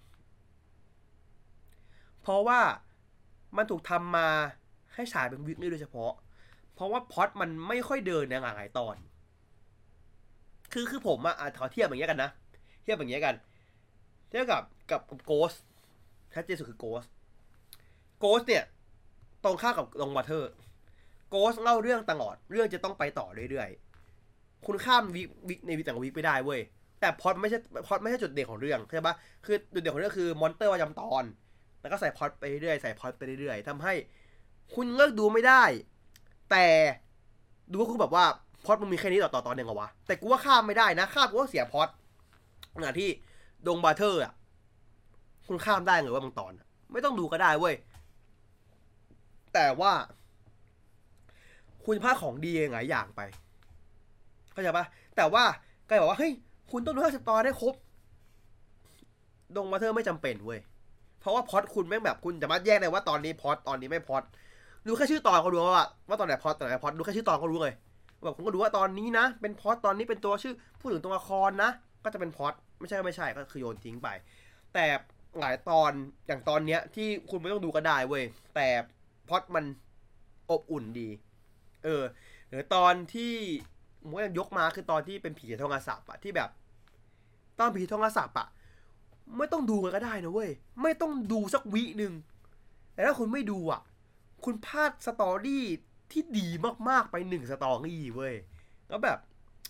เพราะว่ามันถูกทำมาให้ฉายเป็นวิกนี้โดยเฉพาะเพราะว่าพล็อตมันไม่ค่อยเดินในหลายตอนคือคือผมอะขอเทียบอย่างเงี้ยกันนะเทียบอย่างเงี้ยกันเทียบกับกับโกสชัดเจนสุดคือโกสโกสเนี่ยตรงข้ามกับลงวอเทอร์โกสเล่าเรื่องตลอดเรื่องจะต้องไปต่อเรื่อยๆคุณข้ามวิกวิกในวิกแต่ละวิกไม่ได้เว้ยแต่พล็อตไม่ใช่พล็อตไม่ใช่จุดเด่นของเรื่องใช่ปะคือจุดเด่นของเรื่องคือมอนเตอร์ประจำตอนแล้วก็ใส่พล็อตไปเรื่อยใส่พล็อตไปเรื่อยทำให้คุณเลิกดูไม่ได้แต่ดูก็คือแบบว่าพล็อตมันมีแค่นี้ต่อต่อตอนหนึ่งเหรอวะแต่กูว่าข้ามไม่ได้นะข้ามกูว่าเสียพล็อตขณะที่ดงบาเทอร์อ่ะคุณข้ามได้เลยว่าบางตอนไม่ต้องดูก็ได้เว้ยแต่ว่าคุณพลาดของดีหลายอย่างไปเข้าใจปะแต่ว่าก็บอกว่าเฮ้ยคุณต้องดูห้าสิบตอนได้ครบดงบาเทอร์ไม่จำเป็นเว้ยเพราะว่าพล็อตคุณแม่งแบบคุณสามารถแยกได้ว่าตอนนี้พล็อตตอนนี้ไม่พล็อตดูแค่ชื่อตอนก็รู้ว่าว่าตอนไหนพล็อตตอนไหนพล็อตดูแค่ชื่อตอนก็รู้เลยแบบผมก็ดูว่าตอนนี้นะเป็นพล็อตตอนนี้เป็นตัวชื่อพูดถึงตัวละครนะก็จะเป็นพล็อตไม่ใช่ไม่ใช่ก็คือโยนทิ้งไปแต่หลายตอนอย่างตอนเนี้ยที่คุณไม่ต้องดูก็ได้เว้ยแต่พล็อตมันอบอุ่นดีเออหรือตอนที่ผมก็ยังยกมาคือตอนที่เป็นผีทองอาศัพท์อะที่แบบตอนผีทองอาศัพท์อะไม่ต้องดูกันก็ได้นะเว้ยไม่ต้องดูสักวิหนึ่งแต่ถ้าคุณไม่ดูอ่ะคุณพลาดสตอรี่ที่ดีมากๆไปหนึ่งสตอรี่เว้ยแล้วแบบ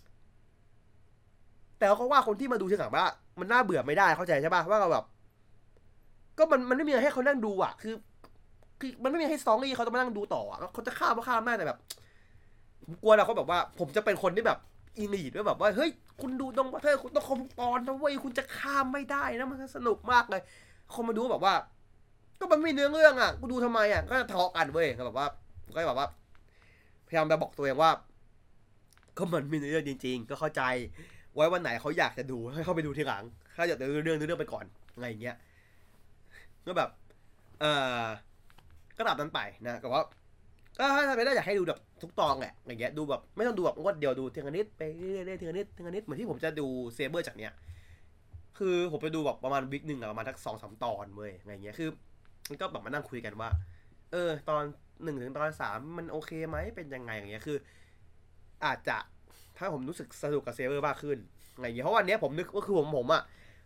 แต่เขาก็ว่าคนที่มาดูทีหลังว่ามันน่าเบื่อไม่ได้เข้าใจใช่ป่ะว่าเราแบบก็มันมันไม่มีอะไรให้เขานั่งดูอ่ะคือคือมันไม่มีให้สตอรี่เขาต้องมานั่งดูต่ออ่ะเขาจะข้ามก็ข้ามได้แต่แบบผมกลัวนะเขาแบบว่าผมจะเป็นคนที่แบบอินดีดว่าแบบว่าเฮ้ยคุณดูตรงประเทศคุณต้องครบตอนนะเว้ยคุณจะข้ามไม่ได้นะมันสนุกมากเลยคนมาดูแบบว่าก็มันไม่เนื้อเรื่องอ่ะกูดูทำไมอ่ะก็จะทะเลาะกันเว้ยแบบว่าก็แบบว่าพยายามจะบอกตัวเองว่าก็มันมีเนื้อเรื่องจริงๆก็เข้าใจไว้วันไหนเขาอยากจะดูให้เขาไปดูทีหลังเขาอยากจะดูเรื่องเรื่องไปก่อนอะไรอย่างเงี้ยก็แบบเออก็ตามนั้นไปนะแต่ว่าก็ถ้าไม่ได้อยากให้ดูแบบทุกตอนแหละอย่างเงี้ยดูแบบไม่ต้องดูแบบงวดเดียวดูทีละนิดไปเรื่อยๆทีละนิดทีละนิดเหมือนที่ผมจะดูเซเบอร์จากเนี้ยคือผมไปดูแบบประมาณวิกหนึ่งอะประมาณทักสองสามตอนเว้ยอะไรเงี้ยคือมันก็แบบมานั่งคุยกันว่าเออตอนหนึ่งถึงตอนสามมันโอเคไหมเป็นยังไงอย่างเงี้ยคืออาจจะถ้าผมรู้สึกสนุกกับเซเบอร์มากขึ้นอะไรเงี้ยเพราะวันนี้ผมนึกว่าคือผมผมอะ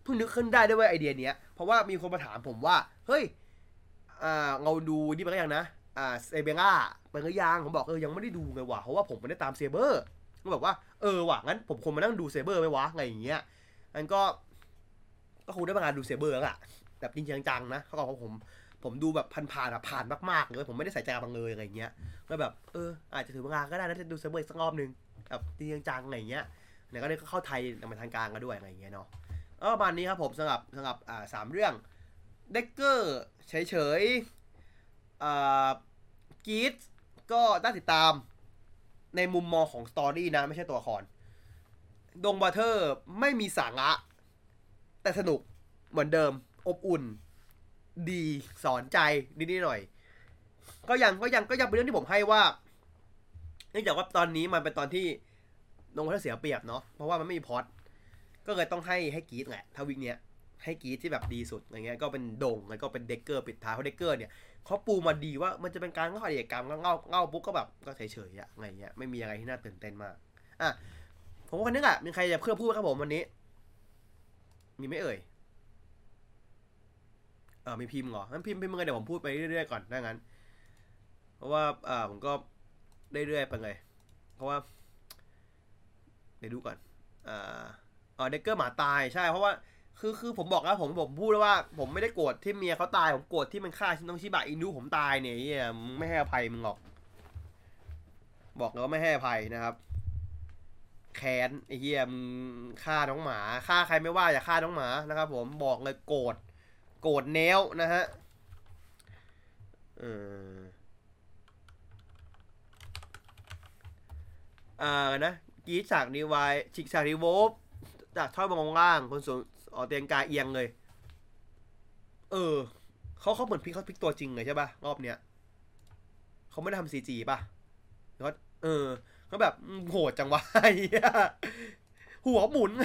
เพิ่งนึกขึ้นได้ด้วยว่าไอเดียเนี้ยเพราะว่ามีคนมาถามผมว่าเฮ้ยอ่าเราดูนี่ไปก็ยังนะอ่าเซเบร่าไปก็ยังผมบอกเออยังไม่ได้ดูไงว่ะเพราะว่าผมไม่ได้ตามเซเบอร์ก็บอกว่าเออว่ะงั้นผมคงมานั่งดูเซเบอร์ไหมวะไงอย่างเงี้ยงั้นก็ก็คงได้มางานดูเซเบอร์แล้วอะแบบจริงจังๆนะเขาบอกว่าผมผมดูแบบผ่านๆแบบผ่านมากๆเลยผมไม่ได้ใส่ใจกับมันเลยอะไรเงี้ยก็แบบเอออาจจะถือว่างานก็ได้นะจะดูเซเบอร์อีกสักรอบนึงแบบจริงจังๆอะไรเงี้ยเนี่ยก็ได้เข้าไทยมาทางการกันด้วยอะไรเงี้ยเนาะก็ประมาณนี้ครับผมสำหรับสำหรับอ่าสามเรื่องเด็กเกอร์เฉยๆอ่ากีดก็ได้ติดตามในมุมมองของสตอรี่นะไม่ใช่ตัวละครดงบัตเทอร์ไม่มีสาระแต่สนุกเหมือนเดิมอบอุ่นดีสอนใจนิดๆหน่อยก็ยังก็ยังก็ยังเป็นเรื่องที่ผมให้ว่าเนื่องจากว่าตอนนี้มันเป็นตอนที่ดงบัตเทอร์เสียเปรียบเนาะเพราะว่ามันไม่มีพอดก็เลยต้องให้ให้กีดแหละถ้าวิกเนี้ยให้กีดที่แบบดีสุดอย่างเงี้ยก็เป็นดงแล้วก็เป็นเด็กเกอร์ปิดท้ายเพราะเด็กเกอร์เนี่ยเขาปูมาดีว่ามันจะเป็นการเล่าอาชญากรรมก็เล่าเล่าปุ๊บก็แบบก็เฉยๆอะอะไรเงี้ยไม่มีอะไรที่น่าตื่นเต้นมากอ่ะผมว่าคนนึกอะมีใครจะเพื่อพูดครับผมวันนี้มีไม่เอ่ยเออมีพิมพ์เหรองั้นพิมพ์พิมพ์มึงเดี๋ยวผมพูดไปเรื่อยๆก่อนถ้างั้นเพราะว่าอ่าผมก็เรื่อยๆไปเลยเพราะว่าเดี๋ยวดูก่อนอ่าอ๋อเด็กเกอร์หมาตายใช่เพราะว่าคือคือผมบอกแล้วผมผมพูดแล้วว่าผมไม่ได้โกรธที่เมียเขาตายผมโกรธที่มันฆ่าชินต้องชิบะอินูผมตายเนี่ยเฮียไม่ให้อภัยมึงหรอกบอกแล้วว่าไม่ให้อภัยนะครับแค้นไอ้เฮียมึงฆ่าน้องหมาฆ่าใครไม่ว่าอย่าฆ่าน้องหมานะครับผมบอกเลยโกรธโกรธแนวนะฮะเอออ่านะกีฉากรีวายฉิกฉากรีโวฟจากท่อยมองล่างคนสูงออกเตียงกายเอียงเลยเออเขาเขาเหมือนพลิกเขาพลิกตัวจริงเลยใช่ป่ะรอบเนี้ยเขาไม่ได้ทำซีจีป่ะแล้วเออเขาแบบโหดจังวะหัวหมุน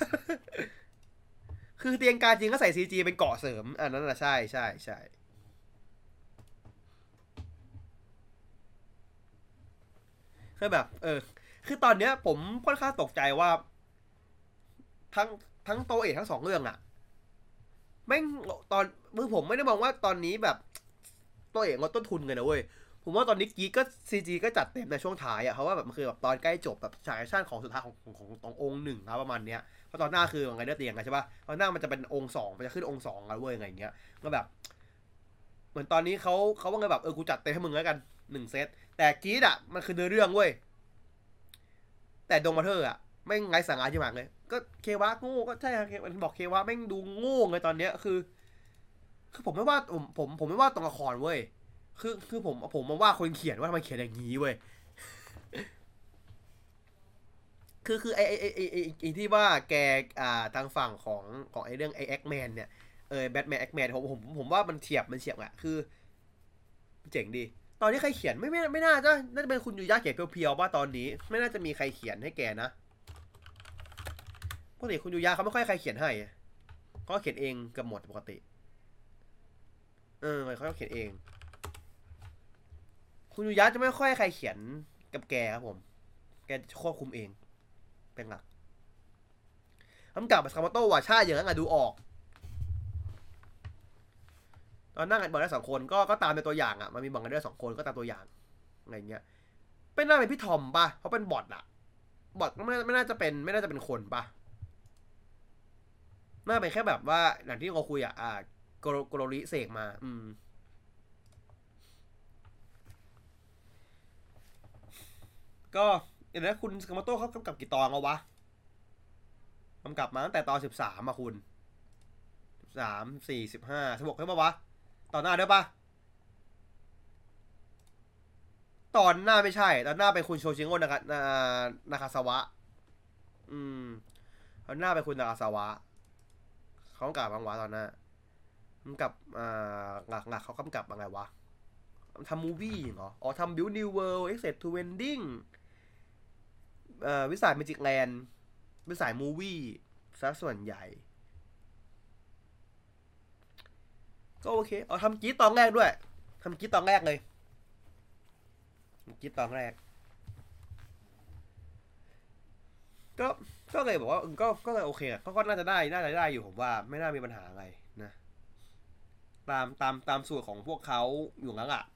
คือเตียงกาจริงก็ใส่ซีจีเป็นเกาะเสริมอันนั้นแหละใช่ใช่ใช่คือแบบเออคือตอนเนี้ยผมค่อนข้างตกใจว่าทั้งทั้งโตเอกทั้งสองเรื่องอะแม่งตอนมือผมไม่ได้มองว่าตอนนี้แบบโตเอกลดต้นทุนเลยนะเว้ยผมว่าตอนนี้กีก็ซีจีก็จัดเต็มในช่วงท้ายอะเพราะว่าแบบมันคือแบบตอนใกล้จบแบบฉากแอคชั่นของสุดท้ายของของของขององค์หนึ่งครับประมาณเนี้ยเพราะตอนหน้าคือไงเดอร์เตียงไงใช่ป่ะตอนหน้ามันจะเป็นองค์สองมันจะขึ้นองค์สองแล้วเว้ยไงอย่างเงี้ยก็แบบ เหมือนตอนนี้เขาเขาว่าไงแบบเออกูจัดเต็มให้มึงแล้วกันหนึ่งเซตแต่กีดอ่ะมันคือเนื้อเรื่องเว้ยแต่ดงมาเธออ่ะไม่ไงสังอาจิมากเลยก็เควะโง่ก็ใช่ครับมันบอกเควะแม่งดูโง่เลยตอนเนี้ยคือคือผมไม่ว่าผมผมผมไม่ว่าตัวละครเว้ยคือคือผมผมมาว่าคนเขียนว่าทำไมเขียนอย่างนี้เว้ยคือคือไอไอไอไอไอไอที่ว่าแกอ่าทางฝั่งของของไอเรื่องไอแอ็กแมนเนี่ยเออแบทแมนแอ็กแมนผมผมผมว่ามันเฉียบมันเฉียบอะคือ เจ๋งดีตอนนี้ใครเขียนไม่ไม่ไม่น่าจะน่าจะเป็นคุณยูยะเขียนเพียวๆว่าตอนนี้ไม่น่าจะมีใครเขียนให้แกนะปกติคุณยูยะเขาไม่ค่อยใครเขียนให้เขาเขียนเองเกือบหมดปกติเออเขาเขียนเองคุณยูยะจะไม่ค่อยใครเขียนกับแกครับผมแกควบคุมเองเป็นหลักคำกลับแบบคามาโต้ว่าใช่อย่างนั้นอะดูออกตอนนั่งกันบอกได้สองคนก็ก็ตามในตัวอย่างอ่ะมันมีบอกกันได้สองคนก็ตามตัวอย่างอะไรเงี้ยเป็นน่าเป็นพี่ทอมป่ะเพราะเป็นบอทอะบอทไม่ไม่น่าจะเป็นไม่น่าจะเป็นคนป่ะ น่าเป็นแค่แบบว่าอย่างที่เราคุยอ่ะอ่าโกโรโกโรริเสกมาอืมก็เดี๋ยวนะคุณสกาโมโต้เขากำกับกี่ตอนเอาวะกำกับมาตั้งแต่ตอนสิบสามอะคุณสิบสามสี่สิบห้าสิบหกใช่ปะวะตอนหน้าด้วยปะตอนหน้าไม่ใช่ตอนหน้าเป็นคุณโชชิโงะนาคานานาคาสวะอืมตอนหน้าเป็นคุณนาคาสวะเขากำกับบางวะตอนหน้ากำกับอ่าหลักหลักเขากำกับอะไรวะทำมูวี่เหรออ๋อทำบิวนิวเวิลด์เอ็กเซตทูเวนดิ้งเอ่อวิสัยเมจิกแลนด์วิสัยมูวี่ซะส่วนใหญ่ก็โอเคเอาทำกีตตอนแรกด้วยทำกีตตอนแรกเลยกีตตอนแรกก็ก็เลยบอกว่าก็ก็เลยโอเคก็ก็น่าจะได้น่าจะได้อยู่ผมว่าไม่น่ามีปัญหาอะไรนะตามตามตามสูตรของพวกเขาอยู่แล้วอ่ะ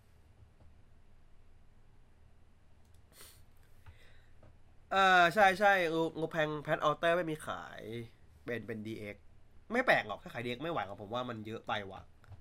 อ่าใช่ใช่งบแพงแพทออเตอร์ไม่มีขายเป็นเป็น ดี เอ็กซ์ ไม่แปลกหรอกถ้าขาย ดี เอ็กซ์ ไม่ไหวหรอกผมว่ามันเยอะไปว่ะ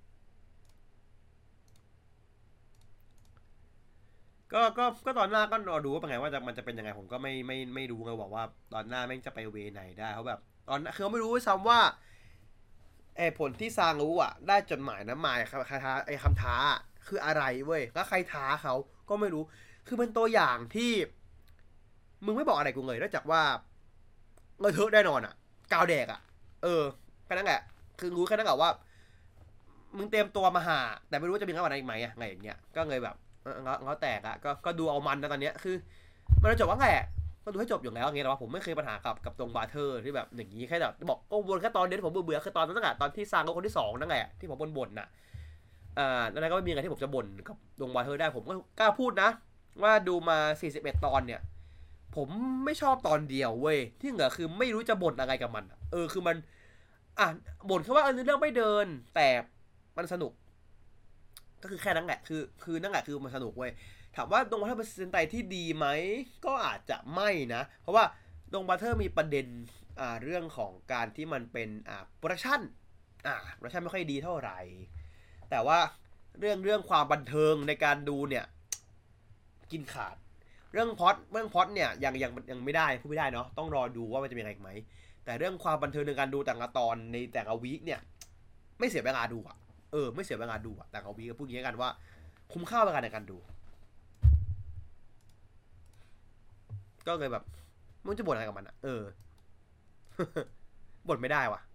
ก็ก็ก็ตอนหน้าก็รอดูว่าเป็นไงว่าจะมันจะเป็นยังไงผมก็ไม่ไม่ไม่รู้ไงบอกว่าตอนหน้าแม่งจะไปเวไหนได้เขาแบบตอนคือเขาไม่รู้ซ้ำว่าไอ้ผลที่ซางรู้อ่ะได้จดหมายนะหมายคำท้าไอ้คำท้าคืออะไรเว้ยแล้วใครท้าเขาก็ไม่รู้คือเป็นตัวอย่างที่มึงไม่บอกอะไรกูเลยนอกจากว่าเงยเทอะแน่นอนอ่ะกาวแดกอ่ะเออแค่นั้นแหละคือรู้แค่นั้นแหละว่ามึงเตรียมตัวมาหาแต่ไม่รู้จะมีงานวันไหนอีกไหมอะไงอย่างเงี้ยก็เลยแบบเออเงาเงาแตกอะก็ก็ดูเอามันนะตอนเนี้ยคือมันจะจบว่าไงก็ดูให้จบอยู่แล้วไงแต่ว่าผมไม่เคยปัญหากับกับตรงบาร์เทอร์ที่แบบอย่างนี้แค่แบบบอกก็วนแค่ตอนเดียวผมเบื่อคือตอนนั้นแหละตอนที่ซางก็คนที่สองนั่นแหละที่ผมบ่นๆน่ะอ่านั่นก็ไม่มีอะไรที่ผมจะบ่นกับตรงบาร์เทอร์ได้ผมก็กล้าพูดนะว่าดูมาสี่สิบเอ็ดตอนเนี่ยผมไม่ชอบตอนเดียวเว้ยที่เหลือคือไม่รู้จะบ่นอะไรกับมันเออคือมันอ่ะบ่นแค่ว่าเออเรื่องไม่เดินแต่มันสนุกก็คือแค่นั้นแหละคือคือนั่นแหละคือมันสนุกเว้ยถามว่าดงบัตเทอร์เป็นเซนไตที่ดีไหมก็อาจจะไม่นะเพราะว่าดงบัตเทอร์มีประเด็นอ่าเรื่องของการที่มันเป็นอ่าโปรดักชั่นอ่าโปรดักชั่นไม่ค่อยดีเท่าไหร่แต่ว่าเรื่องเรื่องความบันเทิงในการดูเนี่ยกินขาดเรื่องพอดเรื่องพอดเนี่ยยังยังยังไม่ได้พูดไม่ได้เนาะต้องรอดูว่ามันจะมีอะไรไหมแต่เรื่องความบันเทิงในการดูแต่ละตอนในแต่ละวีคเนี่ยไม่เสียเวลาดูอะเออไม่เสียเวลาดูอะแต่ละวีคก็พูดอย่างนี้กันว่าคุ้มค่าเวลาในการดูก็เลยแบบมึงจะบ่นอะไรกับมันอะเออบ่นไม่ได้ว่ะ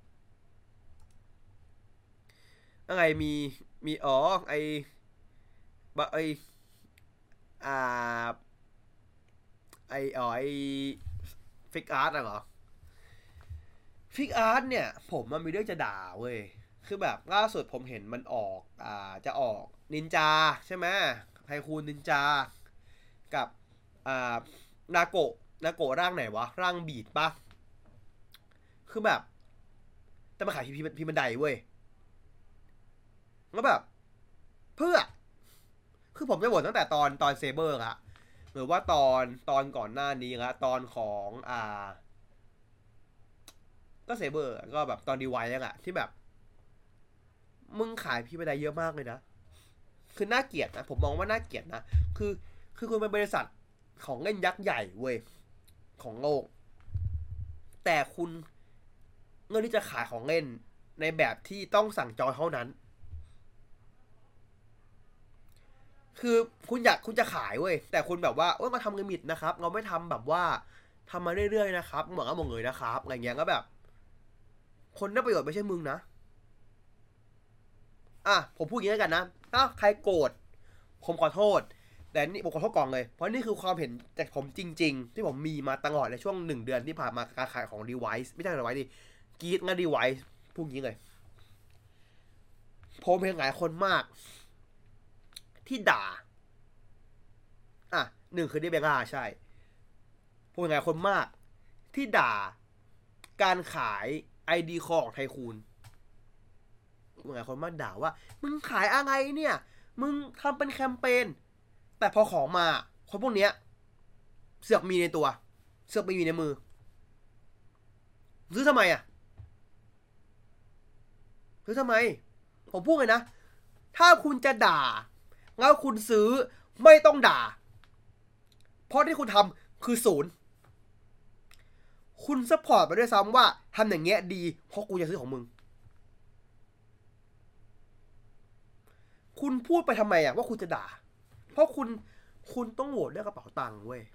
อะไรมีมีอ๋อไอบะไออ่าไออ๋อไอฟิกอาร์ตอะเหรอฟิกอาร์ตเนี่ยผมมันมีเรื่องจะด่าเว้ยคือแบบล่าสุดผมเห็นมันออกอ่าจะออกนินจาใช่ไหมไทคูนนินจากับอ่านาโกะนาโกะร่างไหนวะร่างบีดปะคือแบบแต่มาขายพีพีบันไดเว้ยแล้วแบบเพื่อคือผมจะบ่นตั้งแต่ตอนตอนเซเบอร์ละหรือว่าตอนตอนก่อนหน้านี้ละตอนของอ่าก็เซเบอร์ก็แบบตอนดีไวแล้วอะที่แบบมึงขายพีบันไดเยอะมากเลยนะคือน่าเกลียดนะผมมองว่าน่าเกลียดนะคือคือคุณเป็นบริษัทของเล่นยักษ์ใหญ่เว้ยของโลกแต่คุณเงินที่จะขายของเล่นในแบบที่ต้องสั่งจองเท่านั้น คือคุณอยากคุณจะขายเว้ยแต่คุณแบบว่าโอ้ยมาทำเงินมิดนะครับเราไม่ทำแบบว่าทำมาเรื่อยๆนะครับเหมือนกับมองเลยนะครับอะไรเงี้ยก็แบบคนได้ประโยชน์ไม่ใช่มึงนะอ่ะผมพูดอย่างนี้แล้วกันนะถ้าใครโกรธผมขอโทษแต่นี่ผมขอโทษกองเลยเพราะนี่คือความเห็นจากผมจริงๆที่ผมมีมาตลอดในช่วงหนึ่งเดือนที่ผ่านมาการขายของ device ไม่ใช่ device ดิกีดงาน device พูดอย่างนี้เลยผมเห็นหลายคนมากที่ด่าอ่ะหนึ่งคือดิเบก้าใช่ผมเห็นหลายคนมากที่ด่าการขาย ไอ ดี ของไทคูนมึงหลายคนมาด่าว่ามึงขายอะไรเนี่ยมึงทำเป็นแคมเปญแต่พอของมาคนพวกเนี้ยเสือกมีในตัวเสือกไม่มีในมือซื้อทำไมอ่ะซื้อทำไมผมพูดเลยนะถ้าคุณจะด่าแล้วคุณซื้อไม่ต้องด่าเพราะที่คุณทำคือศูนย์คุณซัพพอร์ตไปด้วยซ้ำว่าทำอย่างเงี้ยดีเพราะกูจะซื้อของมึงคุณพูดไปทำไมอ่ะว่าคุณจะด่าเพราะคุณคุณต้องโหวตด้วยกระเป๋าตังค์เว้ย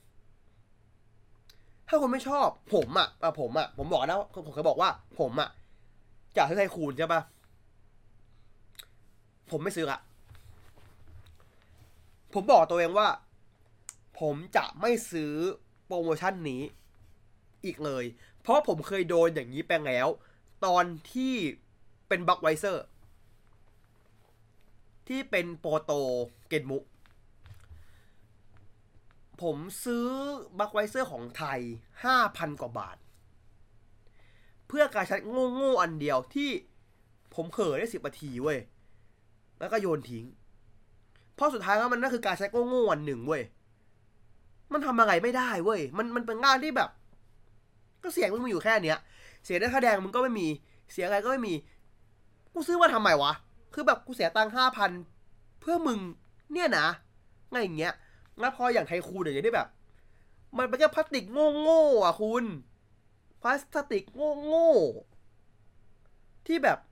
ถ้าคุณไม่ชอบผมอ่ะอ่ะผมอ่ะผมบอกนะผมเคยบอกว่าผมอ่ะจะซื้อไทคูนใช่ปะผมไม่ซื้อละผมบอกตัวเองว่าผมจะไม่ซื้อโปรโมชั่นนี้อีกเลยเพราะผมเคยโดนอย่างนี้ไปแล้วตอนที่เป็นบัคไวเซอร์ที่เป็นโปรโตเกนมุผมซื้อบัคไวเซอร์ของไทยห้าพันกว่าบาทเพื่อกาชัดโง่ๆอันเดียวที่ผมเผลอได้สิบนาทีเว้ยแล้วก็โยนทิ้งเพราะสุดท้ายแล้วมันนั่นคือการใช้โง่ๆอันหนึ่งเว้ยมันทำอะไรไม่ได้เว้ยมันมันเป็นงานที่แบบก็เสียงมึงมีอยู่แค่เนี้ยเสียได้ค่าแดงมึงก็ไม่มีเสียอะไรก็ไม่มีกูซื้อมาทำไมวะคือแบบกูเสียตังค์ห้าพันเพื่อมึงเนี่ยนะไงอย่างเงี้ยแล้วพออย่างไทคูนอย่างเงี้ยได้แบบมันเป็นแค่พลาสติกโง่ๆอ่ะคุณพลาสติกโง่ๆที่แบบ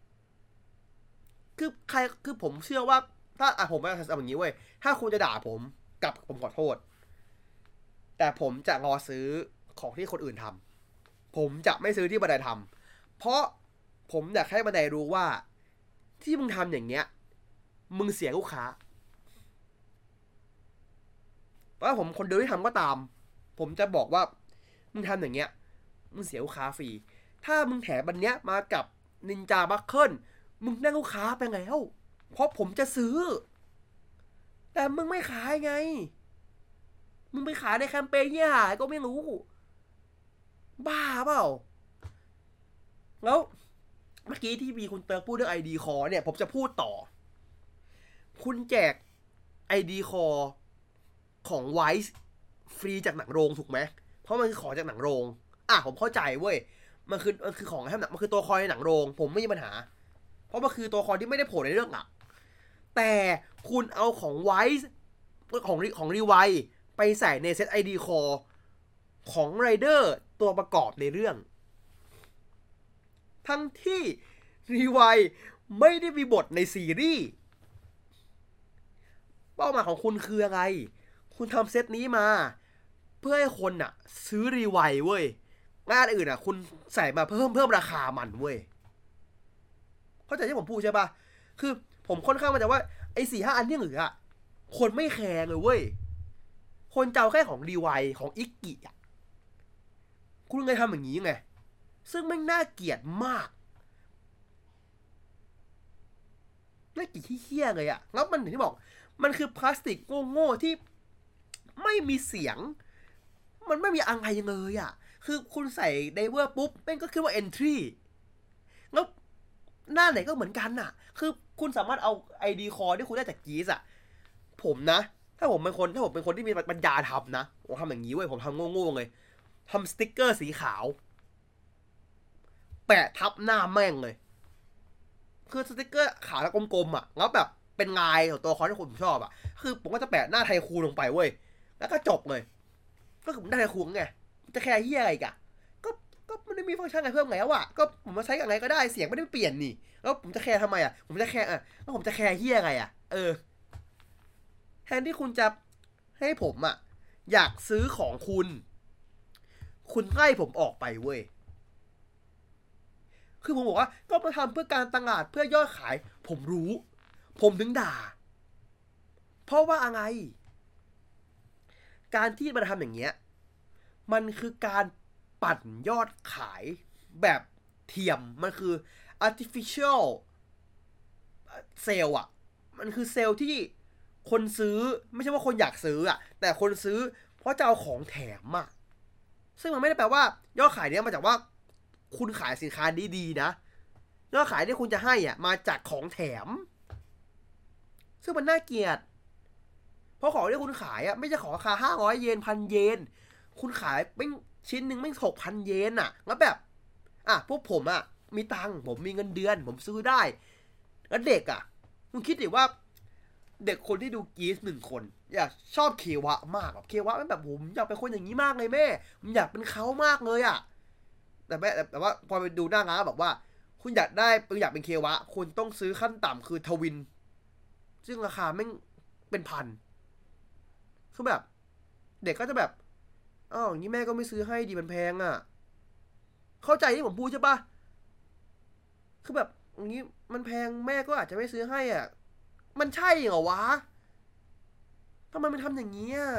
คือใครคือผมเชื่อว่าถ้าอ่ะผมจะทำอย่างนี้เว้ยถ้าคุณจะด่าผมกลับผมขอโทษแต่ผมจะรอซื้อของที่คนอื่นทำผมจะไม่ซื้อที่บันไดทำเพราะผมอยากให้บันไดรู้ว่าที่มึงทำอย่างเงี้ยมึงเสียลูกค้าว่าผมคนเดียวที่ทำก็ตามผมจะบอกว่ามึงทำอย่างเงี้ยมึงเสียลูกค้าฟรีถ้ามึงแถมบันเนี้ยมากับนินจาบัคเคิลมึงได้ลูกค้าไปแล้วเพราะผมจะซื้อแต่มึงไม่ขายไงมึงไปขายในแคมเปญเนี่ยก็ไม่รู้บ้าเปล่าแล้วเมื่อกี้ที่มีคุณเติร์กพูดเรื่อง ไอ ดี คอเนี่ยผมจะพูดต่อคุณแจก ไอ ดี คอของไวซ์ฟรีจากหนังโรงถูกไหมเพราะมันคือของจากหนังโรงอ่ะผมเข้าใจเว้ยมันคือมันคือของให้หนังมันคือตัวคอยในหนังโรงผมไม่มีปัญหาเพราะมันคือตัวคอยที่ไม่ได้โผล่ในเรื่องอ่ะแต่คุณเอาของไวซ์ของของรีไวไปใส่ในเซต ไอ ดี คอของไรเดอร์ตัวประกอบในเรื่องทั้งที่รีไวไม่ได้มีบทในซีรีส์เป้าหมายของคุณคืออะไรคุณทำเซตนี้มาเพื่อให้คนน่ะซื้อรีไวเว้ยงานอื่นอ่ะคุณใส่มาเพิ่มเพิ่มราคามันเว้ยเข้าใจที่ผมพูดใช่ปะคือผมค่อนข้างมั่นใจว่าไอ้สี่ห้าอันที่เหลืออ่ะคนไม่แคร์เลยเว้ยคนเจ้าแค่ของรีไวของอิกกิอ่ะคุณไงทำอย่างนี้ไงซึ่งไม่น่าเกลียดมากน่าเกลียดที่เหี้ยเลยอ่ะแล้วมันถึงที่บอกมันคือพลาสติกโง่ๆที่ไม่มีเสียงมันไม่มีอะไรเลยอ่ะคือคุณใส่ไดเวอร์ปุ๊บเป็นก็ขึ้นว่า entry แล้วหน้าไหนก็เหมือนกันน่ะคือคุณสามารถเอา ไอ ดี call ที่คุณได้จากกีสอ่ะผมนะถ้าผมเป็นคนถ้าผมเป็นคนที่มีปัญญาทำนะผมทำอย่างนี้เว้ยผมทำโง่ๆเลยทำสติ๊กเกอร์สีขาวแปะทับหน้าแม่งเลยคือสติ๊กเกอร์ขาวแล้วกลมๆอ่ะแล้วแบบเป็นลายของตัวคอนที่ผมชอบอ่ะคือผมก็จะแปะหน้าไทคูลงไปเว้ยแล้วก็จบเลยก็คือผมได้ไทคูลไงจะแค่เฮียอะไรกะก็ก็มันไม่มีฟังก์ชันอะไรเพิ่มไงวะก็ผมมาใช้กับอะไรก็ได้เสียงไม่ได้เปลี่ยนนี่แล้วผมจะแคร์ทำไมอ่ะผมจะแคร์อ่ะแล้วผมจะแคร์เฮียอะไรอ่ะเออแทนที่คุณจะให้ผมอ่ะอยากซื้อของคุณคุณไล่ผมออกไปเว้ยคือผมบอกว่าก็มาทำเพื่อการตลาดเพื่อยอดขายผมรู้ผมถึงด่าเพราะว่าอะไรการที่มาทำอย่างเงี้ยมันคือการปั่นยอดขายแบบเทียมมันคือ artificial sale อ่ะมันคือเซลล์ที่คนซื้อไม่ใช่ว่าคนอยากซื้ออ่ะแต่คนซื้อเพราะจะเอาของแถมอ่ะซึ่งมันไม่ได้แปลว่ายอดขายเนี้ยมาจากว่าคุณขายสินค้าดีๆนะยอดขายที่คุณจะให้อ่ะมาจากของแถมซึ่งมันน่าเกลียดเพราะของที่คุณขายอ่ะไม่ใช่ของราคาห้าร้อยเยนพันเยนคุณขายไม่ชิ้นหนึ่งไม่หกพันเยนอ่ะแล้วแบบอ่ะพวกผมอ่ะมีตังค์ผมมีเงินเดือนผมซื้อได้แล้วเด็กอ่ะคุณคิดดิว่าเด็กคนที่ดูกีสหนึ่งคนอยากชอบเควะมากแบบเควะมันแบบผมอยากเป็นคนอย่างนี้มากเลยแม่ผมอยากเป็นเขามากเลยอ่ะแต่แม่แต่ว่าพอไปดูหน้างานบอกว่าคุณอยากได้อยากเป็นเควะคุณต้องซื้อขั้นต่ำคือทวินซึ่งราคาไม่เป็นพันคือแบบเด็กก็จะแบบอ้าวอย่างนี้แม่ก็ไม่ซื้อให้ดีมันแพงอ่ะเข้าใจที่ผมพูดใช่ปะคือแบบอย่างนี้มันแพงแม่ก็อาจจะไม่ซื้อให้อ่ะมันใช่เหรอวะทำไมมันทำอย่างนี้อ่ะ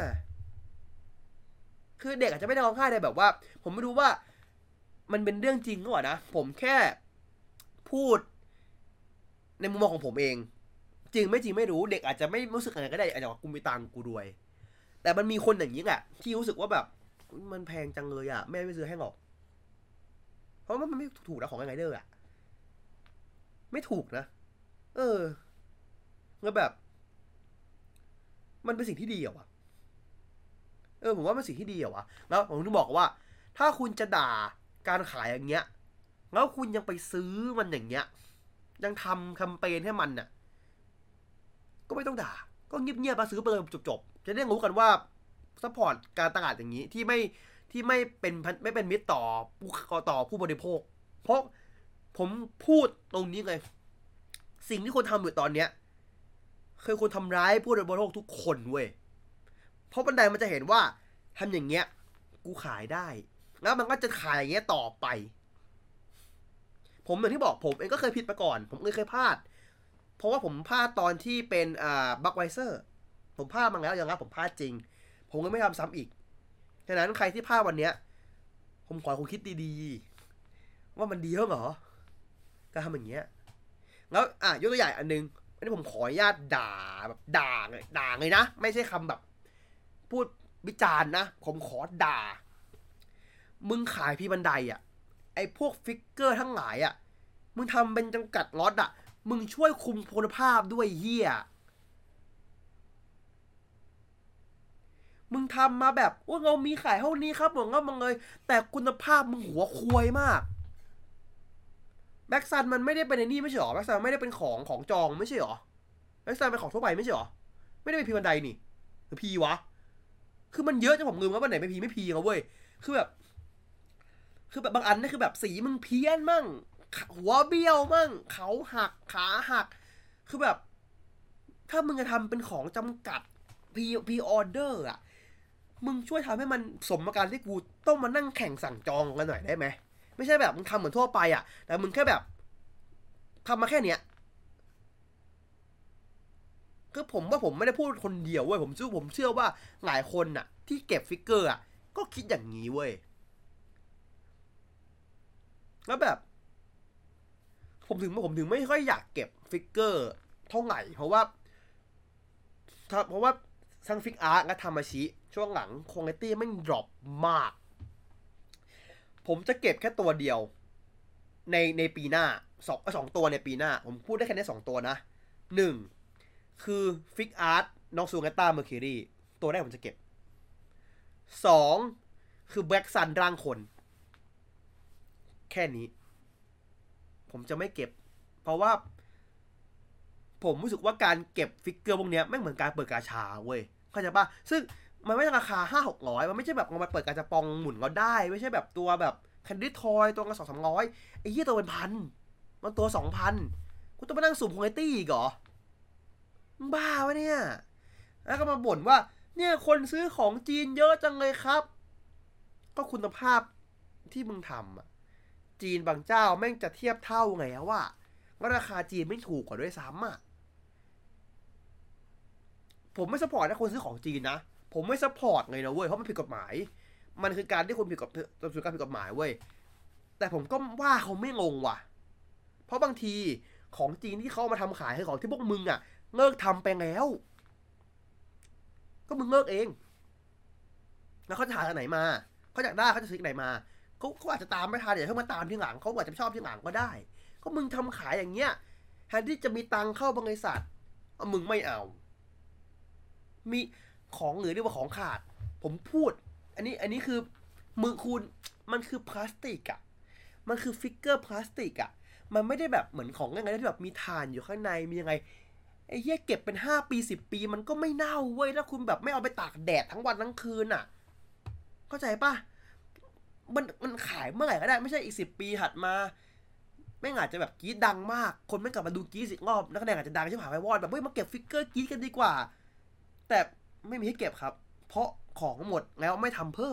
คือเด็กอาจจะไม่ได้ร้องไห้เลยแบบว่าผมไม่รู้ว่ามันเป็นเรื่องจริงหรือเปล่านะผมแค่พูดในมุมมองของผมเองจริงไม่จริงไม่รู้เด็กอาจจะไม่รู้สึกอะไรก็ได้อาจจะว่ากูมีตังกูรวยแต่แต่มันมีคนอย่างนี้แหละที่รู้สึกว่าแบบมันแพงจังเลยอ่ะแม่ไม่ซื้อให้หรอกเพราะว่ามันไม่ถูกนะของไงเดอร์อ่ะไม่ถูกนะเออแล้วแบบมันเป็นสิ่งที่ดีเหรอวะเออผมว่ามันสิ่งที่ดีเหรอวะแล้วผมถึงบอกว่าถ้าคุณจะด่าการขายอย่างเงี้ยแล้วคุณยังไปซื้อมันอย่างเงี้ยยังทำแคมเปญให้มันน่ะก็ไม่ต้องด่าก็เงียบๆมาซื้อไปเลยจบๆจะได้รู้กันว่าซัพพอร์ตการตลาดอย่างนี้ที่ไม่ที่ไม่เป็นไม่เป็นมิตรต่อต่อผู้บริโภคเพราะผมพูดตรงนี้เลยสิ่งที่คนทำอยู่ตอนเนี้ยคือคนทำร้ายผู้บริโภคทุกคนเว้ยเพราะบันไดมันจะเห็นว่าทำอย่างเงี้ยกูขายได้แล้วมันก็จะขายอย่างเงี้ยต่อไปผมอย่างที่บอกผมเองก็เคยผิดมาก่อนผมเคยเคยพลาดเพราะว่าผมพลาดตอนที่เป็นอ่าบัคไวเซอร์ผมพลาดมาแล้วอย่างนั้นผมพลาดจริงผมก็ไม่ทำซ้ำอีกฉะนั้นใครที่พลาดวันเนี้ยผมขอคุณคิดดีๆว่ามันดีเหรอการทำอย่างเงี้ยแล้วอ่ะยกตัวอย่างอันนึงอันนี้ผมขออนุญาตด่าแบบด่าเลยด่าเลยนะไม่ใช่คำแบบพูดวิจารณ์นะผมขอด่ามึงขายพี่บันไดอ่ะไอพวกฟิกเกอร์ทั้งหลายอ่ะมึงทำเป็นจำกัดล็อตอ่ะมึงช่วยคุมคุณภาพด้วยเฮียมึงทำมาแบบว่าเรามีขายเท่านี้ครับผมก็มึงเลยแต่คุณภาพมึงหัวควยมากแบ็กซันมันไม่ได้เป็นไอ้นี่ไม่ใช่หรอแบ็กซันไม่ได้เป็นของของจองไม่ใช่หรอแบ็กซันเป็นของทั่วไปไม่ใช่หรอไม่ได้เป็นพีบันไดนี่หรือพีวะคือมันเยอะจนผมลืมว่าวันไหนไม่พีไม่พีเขาเว้ยคือแบบคือแบบบางอันนี่คือแบบสีมึงเพี้ยนมั่งหัวเบี้ยวมั่งเขาหักขาหักคือแบบถ้ามึงจะทำเป็นของจำกัดพีพีออเดอร์อ่ะมึงช่วยทำให้มันสมการที่กูต้องมานั่งแข่งสั่งจองกันหน่อยได้ไหมไม่ใช่แบบมึงทำเหมือนทั่วไปอ่ะแต่มึงแค่แบบทำมาแค่เนี้ยคือผมว่าผมไม่ได้พูดคนเดียวเว้ยผมเชื่อผมเชื่อว่าหลายคนน่ะที่เก็บฟิกเกอร์อ่ะก็คิดอย่างนี้เว้ยแล้วแบบผมถึงผมถึงไม่ค่อยอยากเก็บฟิกเกอร์เท่าไหร่เพราะว่าเพราะว่าทั้งฟิกอาร์ตและทามาชิช่วงหลังคุณภาพไม่ดรอปมากผมจะเก็บแค่ตัวเดียวในในปีหน้าสองสองตัวในปีหน้าผมพูดได้แค่นี้สองตัวนะหนึ่งคือฟิกอาร์ตน้องซูงาต้าเมอร์คิรีตัวแรกผมจะเก็บสองคือแบล็กซันร่างคนแค่นี้ผมจะไม่เก็บเพราะว่าผมรู้สึกว่าการเก็บฟิกเกอร์พวกนี้ไม่เหมือนการเปิดกาชาเว้ยเข้าใจปะซึ่งมันไม่ใช่ราคาห้าหกร้อยมันไม่ใช่แบบเรามาเปิดกาชาปองหมุนก็ได้ไม่ใช่แบบตัวแบบแคนดี้ทอยตัวละสองสามร้อยไอ้ยี่ตัวเป็นพันมันตัวสองพันกูต้องไปนั่งสุ่มโฮเอตี้อีกเหรอบ้าวะเนี่ยแล้วก็มาบ่นว่าเนี่ยคนซื้อของจีนเยอะจังเลยครับก็คุณภาพที่มึงทำอะจีนบางเจ้าแม่งจะเทียบเท่าไงว่าว่าราคาจีนไม่ถูกกว่าด้วยซ้ำอะผมไม่สปอร์ตให้คนซื้อของจีนนะผมไม่สปอร์ตเลยนะเว้ยเพราะมันผิดกฎหมายมันคือการที่คนผิดกฎคือการผิดกฎหมายเว้ยแต่ผมก็ว่าเขาไม่ลงว่ะเพราะบางทีของจีนที่เขามาทำขายคือของที่พวกมึงอะเลิกทำไปแล้วก็มึงเลิกเองแล้วเขาจะหาจากไหนมาเขาอยากได้เขาจะซื้อไหนมาเขาเขาอาจจะตามไม่ทันเดี๋ยวเขามาตามที่หลังเขาอาจจะชอบที่หลังก็ได้ก็มึงทำขายอย่างเงี้ยแทนที่จะมีตังเข้าบริษัทเอามึงไม่เอามีของหรือเรียกว่าของขาดผมพูดอันนี้อันนี้คือมือคุณมันคือพลาสติกอะมันคือฟิกเกอร์พลาสติกอะมันไม่ได้แบบเหมือนของยังไงที่แบบมีถ่านอยู่ข้างในมียังไงไอ้เหี้ยเก็บเป็นห้าปีสิบปีมันก็ไม่เน่าเว้ยถ้าคุณแบบไม่เอาไปตากแดดทั้งวันทั้งคืนอะเข้าใจปะมันมันขายเมื่อไหร่ก็ได้ไม่ใช่อีกสิบปีถัดมาไม่อาจจะแบบกรี๊ดดังมากคนไม่กลับมาดูกรี๊ดสิรอบนักแสดงอาจจะดังใช่ไหมไปวอดแบบเฮ้ยมาเก็บฟิกเกอร์กรี๊ดกันดีกว่าแต่ไม่มีให้เก็บครับเพราะของหมดแล้วไม่ทำเพิ่ม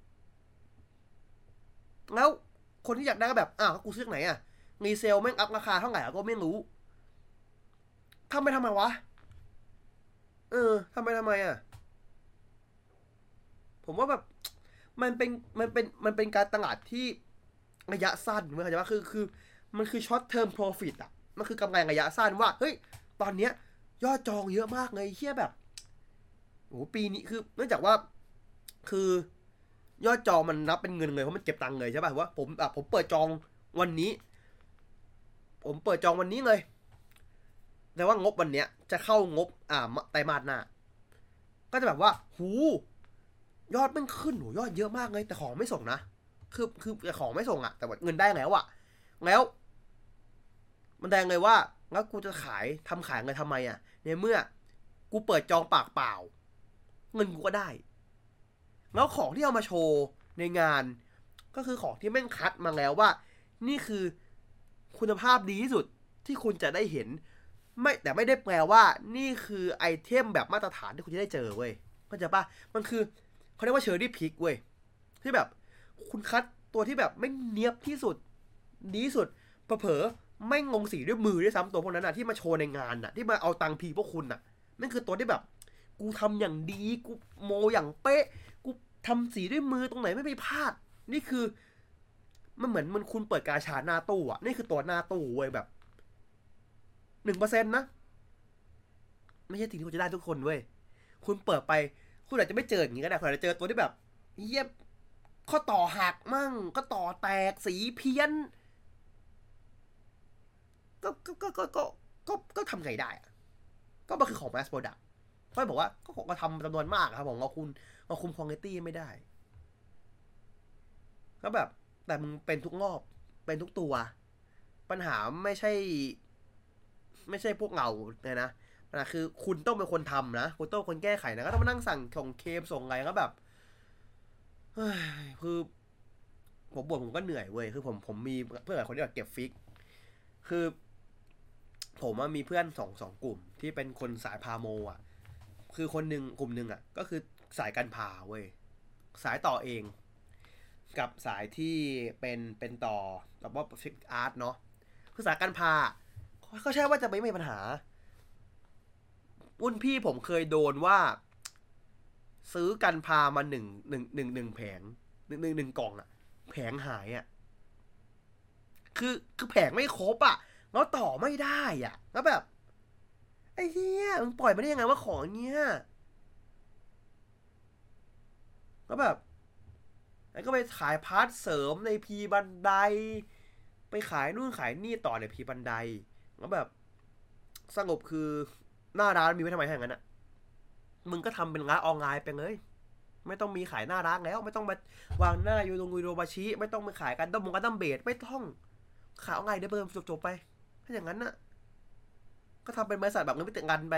แล้วคนที่อยากได้ก็แบบอ้าวกูซื้อไหนอ่ะรีเซลแม่งอัพราคาเท่าไหร่ก็ไม่รู้ทำไปทำไมวะเออทำไปทำไมอ่ะผมว่าแบบมันเป็นมันเป็นมันเป็นการตลาดที่ระยะสั้นเมื่อเข้าใจว่าคือคือมันคือช็อตเทอมโปรฟิตอ่ะมันคือกำไรระยะสั้นว่าเฮ้ยตอนเนี้ยยอดจองเยอะมากเลยเฮียแบบโอ้ปีนี้คือเนื่องจากว่าคือยอดจองมันนับเป็นเงินเลยเพราะมันเก็บตังค์เลยใช่ป่ะว่าผมอ่ะผมเปิดจองวันนี้ผมเปิดจองวันนี้เลยแต่ว่างบวันเนี้ยจะเข้างบอ่าไตรมาสหน้าก็จะแบบว่าหูยอดมันขึ้นโหยอดเยอะมากเลยแต่ของไม่ส่งนะคือคือของไม่ส่งอะแต่ว่าเงินได้แล้วอะแล้วมันแดงเลยว่าแล้วกูจะขายทำขายเงินทำไมอะในเมื่อกูเปิดจองปากเปล่าเงินกูก็ได้แล้วของที่เอามาโชว์ในงานก็คือของที่แม่งคัดมาแล้วว่านี่คือคุณภาพดีที่สุดที่คุณจะได้เห็นไม่แต่ไม่ได้แปลว่านี่คือไอเทมแบบมาตรฐานที่คุณจะได้เจอเว้ยเข้าใจปะมันคือเขาเรียกว่าเชอร์รี่พิกเว้ยที่แบบคุณคัดตัวที่แบบไม่เนี้ยบที่สุดดีที่สุดเผลอๆไม่งงสีด้วยมือด้วยซ้ำตัวพวกนั้นอะที่มาโชว์ในงานอะที่มาเอาตังค์พีพวกคุณอะนั่นคือตัวที่แบบกูทำอย่างดีกูโมอย่างเป๊ะกูทำสีด้วยมือตรงไหนไม่มีพลาดนี่คือมันเหมือนมันคุณเปิดกาชาหน้าตู้อะนี่คือตัวหน้าตู้เว้ยแบบหนึ่งเปอร์เซ็นต์นะไม่ใช่สิ่งที่คุณจะได้ทุกคนเว้ยคุณเปิดไปคุณอาจจะไม่เจออย่างนี้ก็ได้คุณอาจจะเจอตัวที่แบบเยี่ยข้อต่อหักมั่งก็ต่อแตกสีเพี้ยนก็ก็ก็ก็ก็ก็ก็ทำไงได้อะก็มันคือของ mass product ก็บอกว่าก็ก็ทำจำนวนมากครับผมเราคุณเราคุมคุณภาพไม่ได้ก็แบบแต่มึงเป็นทุกรอบเป็นทุกตัวปัญหาไม่ใช่ไม่ใช่พวกเราเนี่ยนะปัญหาคือคุณต้องเป็นคนทำนะคุณต้องเป็นคนแก้ไขนะก็ต้องมานั่งสั่งของเคมส่งอะไรก็แบบคือผมบ่นผมก็เหนื่อยเว้ยคือผมผมมีเพื่อนหลายคนที่แบบเก็บฟิกคือผมมีเพื่อนสองสองกลุ่มที่เป็นคนสายพาโมอ่ะคือคนหนึ่งกลุ่มหนึ่งอ่ะก็คือสายการพาเว้ยสายต่อเองกับสายที่เป็นเป็นต่อแบบว่าฟิกอาร์ตเนาะคือสายการพาเขาใช่ว่าจะไม่มีปัญหารุ่นพี่ผมเคยโดนว่าซื้อกันพามาหนึ่งหนึ่งหนึ่งหนึ่งแผงหนึ่งหนึ่งหนึ่งกล่องอะแผงหายอะคือคือแผงไม่ครบอะแล้วต่อไม่ได้อะแล้วแบบไอ้เหี้ยมึงปล่อยมาได้ยังไงว่าของเนี้ยแล้วแบบไอ้ก็ไปขายพาร์ทเสริมในพีบันไดไปขายนู่นขายนี่ต่อในพีบันไดแล้วแบบสงบคือหน้าร้านมีไว้ทำไมถ้าอย่างนั้นอะมึงก็ทำเป็นร้านออนไลน์ไปเลยไม่ต้องมีขายหน้าร้านแล้วไม่ต้องมาวางหน้ายูโรงยูโรบาชิไม่ต้องมาขายกันดั้มมงกันดั้มเบสไม่ต้องขายออนไลน์ได้เบิ่มจบๆไปถ้าอย่างนั้นน่ะก็ทำเป็นบริษัทแบบเงินไม่ติดกันไป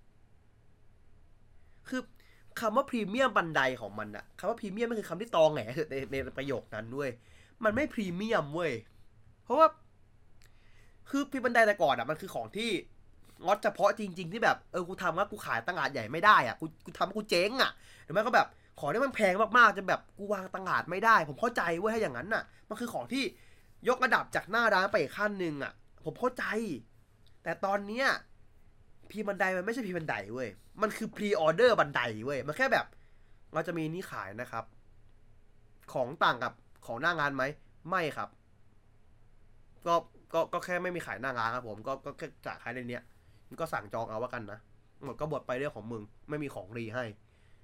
คือคำว่าพรีเมียมบันไดของมันอะคำว่าพรีเมียมมันคือคำที่ตอแหงในในประโยคนั้นด้วยมันไม่พรีเมียมเว้ยเพราะว่าคือพรีบันไดแต่ก่อนอะมันคือของที่งดเฉพาะจริงๆที่แบบเออกูทำว่ากูขายตลาดใหญ่ไม่ได้อะกูกูทำกูเจ๊งอะหรือไม่ก็แบบของที่มันแพงมากๆจะแบบกูวางตลาดไม่ได้ผมเข้าใจเว้ยถ้าอย่างนั้นน่ะมันคือของที่ยกระดับจากหน้าร้านไปอีกขั้นหนึ่งอะผมเข้าใจแต่ตอนเนี้ยพีบันไดมันไม่ใช่พีบันไดเว้ยมันคือพรีออเดอร์บันไดเว้ยมันแค่แบบเราจะมีนี่ขายนะครับของต่างกับของหน้างานไหมไม่ครับก็ก็ก็แค่ไม่มีขายหน้างานครับผมก็ก็แค่จะขายในเนี้ยก็สั่งจองเอาว่ากันนะหมดก็บดไปเรื่องของมึงไม่มีของรีให้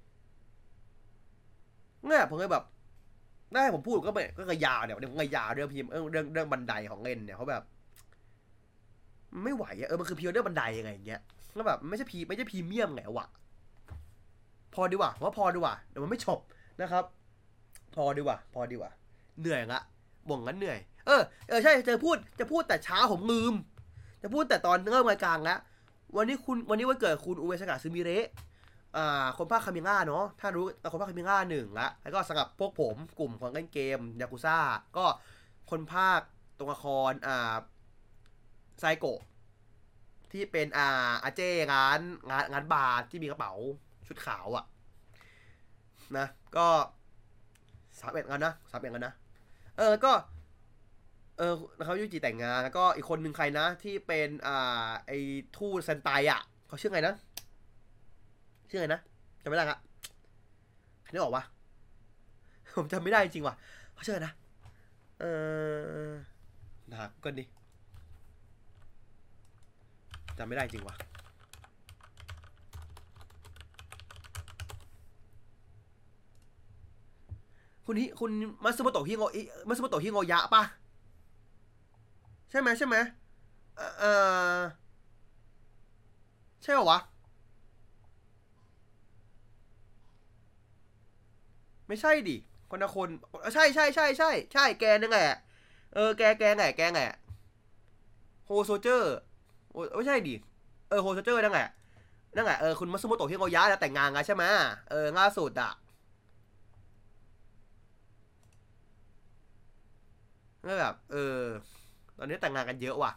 เนี่ยผมเลยแบบได้ผมพูดก็ไม่ก็กระยาเนี่ยเดี๋ยวกระยาเรื่องพิมพ์เรื่องเรื่องบันไดของเล่นเนี่ยเขาแบบไม่ไหวอะเออมันคือพีเรื่องบันไดยังไงอย่างเงี้ยแล้วแบบไม่ใช่พีไม่ใช่พรีเมียมไงวะพอดีกว่าว่าพอดีกว่าเดี๋ยวมันไม่จบนะครับพอดีกว่าพอดีกว่าเหนื่อยละบ่งงั้นเหนื่อยเออเออใช่จะพูดจะพูดแต่ช้าผมลืมจะพูดแต่ตอนเริ่มรายการแล้ววันนี้คุณวันนี้วันเกิดคุณอุเวสกาซึมิเระอ่าคนภาคคามิง่าเนาะถ้ารู้คนภาคคามิง่าหนึ่งละแล้วก็สำหรับพวกผมกลุ่มคนเล่นเกมยากุซ่าก็คนภาคตัวละครอ่าไซโกะที่เป็นอ่าอาเจ้งานงานงานบาร์ที่มีกระเป๋าชุดขาวอะนะก็สามเอ็ดกันนะสามเอ็ดกันนะเออก็เออเขายูจิแต่งงานแล้วก็อีกคนหนึ่งใครนะที่เป็นอ่าไอทูตเซนไตอะเขาชื่อไงนะชื่อไงนะจำไม่ได้ละใครนึกออกวะผมจำไม่ได้จริงว่ะเขาชื่อไงนะเออนะก็ดิจำไม่ได้จริงว่ะคุณฮิคุณมัตสึโมโตะฮิโงอิมัตสึโมโตะฮิโงยะปะใช่ไหมใช่ไหมเออใช่ป่าวะไม่ใช่ดิคนละคนใช่ใช่ใช่ใช่ใช่แกนั่นแหละเออแกแกไงแกไงโฮโซเจอร์โอ้ไม่ใช่ดิเออโฮโซเจอร์นั่นแหละนั่นแหละเออคุณมัตสึโมโตะฮิโงยะจะแต่งงานกันใช่ไหมเออล่าสุดอะก็แบบเออตอนนี้แต่งงานกันเยอะว่ะ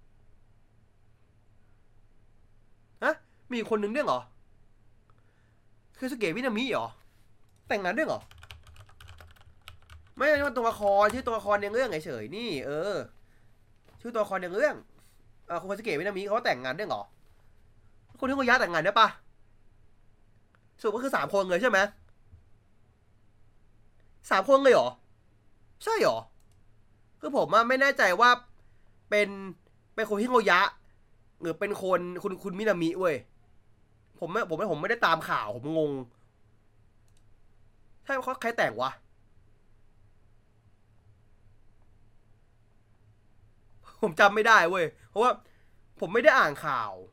ฮะมีคนนึงด้วยเหรอคือสเกะวินามิเหรอแต่งงานด้วยเหรอไม่ใช่ว่าตัวละครชื่อตัวละครในเรื่องเฉยๆนี่เออชื่อตัวละครในเรื่องเออคุณสเกะวินามิเขาแต่งงานด้วยเหรอคนที่เขาย้ายแต่งงานได้ปะสรุปก็คือสามคนเลยใช่ไหมสามคนเลยเหรอใช่เหรอคือผมไม่แน่ใจว่าเป็นเป็นคนที่โงยะหรือเป็นคนคุณคุณมินามิเว้ยผมไม่ผมไม่ผมไม่ได้ตามข่าวผมงงใช่เขาใครแต่งวะผมจำไม่ได้เว้ยเพราะว่าผมไม่ได้อ่านข่าว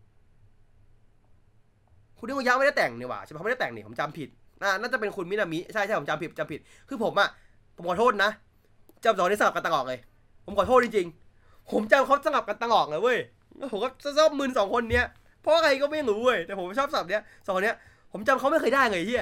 คุณที่โงยะไม่ได้แต่งนี่หว่าใช่ไหมเขาไม่ได้แต่งนี่ผมจำผิดน่าน่าจะเป็นคุณมินามิใช่ใช่ผมจำผิดจำผิดคือผมอะผมขอโทษนะจำสองนี้สลับกันตลอดเลยผมขอโทษจริงๆผมจำเขาสลับกันตลอดเลยเว้ยผมก็ชอบมึนสองคนเนี้ยเพราะอะไรก็ไม่รู้เว้ยแต่ผมชอบสับเนี้ยสองคนเนี้ยผมจำเขาไม่เคยได้เลยเฮีย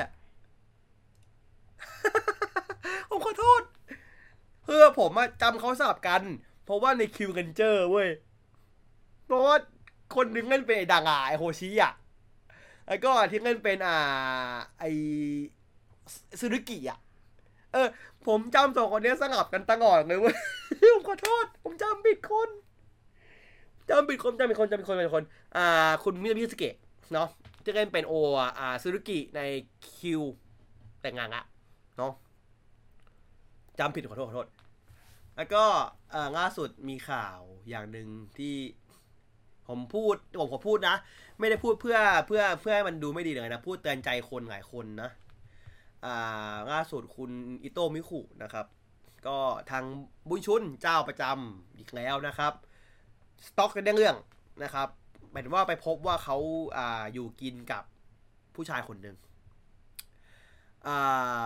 ผมขอโทษเพื่อผมอะจำเขาสลับกันเพราะว่าในคิวกันเจอร์เว้ยเพราะว่าคนหนึงเล่นเป็นไอ้ดังอ่ะไอโฮชิอ่ะแล้วก็ที่เล่นเป็นอ่าไอซึรุกิอ่ะเออผมจำสองคนนี้สลับกันตลอดเลยเว้ยผมขอโทษผมจำผิดคนจำผิดคนจำผิดคนจำผิดคนจำผิดคนอ่าคุณมินามิสเกะเนาะที่เล่นเป็นโออ่าซึรุกิในคิวแต่งงานอะเนาะจำผิดขอโทษขอโทษ แล้วก็ล่าสุดมีข่าวอย่างหนึ่งที่ผมพูดผมขอพูดนะไม่ได้พูดเพื่อเพื่อเพื่อให้มันดูไม่ดีเลยนะพูดเตือนใจคนหลายคนนะอ่าล่าสุดคุณอิโตะมิคุนะครับก็ทางบุญชุนเจ้าประจำอีกแล้วนะครับสต็อกกันเรื่องนะครับหมายถึงว่าไปพบว่าเขาอ่าอยู่กินกับผู้ชายคนหนึ่งอ่า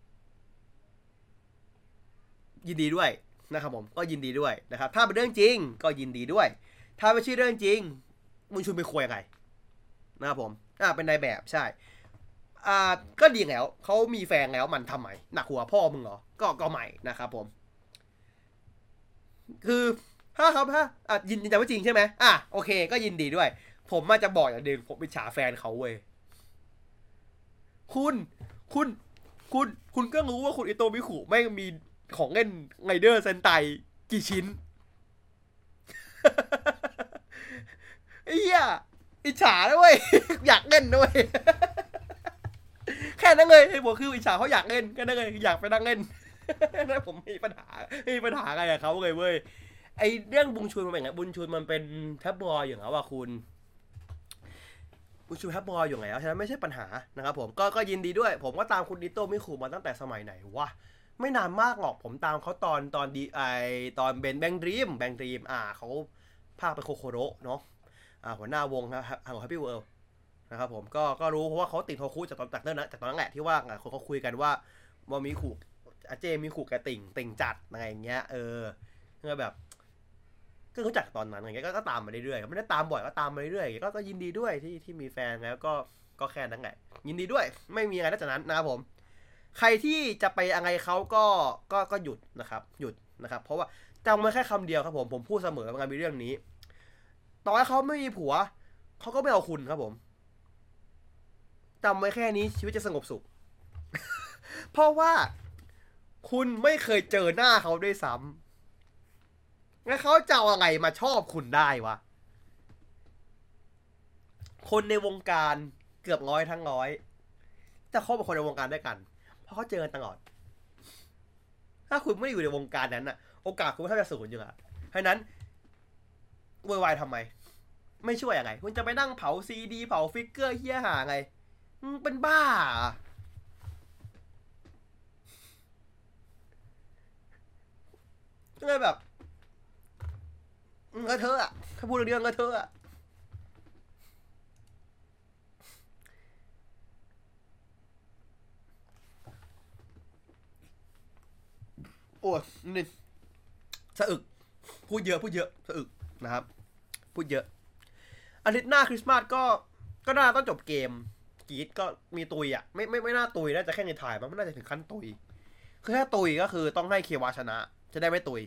ยินดีด้วยนะครับผมก็ยินดีด้วยนะครับถ้าเป็นเรื่องจริงก็ยินดีด้วยถ้าไม่ใช่เรื่องจริงบุญชุนไปคุยยังไงนะครับผมอ่าเป็นนายแบบใช่อ่าก็ดีแล้วเขามีแฟนแล้วมันทำไมหนักหัวพ่อมึงเหรอก็ก็ใหม่นะครับผมคือถ้าเขาถ้าอ่ะยินดีว่าจริงใช่ไหมอ่ะโอเคก็ยินดีด้วยผมมาจะบอกอย่างเดียวผมไปฉาแฟนเขาเว้ยคุณคุณคุณคุณก็รู้ว่าคุณอิโตมิคุไม่มีของเล่นไรเดอร์เซนไตกี่ชิ้นไอ้เหี้ยอิจฉาด้วยอยากเล่นด้วยแค่นั้นเลยผมคืออิจฉาเขาอยากเล่นแค่นั้นเลยอยากไปนั่งเล่นนั่นผมมีปัญหามีปัญหาอะไรกับเขาเลยเว้ยไอเรื่องบุญชูมันเป็นไงบุญชูมันเป็นแท็บบอยอย่างแล้วว่าคุณบุญชูแท็บบอยอยู่ไงแล้วฉะนั้นไม่ใช่ปัญหานะครับผมก็ก็ยินดีด้วยผมก็ตามคุณดิโต้มิคูมาตั้งแต่สมัยไหนวะไม่นานมากหรอกผมตามเขาตอนตอนดีไอตอนเบนแบงดรีมแบงดรีมอ่าเขาภาคเป็นโคโคโระเนาะอ่าหัวหน้าวงครับของแฮปปี้เวิลด์นะครับผมก็ก็รู้เพราะว่าเขาติดโทคุจากตอนจากนั้นนะจากตอนนั้นแหละที่ว่าคนเขาคุยกันว่าว่ามีขู่อาเจมีขู่แกติ่งติ่งจัดอะไรอย่างเงี้ยเออก็แบบก็รู้จักตอนนั้นอะไรเงี้ยก็ตามมาเรื่อยๆไม่ได้ตามบ่อยก็ตามมาเรื่อยๆก็ก็ยินดีด้วยที่ที่มีแฟนแล้วก็ก็แค่นั้นแหละยินดีด้วยไม่มีอะไรนอกจากนั้นนะครับผมใครที่จะไปอะไรเขาก็ก็ก็หยุดนะครับหยุดนะครับเพราะว่าจำไว้แค่คำเดียวครับผมผมพูดเสมอเวลามีเรื่องนี้ต่อให้เขาไม่มีผัวเขาก็ไม่เอาคุณครับผมจำไว้แค่นี้ชีวิตจะสงบสุขเพราะว่าคุณไม่เคยเจอหน้าเขาด้วยซ้ำงั้นเขาจะเอาอะไรมาชอบคุณได้วะคนในวงการเกือบร้อยทั้งร้อยจะคบกับคนในวงการด้วยกันเพราะเขาเจอกันตลอดถ้าคุณไม่อยู่ในวงการนั้นอะโอกาสคุณแทบจะศูนย์อยู่อะเพราะนั้นเวอร์ไวทำไมไม่ช่วยอะไรคุณจะไปนั่งเผาซีดีเผาฟิกเกอร์เฮี้ยหาไงเป็นบ้าก็เลยแบบก็เธออะถ้าพูดเรื่องก็เธออะโอ้ยนี่สะอึกพูดเยอะพูดเยอะสะอึกนะครับพูดเยอะอาทิตย์หน้าคริสต์มาสก็ก็น่าต้องจบเกมกีดก็มีตุยอ่ะไม่ไม่ไม่น่าตุยน่าจะแค่ในถ่ายมันไม่น่าจะถึงขั้นตุยคือถ้าตุยก็คือต้องให้เควาชนะจะได้ไม่ตุย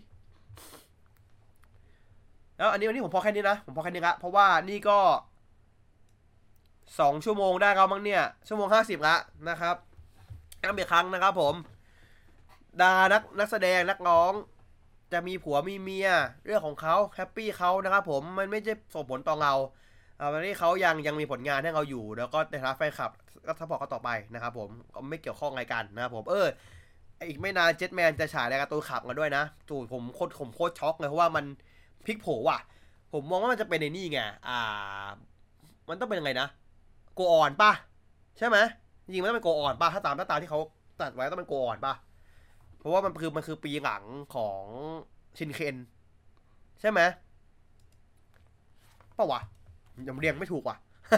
แล้วอันนี้วันนี้ผมพอแค่นี้นะผมพอแค่นี้ละเพราะว่านี่ก็สองชั่วโมงได้แล้วมั้งเนี่ยชั่วโมงห้าสิบละนะครับย้ำอีกครั้งนะครับผมดานักนักแสดงนักร้องจะมีผัวมีเมียเรื่องของเขาแฮปปี้เขานะครับผมมันไม่ใช่ส่งผลต่อเราวันนี้เขายังยังมีผลงานให้เราอยู่แล้วก็ในฐานะแฟนคลับก็ซัพพอร์ตเขาต่อไปนะครับผมไม่เกี่ยวข้องอะไรกันนะครับผมเอออีกไม่นานเจ็ตแมนจะฉายในการ์ตูนขับกันด้วยนะจูผมโคตรผมโคตรช็อกเลยเพราะว่ามันพลิกโผว่ะผมมองว่ามันจะเป็นในนี่ไงอ่ามันต้องเป็นยังไงนะโกออนป่ะใช่ไหมจริงๆมันต้องเป็นโกออนป่ะถ้าตามหน้าตาที่เขาตัดไว้ต้องเป็นโกออนป่ะเพราะว่ามันคือมันคือปีหลังของชินเคนใช่ไหมป่ะวะยังเรียงไม่ถูกว่ะ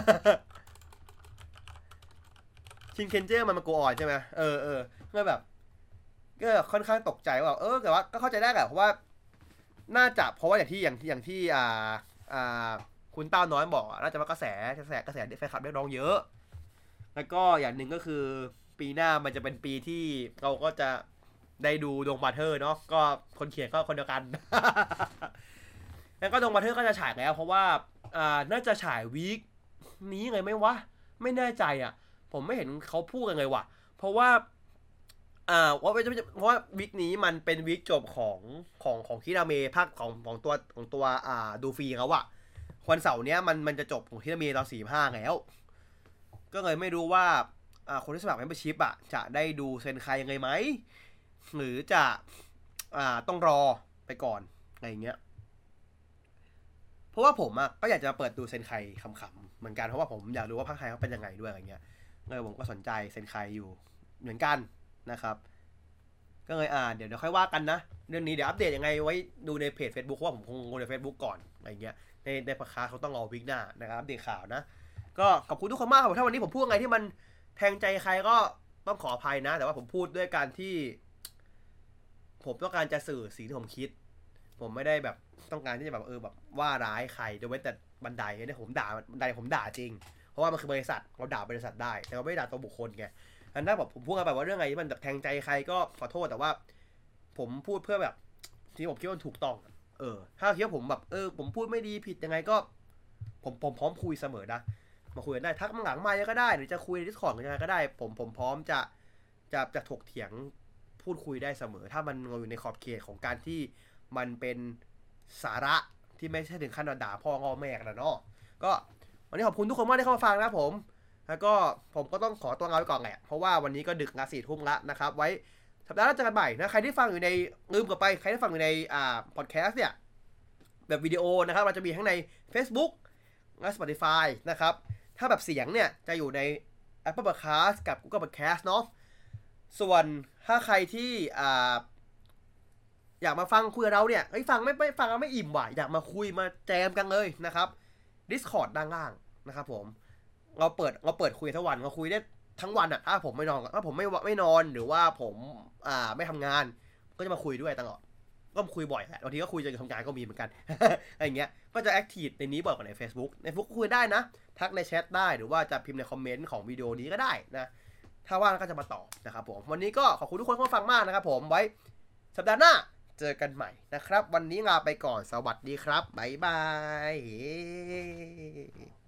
ชินเคนเจอร์มันมาโกออนใช่ไหมเออเออก็แบบก็ค่อนข้างตกใจว่าเออแต่ว่าก็เข้าใจได้แหละเพราะว่าน่าจะเพราะว่าอย่างที่อย่างที่อย่างที่อ่าอ่าคุณเต้าน้อยบอกน่าจะว่ากระแสกระแสกระแสแฟนคลับเรียกร้องเยอะแล้วก็อย่างหนึ่งก็คือปีหน้ามันจะเป็นปีที่เราก็จะได้ดูดวงบัตเทอร์เนาะก็คนเขียนก็คนเดียวกัน แล้วก็ดวงบัตเทอร์ก็จะฉายแล้วเพราะว่าอ่าน่าจะฉายวีคนี้ไงไม่วะไม่แน่ใจอ่ะผมไม่เห็นเขาพูดกันเลยว่ะเพราะว่าอ่าว่าเพราะว่าวีคนี้มันเป็นวีคจบของของของคิราเมะภาคของของตัวของตัวอ่าดูฟีเขาอะวันเสาร์เนี้ยมันมันจะจบของคิราเมะตอนสี่ห้าแล้วก็เลยไม่รู้ว่าอ่าคนที่สมัครเมมเบอร์ชิพอะจะได้ดูเซนไคยังไงไหมหรือจะอ่าต้องรอไปก่อนอะไรอย่างเงี้ยเพราะว่าผมอะก็อยากจะเปิดดูเซนไคขำๆเหมือนกันเพราะว่าผมอยากรู้ว่าภาคไทยเขาเป็นยังไงด้วยอะไรเงี้ยเลยผมก็สนใจเซนไคอยู่เหมือนกันนะครับก็เลยอ่าเดี๋ยวเดี๋ยวค่อยว่ากันนะเรื่องนี้เดี๋ยวอัปเดตยังไงไว้ดูในเพจ Facebook ว่าผมคงลงใน Facebook ก่อนอะไรเงี้ยในในประคาเขาต้องรอวิกหน้านะครับอัปเดตข่าวนะก็ขอบคุณทุกคนมากครับถ้าวันนี้ผมพูดอะไรที่มันแทงใจใครก็ต้องขออภัยนะแต่ว่าผมพูดด้วยการที่ผมต้องการจะสื่อสิ่งที่ผมคิดผมไม่ได้แบบต้องการที่จะแบบเออแบบว่าร้ายใครจะเว้นแต่บันไดเนี่ยผมด่าบันไดผมด่าจริงเพราะว่ามันคือบริษัทเราด่าบริษัทได้แต่เราไม่ด่าตัวบุคคลไงอันนั้นแบบผมพูดกันแบบว่าเรื่องอะไรที่มันแบบแทงใจใครก็ขอโทษแต่ว่าผมพูดเพื่อแบบที่ผมคิดว่าถูกต้องเออถ้าคิดว่าผมแบบเออผมพูดไม่ดีผิดยังไงก็ผมผมพร้อมคุยเสมอนะมาคุยกันได้ทักมาหลังไมค์ก็ได้หรือจะคุยในดิสคอร์ดยังไงก็ได้ผมผมพร้อมจะจะจะถกเถียงพูดคุยได้เสมอถ้ามันอยู่ในขอบเขตของการที่มันเป็นสาระที่ไม่ใช่ถึงขั้นด่าพ่องอแม่กันนะเนาะก็วันนี้ขอบคุณทุกคนมากที่เข้ามาฟังนะผมแล้วก็ผมก็ต้องขอตัวลาไปก่อนแหละเพราะว่าวันนี้ก็ดึกนะสี่ทุ่มละนะครับไว้สัปดาห์หน้าเจอกันใหม่นะใครที่ฟังอยู่ในลืมกลับไปใครที่ฟังอยู่ในอ่าพอดแคสต์เนี่ยแบบวิดีโอนะครับเราจะมีทั้งใน Facebook และ Spotify นะครับถ้าแบบเสียงเนี่ยจะอยู่ใน Apple Podcast กับ Google Podcast เนาะส่วนถ้าใครที่อ่าอยากมาฟังคุยกับเราเนี่ยไอ้ฟังไม่ไม่ฟังแล้วไม่อิ่มว่ะอยากมาคุยมาแจมกันเลยนะครับ Discord ด้านล่างนะครับผมเราเปิดเราเปิดคุยทั้งวันเราคุยได้ทั้งวันอ่ะถ้าผมไม่นอนถ้าผมไม่ไม่นอนหรือว่าผมอ่าไม่ทำงานก็จะมาคุยด้วยตลอดก็คุยบ่อยแหละบางทีก็คุยจนทำงานก็มีเหมือนกัน อะไรเงี้ยก็จะแอคทีฟในนี้บ่อยกว่าใน Facebook ใน Facebook คุยได้นะทักในแชทได้หรือว่าจะพิมพ์ในคอมเมนต์ของวิดีโอนี้ก็ได้นะถ้าว่างก็จะมาตอบนะครับผมวันนี้ก็ขอบคุณทุกคนที่ฟังมากนะครับผมไว้สัปดาห์หน้าเจอกันใหม่นะครับวันนี้ลาไปก่อนสวัสดีครับบ๊ายบาย